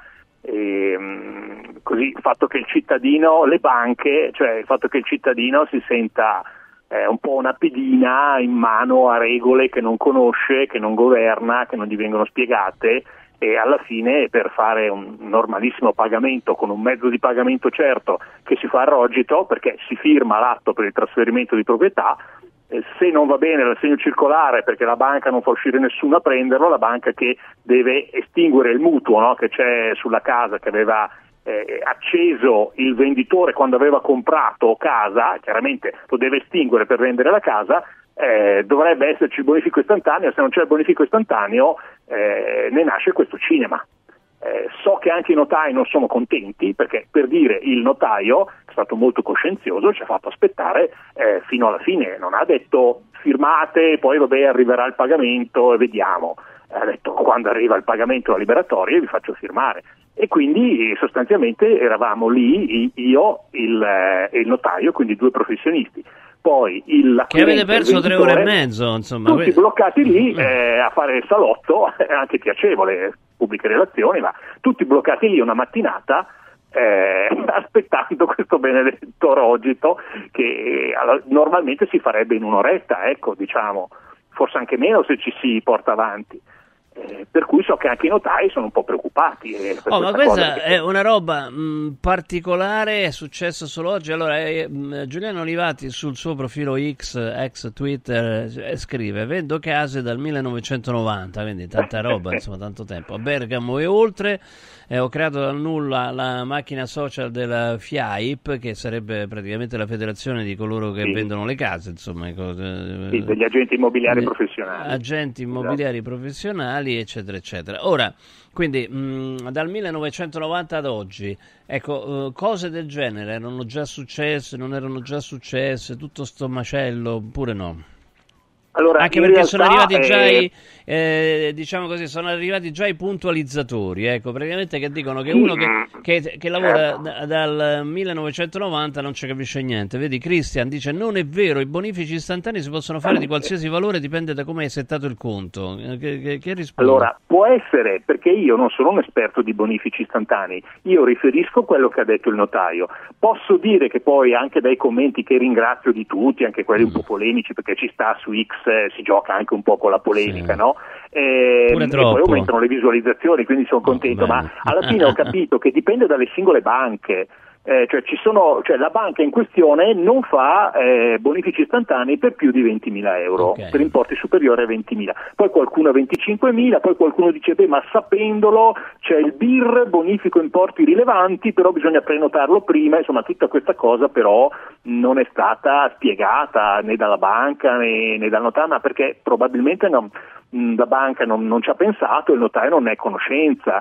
Speaker 5: E, mh, così il fatto che il cittadino, le banche, cioè il fatto che il cittadino si senta è un po' una pedina in mano a regole che non conosce, che non governa, che non gli vengono spiegate, e alla fine per fare un normalissimo pagamento con un mezzo di pagamento certo che si fa a rogito, perché si firma l'atto per il trasferimento di proprietà, eh, se non va bene l'assegno circolare perché la banca non fa uscire nessuno a prenderlo, la banca che deve estinguere il mutuo, no, che c'è sulla casa, che aveva Eh, acceso il venditore quando aveva comprato casa, chiaramente lo deve estinguere per vendere la casa, eh, dovrebbe esserci il bonifico istantaneo. Se non c'è il bonifico istantaneo eh, ne nasce questo cinema. Eh, so che anche i notai non sono contenti, perché, per dire, il notaio è stato molto coscienzioso, ci ha fatto aspettare eh, fino alla fine, non ha detto firmate poi vabbè arriverà il pagamento e vediamo, ha detto quando arriva il pagamento la liberatoria vi faccio firmare. E quindi sostanzialmente eravamo lì io il, eh, il notaio, quindi due professionisti. Poi il
Speaker 2: che avete perso tre ore e mezzo, insomma,
Speaker 5: tutti
Speaker 2: questo.
Speaker 5: bloccati lì eh, a fare il salotto, anche piacevole, pubbliche relazioni, ma tutti bloccati lì una mattinata eh, aspettando questo benedetto rogito che eh, normalmente si farebbe in un'oretta, ecco, diciamo, forse anche meno se ci si porta avanti. Eh, per cui so che anche i notai sono un po' preoccupati. Eh, per
Speaker 2: oh, ma
Speaker 5: questa
Speaker 2: questa
Speaker 5: che...
Speaker 2: è una roba mh, particolare, è successo solo oggi. Allora, eh, mh, Giuliano Olivati sul suo profilo X, ex Twitter, eh, scrive: vendo case dal millenovecentonovanta, quindi tanta roba, insomma, tanto tempo, a Bergamo e oltre. Eh, ho creato dal nulla la macchina social della F I A I P, che sarebbe praticamente la federazione di coloro che sì. vendono le case, insomma, cose,
Speaker 5: sì, degli agenti immobiliari
Speaker 2: eh,
Speaker 5: professionali.
Speaker 2: Agenti immobiliari esatto. professionali, eccetera, eccetera. Ora, quindi, mh, dal millenovecentonovanta ad oggi, ecco, uh, cose del genere erano già successe, non erano già successe, tutto sto macello, oppure no?
Speaker 5: Allora,
Speaker 2: anche perché
Speaker 5: realtà,
Speaker 2: sono arrivati già
Speaker 5: eh...
Speaker 2: i eh, diciamo così, sono arrivati già i puntualizzatori, ecco, praticamente, che dicono che
Speaker 5: sì,
Speaker 2: uno che, che, che lavora
Speaker 5: certo.
Speaker 2: da, dal millenovecentonovanta non ci capisce niente. Vedi, Christian dice: non è vero, i bonifici istantanei si possono fare di qualsiasi valore, dipende da come hai settato il conto. Che, che, che risponde?
Speaker 5: Allora, può essere, perché io non sono un esperto di bonifici istantanei, io riferisco quello che ha detto il notaio. Posso dire che poi anche dai commenti, che ringrazio di tutti, anche quelli un po' polemici, perché ci sta su X, eh, si gioca anche un po' con la polemica, sì. no? E, e poi aumentano le visualizzazioni, quindi sono contento, oh, ma alla fine ho capito che dipende dalle singole banche. Eh, cioè ci sono, cioè la banca in questione non fa eh, bonifici istantanei per più di ventimila euro, okay. per importi superiori a ventimila, poi qualcuno a venticinquemila, poi qualcuno dice beh, ma sapendolo c'è il B I R, bonifico importi rilevanti, però bisogna prenotarlo prima. Insomma, tutta questa cosa però non è stata spiegata né dalla banca né, né dal notaio, ma perché probabilmente non, la banca non, non ci ha pensato, il notaio non è a conoscenza.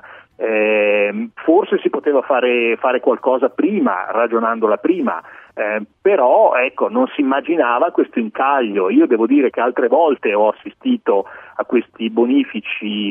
Speaker 5: Eh, forse si poteva fare, fare qualcosa prima, ragionandola prima, eh, però ecco, non si immaginava questo incaglio. Io devo dire che altre volte ho assistito a questi bonifici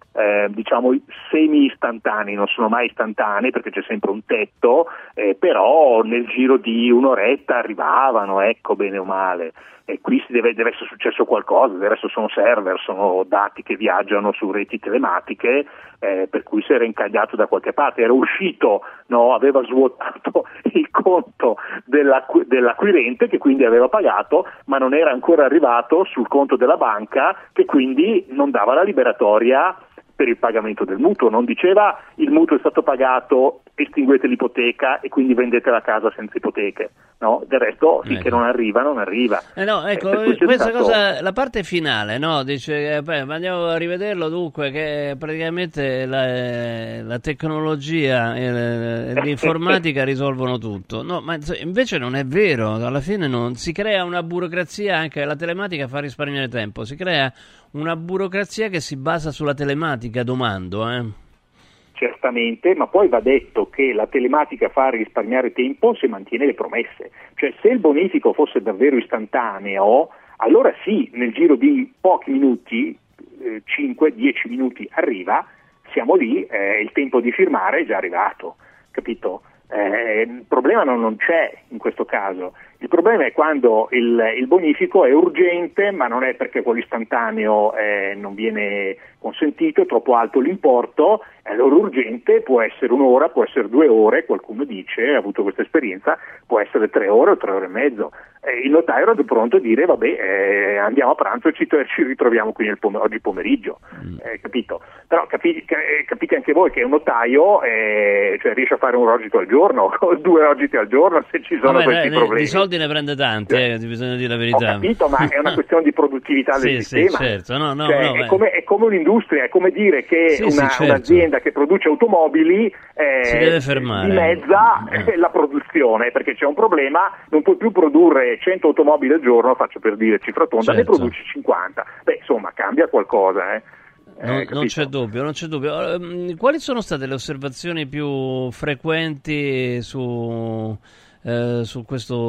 Speaker 5: eh, diciamo semi istantanei, non sono mai istantanei perché c'è sempre un tetto, eh, però nel giro di un'oretta arrivavano, ecco, bene o male. E qui si deve, deve essere successo qualcosa, del resto sono server, sono dati che viaggiano su reti telematiche, eh, per cui si era incagliato da qualche parte, era uscito, no, aveva svuotato il conto dell'acqu- dell'acquirente che quindi aveva pagato, ma non era ancora arrivato sul conto della banca che quindi non dava la liberatoria per il pagamento del mutuo, non diceva il mutuo è stato pagato, estinguete l'ipoteca e quindi vendete la casa senza ipoteche, no? Del resto finché ecco. non arriva, non arriva.
Speaker 2: Eh no, ecco, eh, questa stato... cosa, la parte finale, no? Dice, eh, beh, andiamo a rivederlo dunque, che praticamente la, la tecnologia e l'informatica risolvono tutto. No, ma invece non è vero, alla fine non si crea una burocrazia, anche la telematica fa risparmiare tempo, si crea una burocrazia che si basa sulla telematica, domando, eh.
Speaker 5: Certamente, ma poi va detto che la telematica fa risparmiare tempo se mantiene le promesse. Cioè, se il bonifico fosse davvero istantaneo, allora sì, nel giro di pochi minuti, eh, cinque dieci minuti arriva, siamo lì, eh, il tempo di firmare è già arrivato, capito? Eh, il problema non, non c'è in questo caso, il problema è quando il, il bonifico è urgente, ma non è perché quello istantaneo eh, non viene consentito, è troppo alto l'importo, e allora urgente può essere un'ora, può essere due ore, qualcuno dice, ha avuto questa esperienza, può essere tre ore o tre ore e mezzo. Eh, il notaio era pronto a dire vabbè eh, andiamo a pranzo e ci, ci ritroviamo qui nel pom- oggi pomeriggio, eh, capito? Però capi- capite anche voi che un notaio eh, cioè, riesce a fare un rogito al giorno o due rogiti al giorno se ci sono
Speaker 2: Vabbè,
Speaker 5: questi
Speaker 2: ne,
Speaker 5: problemi.
Speaker 2: Di soldi ne prende tanti, eh, bisogna dire la verità.
Speaker 5: Ho capito, ma è una questione di produttività del
Speaker 2: sì,
Speaker 5: sistema.
Speaker 2: Sì, certo. no, no,
Speaker 5: cioè,
Speaker 2: no,
Speaker 5: è, come, è come un'industria, è come dire che
Speaker 2: sì,
Speaker 5: una,
Speaker 2: sì, certo.
Speaker 5: un'azienda che produce automobili eh,
Speaker 2: si deve fermare.
Speaker 5: dimezza eh. la produzione, perché c'è un problema, non puoi più produrre cento automobili al giorno, faccio per dire cifra tonda, certo. ne produci cinquanta. Beh, insomma, cambia qualcosa, eh.
Speaker 2: Non, non c'è dubbio, non c'è dubbio. Quali sono state le osservazioni più frequenti su, eh, su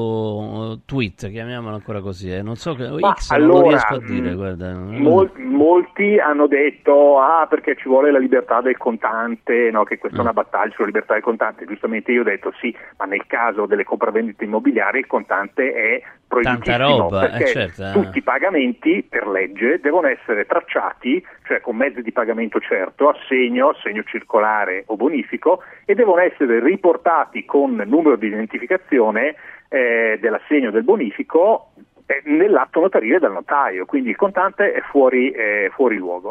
Speaker 2: questo tweet, chiamiamolo ancora così? Eh? Non so, che, X allora, non lo riesco a dire, guarda.
Speaker 5: Mol, molti hanno detto, ah, perché ci vuole la libertà del contante, no? Che questa mm. è una battaglia sulla libertà del contante. Giustamente io ho detto sì, ma nel caso delle compravendite immobiliari il contante è proibitissimo,
Speaker 2: tanta roba,
Speaker 5: perché
Speaker 2: eh, certo, eh.
Speaker 5: tutti i pagamenti per legge devono essere tracciati, cioè con mezzi di pagamento certo, assegno, assegno circolare o bonifico, e devono essere riportati con numero di identificazione eh, dell'assegno del bonifico eh, nell'atto notarile del notaio, quindi il contante è fuori, eh, fuori luogo.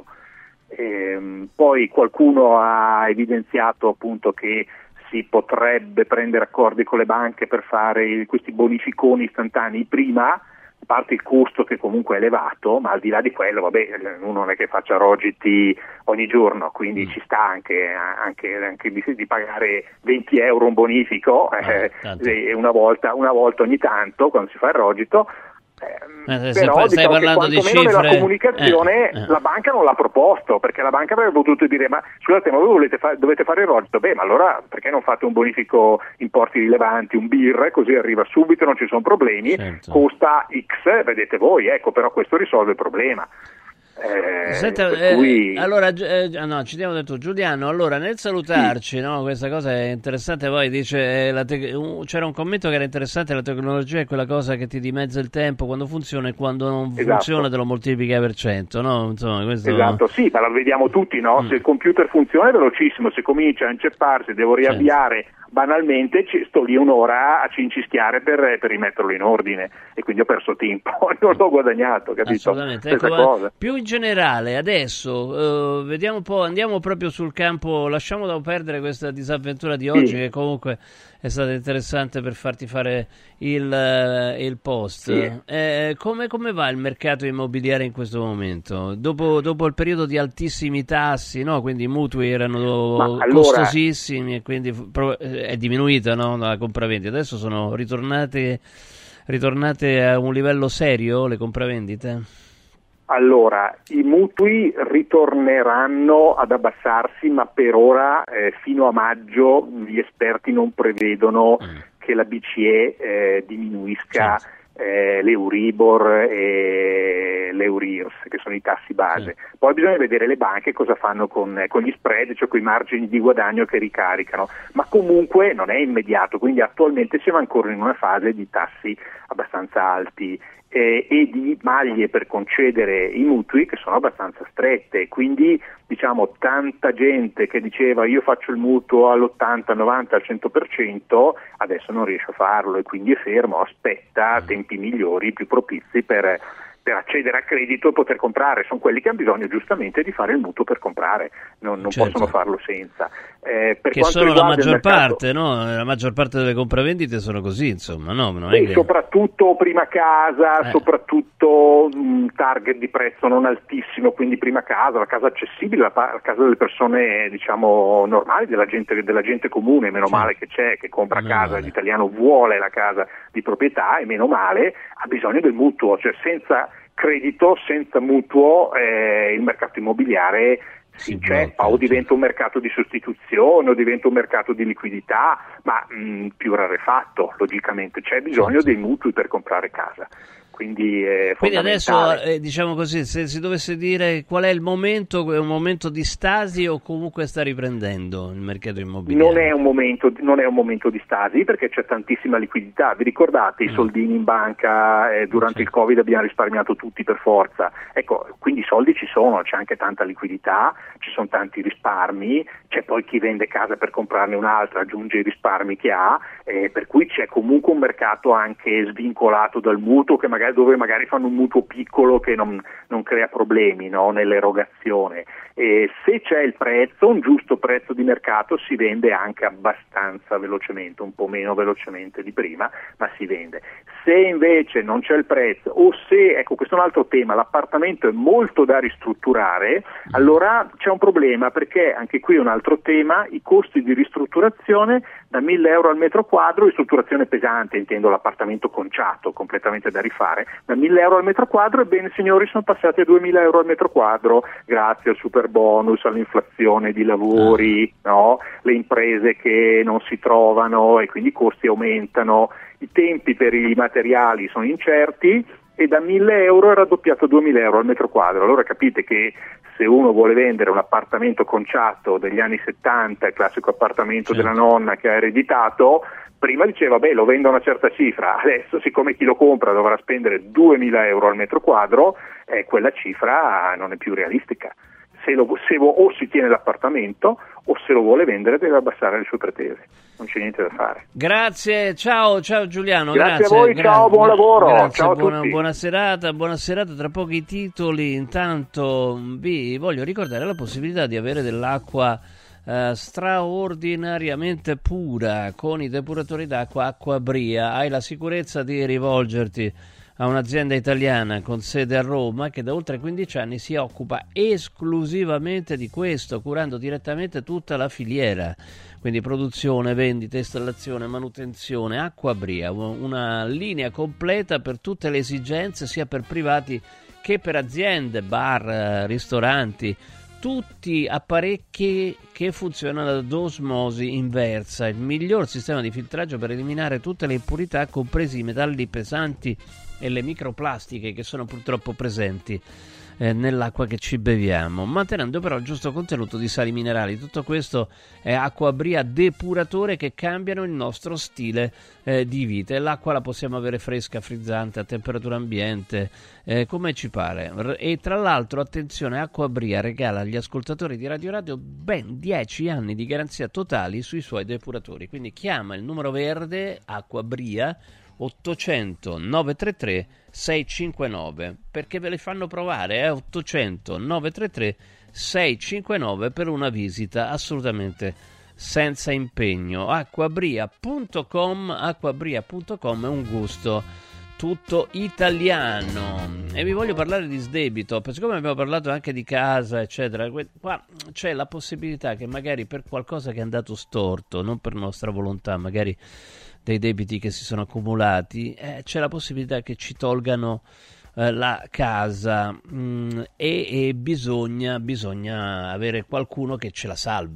Speaker 5: Ehm, poi qualcuno ha evidenziato appunto che si potrebbe prendere accordi con le banche per fare questi bonificoni istantanei prima, a parte il costo che comunque è elevato, ma al di là di quello, vabbè, uno non è che faccia rogiti ogni giorno, quindi mm. ci sta anche, anche, anche di, di pagare venti euro un bonifico eh, eh, una, volta, una volta ogni tanto quando si fa il rogito. Eh,
Speaker 2: eh,
Speaker 5: però
Speaker 2: stai
Speaker 5: diciamo
Speaker 2: parlando
Speaker 5: che
Speaker 2: di
Speaker 5: quantomeno
Speaker 2: cifre
Speaker 5: nella comunicazione
Speaker 2: eh, eh.
Speaker 5: la banca non l'ha proposto, perché la banca avrebbe potuto dire ma scusate, ma voi volete fa- dovete fare il rogito, beh ma allora perché non fate un bonifico importi rilevanti, un B I R, così arriva subito, non ci sono problemi, certo. Costa X, vedete voi, ecco, però questo risolve il problema. Eh,
Speaker 2: Senta,
Speaker 5: per cui...
Speaker 2: eh, allora eh, no, ci abbiamo detto Giuliano, allora nel salutarci, sì. no, questa cosa è interessante, poi dice eh, la te- uh, c'era un commento che era interessante, la tecnologia è quella cosa che ti dimezza il tempo quando funziona e quando non esatto. funziona te lo moltiplica per cento, no? Insomma, questo...
Speaker 5: Esatto, sì, ma lo vediamo tutti, no? Mm. Se il computer funziona è velocissimo, se comincia a incepparsi, devo riavviare certo. banalmente, ci, sto lì un'ora a cincischiare per, per rimetterlo in ordine e quindi ho perso tempo, non l'ho guadagnato, capito?
Speaker 2: Assolutamente, ecco, cosa. Più in generale adesso uh, vediamo un po', andiamo proprio sul campo, lasciamo da perdere questa disavventura di oggi sì. che comunque è stata interessante per farti fare il, uh, il post. Sì. Eh, come, come va il mercato immobiliare in questo momento? Dopo, dopo il periodo di altissimi tassi, no? Quindi i mutui erano allora... costosissimi e quindi pro- è diminuita, no? La compravendita. Adesso sono ritornate, ritornate a un livello serio le compravendite?
Speaker 5: Allora, i mutui ritorneranno ad abbassarsi, ma per ora eh, fino a maggio gli esperti non prevedono mm. che la B C E eh, diminuisca sì. eh, l'Euribor e l'Eurirs, che sono i tassi base. Sì. Poi bisogna vedere le banche cosa fanno con, con gli spread, cioè con i margini di guadagno che ricaricano, ma comunque non è immediato, quindi attualmente siamo ancora in una fase di tassi abbastanza alti eh, e di maglie per concedere i mutui che sono abbastanza strette, quindi diciamo tanta gente che diceva io faccio il mutuo all'ottanta, novanta, al cento per cento adesso non riesce a farlo e quindi è fermo, aspetta tempi migliori, più propizi per per accedere a credito e poter comprare. Sono quelli che hanno bisogno giustamente di fare il mutuo per comprare, non, non certo. possono farlo senza. Eh, per
Speaker 2: che sono la maggior
Speaker 5: mercato,
Speaker 2: parte, no? La maggior parte delle compravendite sono così, insomma, no? Non
Speaker 5: è
Speaker 2: che...
Speaker 5: soprattutto prima casa, eh. soprattutto mh, target di prezzo non altissimo, quindi prima casa, la casa accessibile, la, la casa delle persone diciamo normali, della gente, della gente comune, meno certo. male che c'è, che compra meno casa, male. L'italiano vuole la casa di proprietà e meno male ha bisogno del mutuo, cioè senza credito, senza mutuo eh, il mercato immobiliare si inceppa o diventa un mercato di sostituzione o diventa un mercato di liquidità, ma mh, più rarefatto logicamente, c'è bisogno dei mutui per comprare casa. Quindi, è
Speaker 2: Quindi adesso eh, diciamo così, se si dovesse dire qual è il momento, è un momento di stasi o comunque sta riprendendo il mercato immobiliare?
Speaker 5: Non è un momento, non è un momento di stasi perché c'è tantissima liquidità. Vi ricordate i soldini in banca eh, durante sì. il Covid abbiamo risparmiato tutti per forza? Ecco, quindi i soldi ci sono, c'è anche tanta liquidità, ci sono tanti risparmi, c'è poi chi vende casa per comprarne un'altra, aggiunge i risparmi che ha, eh, per cui c'è comunque un mercato anche svincolato dal mutuo che magari dove magari fanno un mutuo piccolo che non, non crea problemi, no, nell'erogazione. E se c'è il prezzo, un giusto prezzo di mercato, si vende anche abbastanza velocemente, un po' meno velocemente di prima, ma si vende. Se invece non c'è il prezzo o se, ecco questo è un altro tema, l'appartamento è molto da ristrutturare, allora c'è un problema perché anche qui è un altro tema, i costi di ristrutturazione da mille euro al metro quadro, ristrutturazione pesante, intendo l'appartamento conciato, completamente da rifare, da mille euro al metro quadro, ebbene signori sono passati a duemila euro al metro quadro grazie al super bonus, all'inflazione di lavori, no? Le imprese che non si trovano e quindi i costi aumentano, i tempi per i materiali sono incerti e da mille euro è raddoppiato a duemila euro al metro quadro. Allora capite che se uno vuole vendere un appartamento conciato degli anni settanta, il classico appartamento certo. della nonna che ha ereditato, prima diceva beh lo vendo a una certa cifra, adesso siccome chi lo compra dovrà spendere duemila euro al metro quadro, eh, quella cifra non è più realistica. Se, lo, se o si tiene l'appartamento o se lo vuole vendere deve abbassare le sue pretese, non c'è niente da fare.
Speaker 2: Grazie, ciao, ciao Giuliano.
Speaker 5: Grazie,
Speaker 2: grazie
Speaker 5: a voi,
Speaker 2: gra-
Speaker 5: ciao, buon lavoro.
Speaker 2: Grazie,
Speaker 5: ciao a
Speaker 2: buona,
Speaker 5: tutti.
Speaker 2: buona serata, buona serata. Tra pochi titoli, intanto vi voglio ricordare la possibilità di avere dell'acqua Uh, straordinariamente pura con i depuratori d'acqua Acquabria. Hai la sicurezza di rivolgerti a un'azienda italiana con sede a Roma che da oltre quindici anni si occupa esclusivamente di questo, curando direttamente tutta la filiera, quindi produzione, vendita, installazione, manutenzione. Acquabria, una linea completa per tutte le esigenze sia per privati che per aziende, bar, ristoranti, tutti apparecchi che funzionano ad osmosi inversa, il miglior sistema di filtraggio per eliminare tutte le impurità, compresi i metalli pesanti e le microplastiche che sono purtroppo presenti eh, nell'acqua che ci beviamo, mantenendo però il giusto contenuto di sali minerali. Tutto questo è Acquabria depuratore che cambiano il nostro stile eh, di vita, e l'acqua la possiamo avere fresca, frizzante, a temperatura ambiente, eh, come ci pare. E tra l'altro attenzione, Acquabria regala agli ascoltatori di Radio Radio ben dieci anni di garanzia totali sui suoi depuratori, quindi chiama il numero verde Acquabria ottocento nove tre tre sei cinque nove perché ve le fanno provare, eh? ottocento nove tre tre sei cinque nove per una visita assolutamente senza impegno. Acquabria punto com acquabria punto com è un gusto tutto italiano. E vi voglio parlare di Sdebitop, siccome abbiamo parlato anche di casa eccetera, qua c'è la possibilità che magari per qualcosa che è andato storto, non per nostra volontà, magari dei debiti che si sono accumulati, eh, c'è la possibilità che ci tolgano eh, la casa mh, e, e bisogna, bisogna avere qualcuno che ce la salva.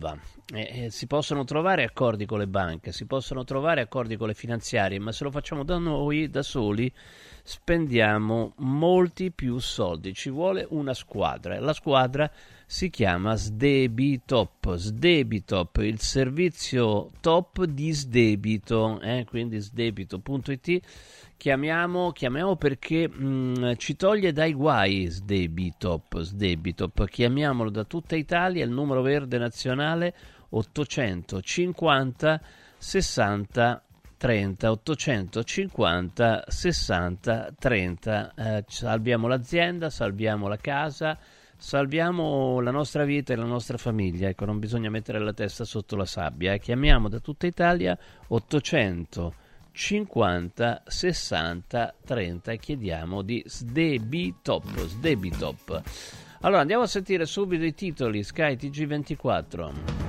Speaker 2: Eh, eh, si possono trovare accordi con le banche, si possono trovare accordi con le finanziarie, ma se lo facciamo da noi, da soli, spendiamo molti più soldi. Ci vuole una squadra. La squadra si chiama Sdebitop. Sdebitop, il servizio top di sdebito, eh? Quindi sdebito punto it. Chiamiamo, chiamiamo perché mh, ci toglie dai guai. Sdebitop, Sdebitop. Chiamiamolo da tutta Italia, il numero verde nazionale ottocentocinquanta sessanta trenta, ottocentocinquanta sessanta trenta. Eh, salviamo l'azienda, salviamo la casa, salviamo la nostra vita e la nostra famiglia. Ecco, non bisogna mettere la testa sotto la sabbia. Eh. Chiamiamo da tutta Italia ottocentocinquanta sessanta trenta e chiediamo di Sdebitop. Sdebitop. Allora andiamo a sentire subito i titoli. Sky T G ventiquattro.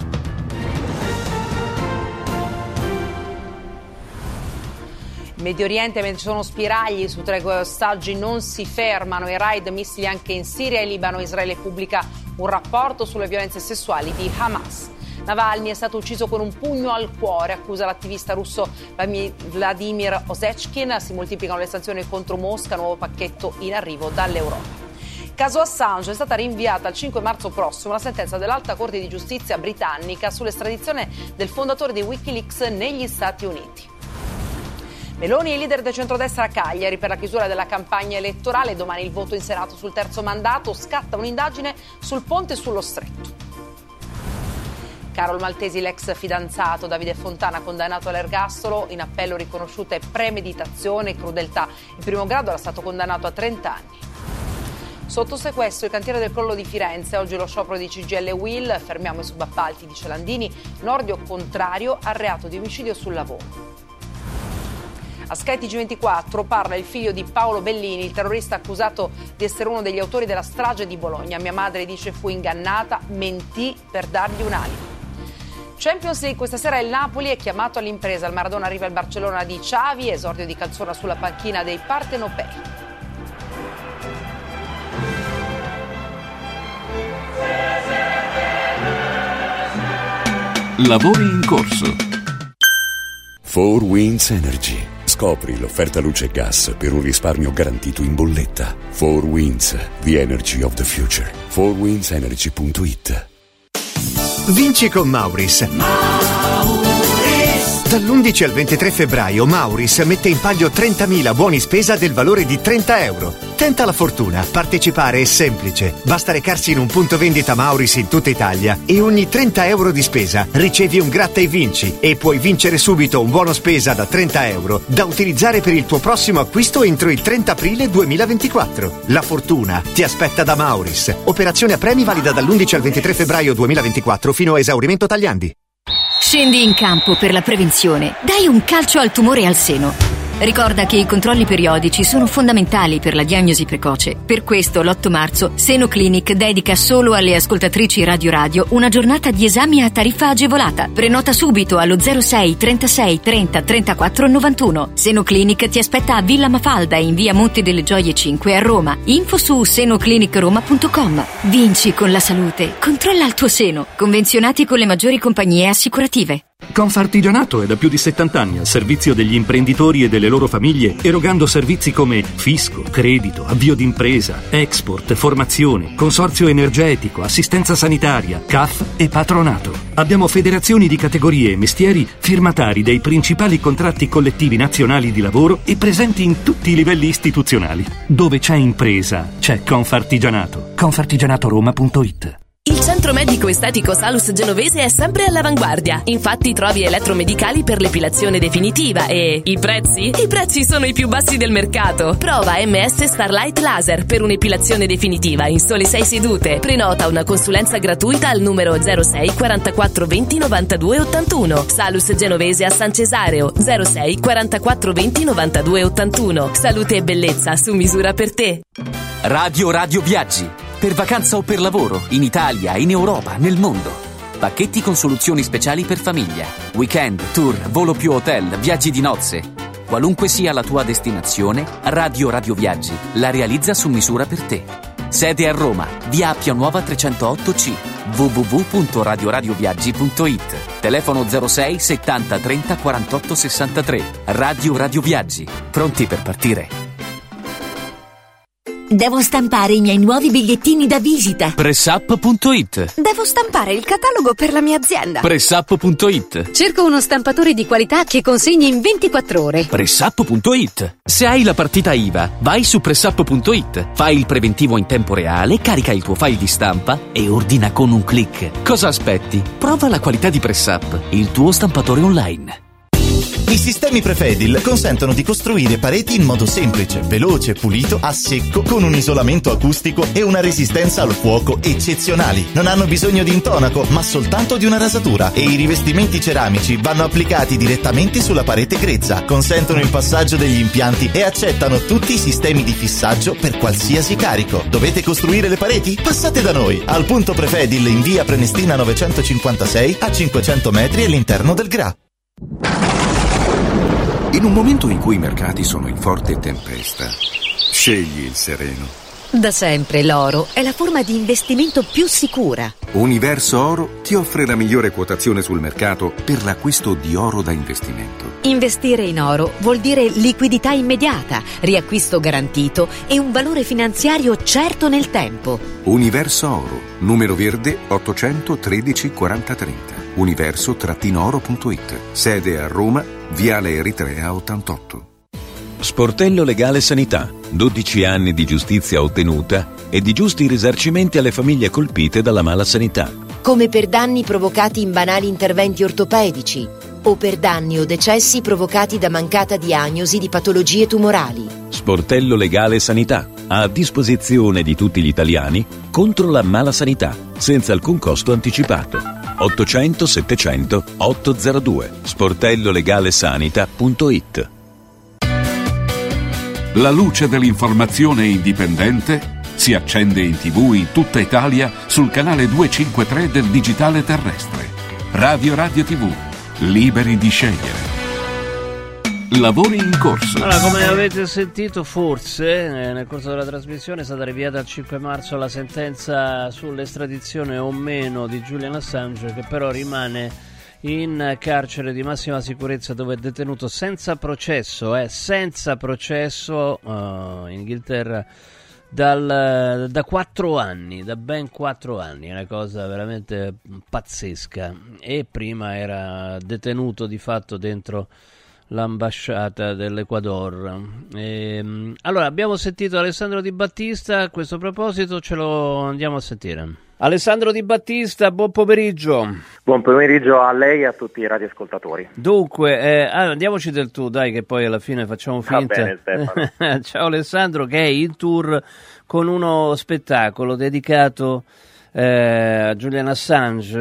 Speaker 1: Medio Oriente, mentre ci sono spiragli su tre ostaggi, non si fermano i raid missili anche in Siria e Libano. Israele pubblica un rapporto sulle violenze sessuali di Hamas. Navalny è stato ucciso con un pugno al cuore, accusa l'attivista russo Vladimir Osechkin. Si moltiplicano le sanzioni contro Mosca, nuovo pacchetto in arrivo dall'Europa. Caso Assange, è stata rinviata al cinque marzo prossimo la sentenza dell'Alta Corte di Giustizia britannica sull'estradizione del fondatore di Wikileaks negli Stati Uniti. Meloni e i leader del centrodestra a Cagliari per la chiusura della campagna elettorale. Domani il voto in Senato sul terzo mandato. Scatta un'indagine sul ponte sullo Stretto. Carol Maltesi, l'ex fidanzato Davide Fontana, condannato all'ergastolo. In appello riconosciute premeditazione e crudeltà. In primo grado era stato condannato a trenta anni. Sotto sequestro il cantiere del Collo di Firenze. Oggi lo sciopero di C G I L e U I L. Fermiamo i subappalti, dice Landini. Nordio contrario al reato di omicidio sul lavoro. A Sky T G ventiquattro parla il figlio di Paolo Bellini, il terrorista accusato di essere uno degli autori della strage di Bologna. Mia madre, dice, fu ingannata, mentì per dargli un alibi. Champions League, questa sera il Napoli è chiamato all'impresa. Il Maradona arriva al Barcellona di Xavi, esordio di Calzona sulla panchina dei partenopei.
Speaker 21: Lavori in corso.
Speaker 17: four Winds Energy. Scopri l'offerta luce e gas per un risparmio garantito in bolletta. four Winds, the energy of the future. four winds energy punto it.
Speaker 9: Vinci con Mauris. Mauris. Dall'undici al ventitré febbraio Mauris mette in palio trentamila buoni spesa del valore di trenta euro. Tenta la fortuna, partecipare è semplice. Basta recarsi in un punto vendita Mauris in tutta Italia e ogni trenta euro di spesa ricevi un gratta e vinci e puoi vincere subito un buono spesa da trenta euro da utilizzare per il tuo prossimo acquisto entro il trenta aprile duemilaventiquattro. La fortuna ti aspetta da Mauris. Operazione a premi valida dall'undici al ventitré febbraio duemilaventiquattro fino a esaurimento Tagliandi.
Speaker 20: Scendi in campo per la prevenzione. Dai un calcio al tumore al seno. Ricorda che i controlli periodici sono fondamentali per la diagnosi precoce. Per questo l'otto marzo Seno Clinic dedica solo alle ascoltatrici Radio Radio una giornata di esami a tariffa agevolata. Prenota subito allo zero sei trentasei trenta trentaquattro novantuno. Seno Clinic ti aspetta a Villa Mafalda in via Monte delle Gioie cinque a Roma. Info su senoclinicroma punto com. Vinci con la salute. Controlla il tuo seno. Convenzionati con le maggiori compagnie assicurative.
Speaker 10: Confartigianato è da più di settanta anni al servizio degli imprenditori e delle loro famiglie, erogando servizi come fisco, credito, avvio d'impresa, export, formazione, consorzio energetico, assistenza sanitaria, C A F e patronato. Abbiamo federazioni di categorie e mestieri firmatari dei principali contratti collettivi nazionali di lavoro e presenti in tutti i livelli istituzionali. Dove c'è impresa, c'è Confartigianato. confartigianatoroma punto it.
Speaker 23: Il centro medico estetico Salus Genovese è sempre all'avanguardia. Infatti trovi elettromedicali per l'epilazione definitiva e i prezzi? I prezzi sono i più bassi del mercato. Prova M S Starlight Laser per un'epilazione definitiva in sole sei sedute. Prenota una consulenza gratuita al numero zero sei quarantaquattro venti novantadue ottantuno. Salus Genovese a San Cesareo zero sei quarantaquattro venti novantadue ottantuno. Salute e bellezza su misura per te.
Speaker 6: Radio Radio Viaggi. Per vacanza o per lavoro, in Italia, in Europa, nel mondo. Pacchetti con soluzioni speciali per famiglia. Weekend, tour, volo più hotel, viaggi di nozze. Qualunque sia la tua destinazione, Radio Radio Viaggi la realizza su misura per te. Sede a Roma, via Appia Nuova trecentotto C, w w w punto radio radio viaggi punto it. Telefono zero sei settanta trenta quarantotto sessantatré. Radio Radio Viaggi, pronti per partire.
Speaker 14: Devo stampare i miei nuovi bigliettini da visita.
Speaker 6: Pressup punto it.
Speaker 4: Devo stampare il catalogo per la mia azienda.
Speaker 6: Pressup punto it.
Speaker 4: Cerco uno stampatore di qualità che consegni in ventiquattro ore.
Speaker 6: Pressup punto it. Se hai la partita I V A, vai su Pressup punto it. Fai il preventivo in tempo reale, carica il tuo file di stampa e ordina con un click. Cosa aspetti? Prova la qualità di Pressup, il tuo stampatore online.
Speaker 18: I sistemi Prefedil consentono di costruire pareti in modo semplice, veloce, pulito, a secco, con un isolamento acustico e una resistenza al fuoco eccezionali. Non hanno bisogno di intonaco, ma soltanto di una rasatura, e i rivestimenti ceramici vanno applicati direttamente sulla parete grezza, consentono il passaggio degli impianti e accettano tutti i sistemi di fissaggio per qualsiasi carico. Dovete costruire le pareti? Passate da noi, al punto Prefedil in via Prenestina novecentocinquantasei, a cinquecento metri all'interno del G R A.
Speaker 12: In un momento in cui i mercati sono in forte tempesta, scegli il sereno.
Speaker 4: Da sempre l'oro è la forma di investimento più sicura.
Speaker 12: Universo Oro ti offre la migliore quotazione sul mercato per l'acquisto di oro da investimento.
Speaker 4: Investire in oro vuol dire liquidità immediata, riacquisto garantito e un valore finanziario certo nel tempo.
Speaker 12: Universo Oro, numero verde ottocentotredici quaranta trenta. universo oro punto it. Sede a Roma, Viale Eritrea ottantotto.
Speaker 13: Sportello Legale Sanità. dodici anni di giustizia ottenuta e di giusti risarcimenti alle famiglie colpite dalla mala sanità.
Speaker 15: Come per danni provocati in banali interventi ortopedici o per danni o decessi provocati da mancata diagnosi di patologie tumorali.
Speaker 13: Sportello Legale Sanità. A disposizione di tutti gli italiani contro la mala sanità, senza alcun costo anticipato. ottocento settecento ottocentodue. sportello legale sanita punto it.
Speaker 21: La luce dell'informazione indipendente si accende in tivù in tutta Italia sul canale duecentocinquantatré del digitale terrestre. Radio Radio tivù, liberi di scegliere. Lavori in corso.
Speaker 2: Allora, come avete sentito forse eh, nel corso della trasmissione è stata rinviata al cinque marzo la sentenza sull'estradizione o meno di Julian Assange, che però rimane in carcere di massima sicurezza dove è detenuto senza processo, eh, senza processo uh, in Inghilterra dal, da quattro anni, da ben quattro anni, è una cosa veramente pazzesca. E prima era detenuto di fatto dentro l'ambasciata dell'Ecuador. E, allora, abbiamo sentito Alessandro Di Battista, a questo proposito ce lo andiamo a sentire. Alessandro Di Battista, buon pomeriggio.
Speaker 24: Buon pomeriggio a lei e a tutti i radioascoltatori.
Speaker 2: Dunque, eh, allora, andiamoci del tu, dai, che poi alla fine facciamo finta.
Speaker 24: Va bene, Stefano.
Speaker 2: Ciao Alessandro, che è in tour con uno spettacolo dedicato Eh, Julian Assange,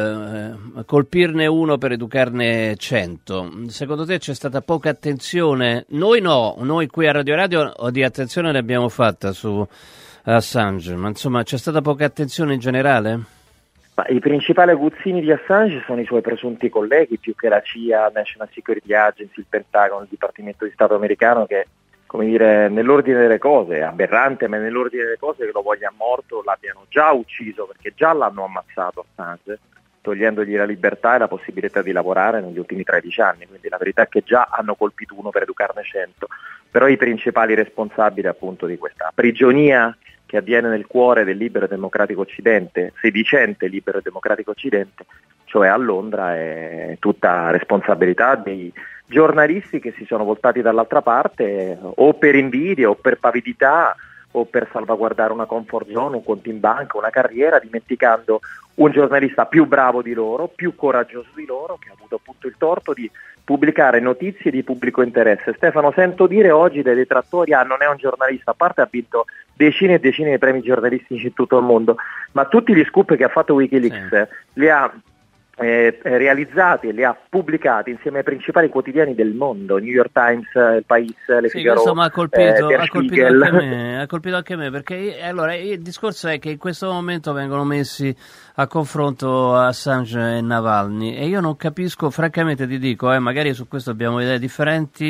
Speaker 2: eh, colpirne uno per educarne cento. Secondo te c'è stata poca attenzione? Noi no, noi qui a Radio Radio di attenzione ne abbiamo fatta su Assange, ma insomma c'è stata poca attenzione in generale?
Speaker 24: Ma i principali aguzzini di Assange sono i suoi presunti colleghi, più che la C I A, National Security Agency, il Pentagono, il Dipartimento di Stato americano, che, come dire, nell'ordine delle cose, è aberrante, ma nell'ordine delle cose che lo voglia morto, l'abbiano già ucciso, perché già l'hanno ammazzato Assange, togliendogli la libertà e la possibilità di lavorare negli ultimi tredici anni, quindi la verità è che già hanno colpito uno per educarne cento, però i principali responsabili appunto di questa prigionia che avviene nel cuore del libero e democratico Occidente, sedicente libero e democratico Occidente, cioè a Londra, è tutta responsabilità dei giornalisti che si sono voltati dall'altra parte o per invidia o per pavidità o per salvaguardare una comfort zone, un conto in banca, una carriera, dimenticando un giornalista più bravo di loro, più coraggioso di loro, che ha avuto appunto il torto di pubblicare notizie di pubblico interesse. Stefano, sento dire oggi dai detrattori, ah, non è un giornalista, a parte ha vinto decine e decine di premi giornalistici in tutto il mondo, ma tutti gli scoop che ha fatto Wikileaks sì. li ha eh, realizzati e li ha pubblicati insieme ai principali quotidiani del mondo, New York Times, Il País, Le
Speaker 2: sì,
Speaker 24: Figaro,
Speaker 2: questo mi ha colpito,
Speaker 24: eh,
Speaker 2: ha colpito anche a me, ha colpito anche me, perché io, allora il discorso è che in questo momento vengono messi a confronto Assange e Navalny e io non capisco, francamente ti dico, eh, magari su questo abbiamo idee differenti,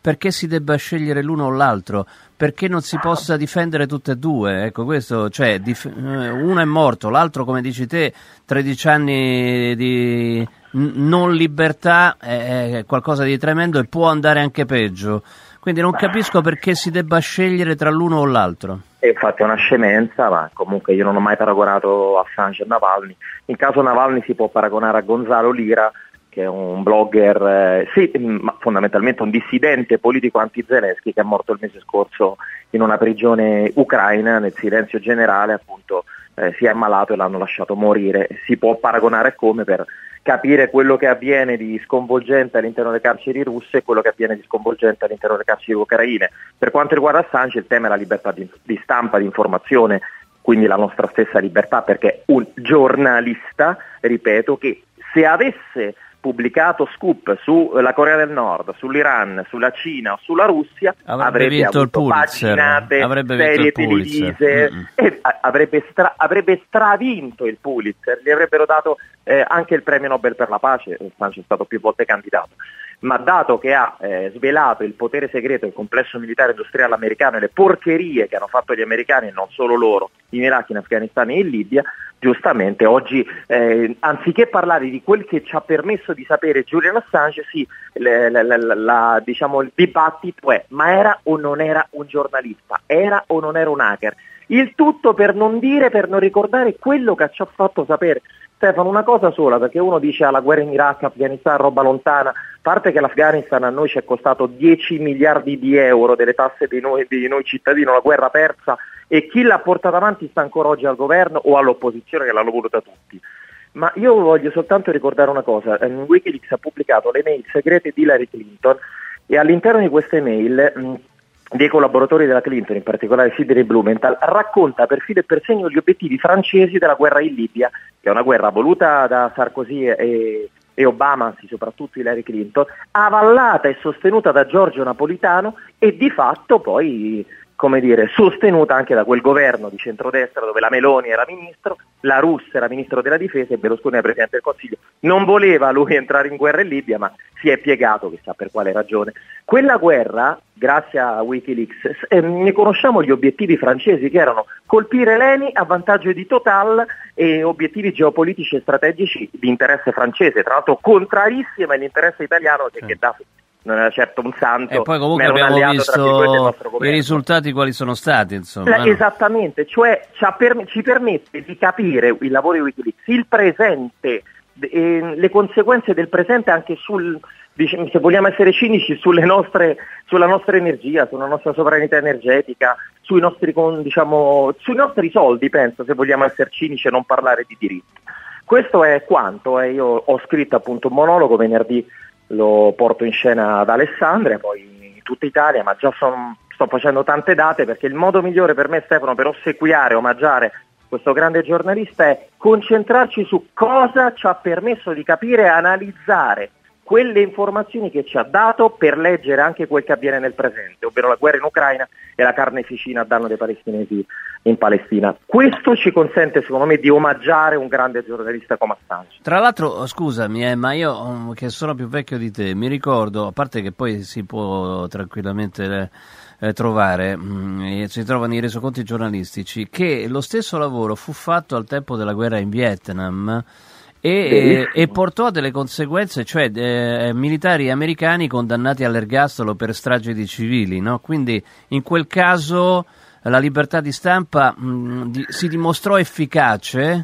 Speaker 2: perché si debba scegliere l'uno o l'altro, perché non si possa difendere tutte e due, ecco questo, cioè dif- uno è morto, l'altro come dici te tredici anni di n- non libertà è, è qualcosa di tremendo e può andare anche peggio, quindi non capisco perché si debba scegliere tra l'uno o l'altro.
Speaker 24: E infatti è una scemenza, ma comunque io non ho mai paragonato Assange e Navalny. In caso Navalny si può paragonare a Gonzalo Lira, che è un blogger, eh, sì, ma fondamentalmente un dissidente politico anti-Zelensky che è morto il mese scorso in una prigione ucraina nel silenzio generale, appunto eh, si è ammalato e l'hanno lasciato morire. Si può paragonare come per capire quello che avviene di sconvolgente all'interno delle carceri russe e quello che avviene di sconvolgente all'interno delle carceri ucraine. Per quanto riguarda Assange il tema è la libertà di, di stampa, di informazione, quindi la nostra stessa libertà, perché un giornalista, ripeto, che se avesse pubblicato scoop sulla Corea del Nord, sull'Iran, sulla Cina o sulla Russia, avrebbe, avrebbe vinto avuto il Pulitzer, paginate, avrebbe serie televise, e avrebbe, stra- avrebbe stravinto il Pulitzer, gli avrebbero dato eh, anche il premio Nobel per la pace, Assange è stato più volte candidato. Ma dato che ha eh, svelato il potere segreto del complesso militare industriale americano e le porcherie che hanno fatto gli americani e non solo loro in Iraq, in Afghanistan e in Libia, giustamente oggi eh, anziché parlare di quel che ci ha permesso di sapere Julian Assange, sì, la, la, la, la, diciamo, il dibattito è: ma era o non era un giornalista? Era o non era un hacker? Il tutto per non dire, per non ricordare quello che ci ha fatto sapere. Stefano, una cosa sola, perché uno dice alla guerra in Iraq, Afghanistan, roba lontana, a parte che l'Afghanistan a noi ci è costato dieci miliardi di euro delle tasse di noi, di noi cittadini, una guerra persa, e chi l'ha portata avanti sta ancora oggi al governo o all'opposizione che l'hanno voluta tutti. Ma io voglio soltanto ricordare una cosa: Wikileaks ha pubblicato le mail segrete di Hillary Clinton e all'interno di queste mail mh, dei collaboratori della Clinton, in particolare Sidney Blumenthal, racconta per filo e per segno gli obiettivi francesi della guerra in Libia, che è una guerra voluta da Sarkozy e, e Obama, anzi soprattutto Hillary Clinton, avallata e sostenuta da Giorgio Napolitano e di fatto poi, come dire, sostenuta anche da quel governo di centrodestra dove la Meloni era ministro, la Russa era ministro della difesa e Berlusconi era presidente del Consiglio. Non voleva lui entrare in guerra in Libia, ma si è piegato, chissà per quale ragione. Quella guerra, grazie a Wikileaks, eh, ne conosciamo gli obiettivi francesi, che erano colpire l'Eni a vantaggio di Total e obiettivi geopolitici e strategici di interesse francese, tra l'altro contrarissima all'interesse italiano, che, che da non era certo un santo,
Speaker 2: e poi comunque
Speaker 24: ma era un
Speaker 2: abbiamo
Speaker 24: alleato, tra virgolette, del nostro
Speaker 2: visto
Speaker 24: governo.
Speaker 2: i risultati quali sono stati, insomma.
Speaker 24: Eh, esattamente, cioè ci, ha per, ci permette di capire il lavoro di Wikileaks, il presente, eh, le conseguenze del presente anche sul, diciamo, se vogliamo essere cinici, sulle nostre, sulla nostra energia, sulla nostra sovranità energetica, sui nostri, diciamo, sui nostri soldi, penso, se vogliamo essere cinici e non parlare di diritti. Questo è quanto, eh, io ho scritto appunto un monologo, venerdì lo porto in scena ad Alessandria, poi in tutta Italia, ma già son, sto facendo tante date, perché il modo migliore per me, Stefano, per ossequiare, omaggiare questo grande giornalista è concentrarci su cosa ci ha permesso di capire e analizzare quelle informazioni che ci ha dato per leggere anche quel che avviene nel presente, ovvero la guerra in Ucraina e la carneficina a danno dei palestinesi in Palestina. Questo ci consente, secondo me, di omaggiare un grande giornalista come Assange.
Speaker 2: Tra l'altro, scusami, eh, ma io um, che sono più vecchio di te, mi ricordo, a parte che poi si può tranquillamente eh, trovare, mh, si trovano i resoconti giornalistici, che lo stesso lavoro fu fatto al tempo della guerra in Vietnam, E, e portò a delle conseguenze, cioè eh, militari americani condannati all'ergastolo per strage di civili, no? Quindi in quel caso la libertà di stampa mh, di, si dimostrò efficace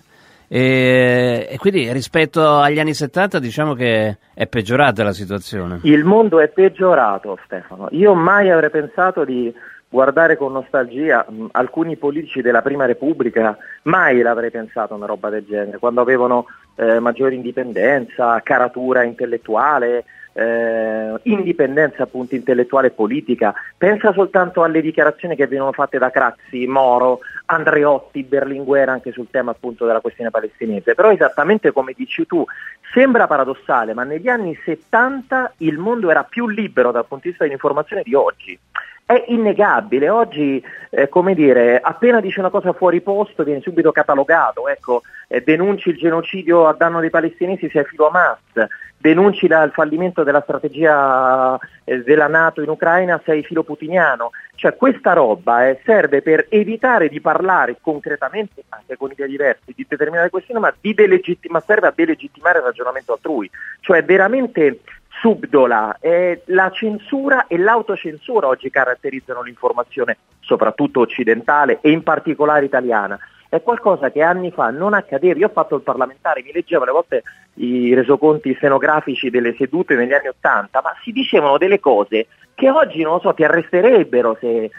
Speaker 2: e, e quindi rispetto agli anni settanta diciamo che è peggiorata la situazione.
Speaker 24: Il mondo è peggiorato, Stefano. Io mai avrei pensato di guardare con nostalgia mh, alcuni politici della Prima Repubblica, mai l'avrei pensato una roba del genere, quando avevano eh, maggiore indipendenza, caratura intellettuale, eh, indipendenza appunto intellettuale e politica. Pensa soltanto alle dichiarazioni che venivano fatte da Craxi, Moro, Andreotti, Berlinguer anche sul tema appunto della questione palestinese. Però esattamente come dici tu, Sembra paradossale, ma negli anni settanta il mondo era più libero dal punto di vista dell'informazione di oggi. È innegabile, oggi, eh, come dire, appena dice una cosa fuori posto viene subito catalogato, ecco, eh, denunci il genocidio a danno dei palestinesi, sei filo Hamas, denunci la, il fallimento della strategia eh, della NATO in Ucraina, sei filo putiniano. Cioè questa roba eh, serve per evitare di parlare concretamente, anche con idee diverse, di determinate questioni, ma, di delegittim- ma serve a delegittimare il ragionamento altrui. Cioè veramente subdola, eh, la censura e l'autocensura oggi caratterizzano l'informazione, soprattutto occidentale e in particolare italiana. È qualcosa che anni fa non accadeva. Io ho fatto il parlamentare, mi leggevo alle volte i resoconti stenografici delle sedute negli anni Ottanta, ma si dicevano delle cose che oggi, non lo so, ti arresterebbero se...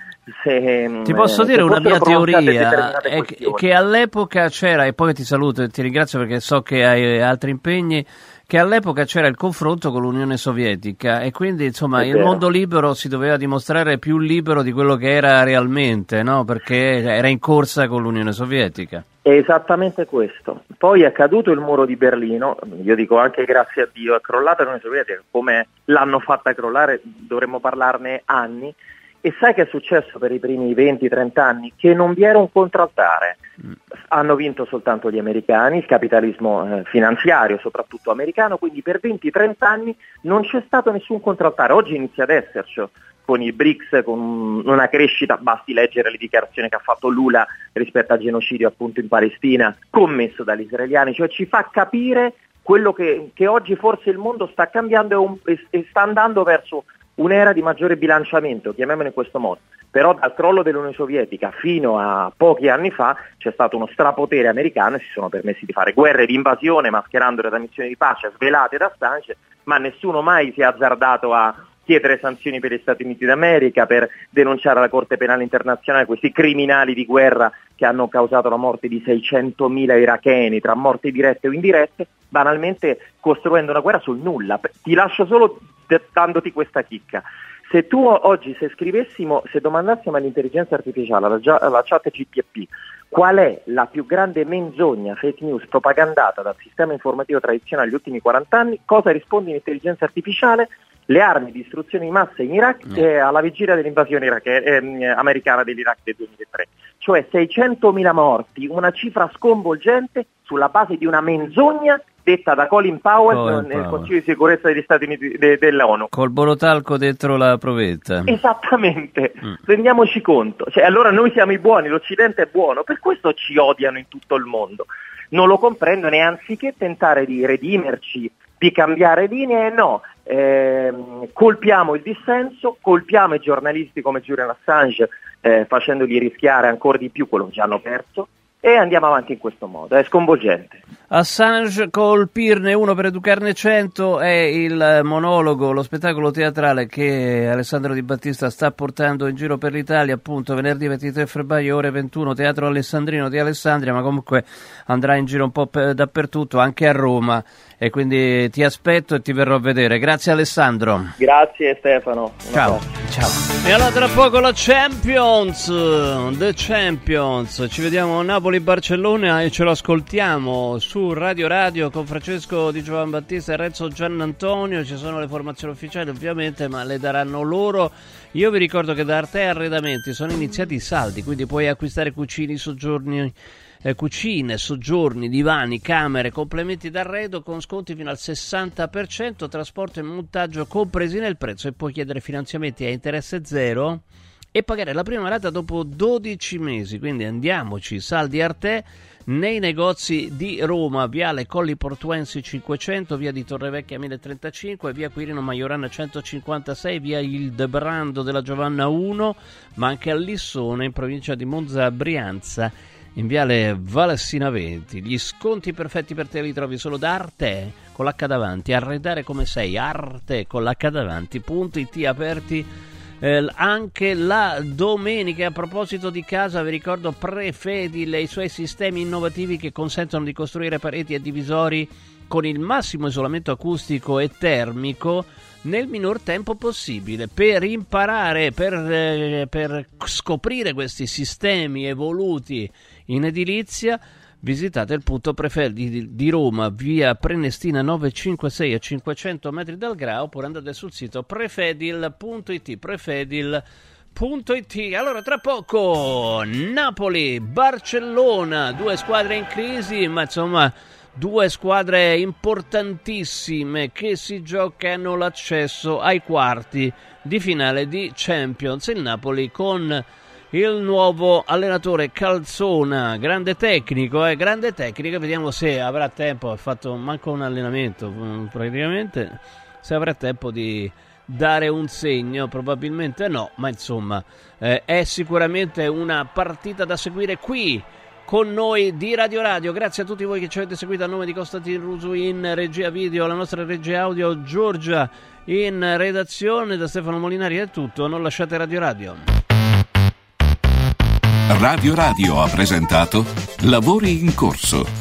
Speaker 24: Se,
Speaker 2: ti posso
Speaker 24: eh,
Speaker 2: dire una mia teoria,
Speaker 24: è
Speaker 2: che, che all'epoca c'era, e poi ti saluto e ti ringrazio perché so che hai altri impegni, che all'epoca c'era il confronto con l'Unione Sovietica e quindi insomma il mondo libero si doveva dimostrare più libero di quello che era realmente, no? Perché era in corsa con l'Unione Sovietica.
Speaker 24: È esattamente questo. Poi è caduto il muro di Berlino, io dico anche grazie a Dio, è crollata l'Unione Sovietica, come l'hanno fatta crollare dovremmo parlarne anni. E sai che è successo per i primi venti trenta anni? Che non vi era un contraltare. Mm. Hanno vinto soltanto gli americani, il capitalismo eh, finanziario soprattutto americano, quindi per venti trenta anni non c'è stato nessun contraltare. Oggi inizia ad esserci con i B R I C S, con una crescita, basti leggere le dichiarazioni che ha fatto Lula rispetto al genocidio appunto in Palestina commesso dagli israeliani, cioè ci fa capire quello che, che oggi forse il mondo sta cambiando e, un, e, e sta andando verso un'era di maggiore bilanciamento, chiamiamolo in questo modo. Però dal crollo dell'Unione Sovietica fino a pochi anni fa c'è stato uno strapotere americano e si sono permessi di fare guerre di invasione mascherandole da missioni di pace svelate da Assange, ma nessuno mai si è azzardato a chiedere sanzioni per gli Stati Uniti d'America, per denunciare alla Corte Penale Internazionale questi criminali di guerra che hanno causato la morte di seicentomila iracheni, tra morti dirette o indirette, banalmente costruendo una guerra sul nulla. Ti lascio solo dandoti questa chicca. Se tu oggi, se scrivessimo, se domandassimo all'intelligenza artificiale, alla, alla chat G P T, qual è la più grande menzogna, fake news, propagandata dal sistema informativo tradizionale negli ultimi quaranta anni, cosa risponde l'intelligenza artificiale? Le armi di distruzione di massa in Iraq mm. eh, alla vigilia dell'invasione irache, eh, americana dell'Iraq del duemilatré. Cioè seicentomila morti, una cifra sconvolgente sulla base di una menzogna detta da Colin Powell Colin nel Powell. Consiglio di sicurezza degli Stati Uniti de, dell'ONU.
Speaker 2: Col borotalco dentro la provetta.
Speaker 24: Esattamente, mm. rendiamoci conto. Cioè, allora noi siamo i buoni, l'Occidente è buono, per questo ci odiano in tutto il mondo. Non lo comprendono e anziché tentare di redimerci, di cambiare linee, no. Eh, colpiamo il dissenso, colpiamo i giornalisti come Julian Assange eh, facendogli rischiare ancora di più quello che già hanno perso e andiamo avanti in questo modo, è sconvolgente.
Speaker 2: Assange, colpirne uno per educarne cento è il monologo, lo spettacolo teatrale che Alessandro Di Battista sta portando in giro per l'Italia, appunto venerdì ventitré febbraio ore ventuno, Teatro Alessandrino di Alessandria, ma comunque andrà in giro un po' per, dappertutto, anche a Roma, e quindi ti aspetto e ti verrò a vedere. Grazie Alessandro.
Speaker 24: Grazie Stefano.
Speaker 2: Ciao. Ciao. E allora tra poco la Champions, The Champions, ci vediamo a Napoli-Barcellona e ce lo ascoltiamo su Radio Radio con Francesco Di Giovan Battista e Renzo Giannantonio. Ci sono le formazioni ufficiali ovviamente, ma le daranno loro. Io vi ricordo che da Arte Arredamenti sono iniziati i saldi, quindi puoi acquistare cucini, soggiorni, eh, cucine, soggiorni, divani, camere, complementi d'arredo con sconti fino al sessanta per cento, trasporto e montaggio compresi nel prezzo, e puoi chiedere finanziamenti a interesse zero e pagare la prima rata dopo dodici mesi. Quindi andiamoci, saldi Arte nei negozi di Roma, Viale Colli Portuensi cinquecento, via di Torrevecchia mille trentacinque, via Quirino Majorana centocinquantasei, via Ildebrando della Giovanna uno, ma anche a Lissone in provincia di Monza Brianza, in viale Valessina venti. Gli sconti perfetti per te li trovi solo da Arte con l'H davanti, arredare come sei, Arte con l'H davanti, punto it, aperti Eh, anche la domenica. A proposito di casa, vi ricordo Prefedil e i suoi sistemi innovativi che consentono di costruire pareti e divisori con il massimo isolamento acustico e termico nel minor tempo possibile. Per imparare, per, eh, per scoprire questi sistemi evoluti in edilizia, visitate il punto Prefedil di Roma, via Prenestina novecentocinquantasei a cinquecento metri dal Gra, oppure andate sul sito prefedil punto it, prefedil punto it. Allora, tra poco Napoli, Barcellona, due squadre in crisi, ma insomma due squadre importantissime che si giocano l'accesso ai quarti di finale di Champions. Il Napoli con il nuovo allenatore Calzona, grande tecnico, eh, grande tecnico, vediamo se avrà tempo, ha fatto manco un allenamento praticamente, se avrà tempo di dare un segno, probabilmente no, ma insomma eh, è sicuramente una partita da seguire qui con noi di Radio Radio. Grazie a tutti voi che ci avete seguito, a nome di Costantino Rusu in regia video, la nostra regia audio Giorgia in redazione, da Stefano Molinari è tutto, non lasciate Radio Radio.
Speaker 21: Radio Radio ha presentato Lavori in corso.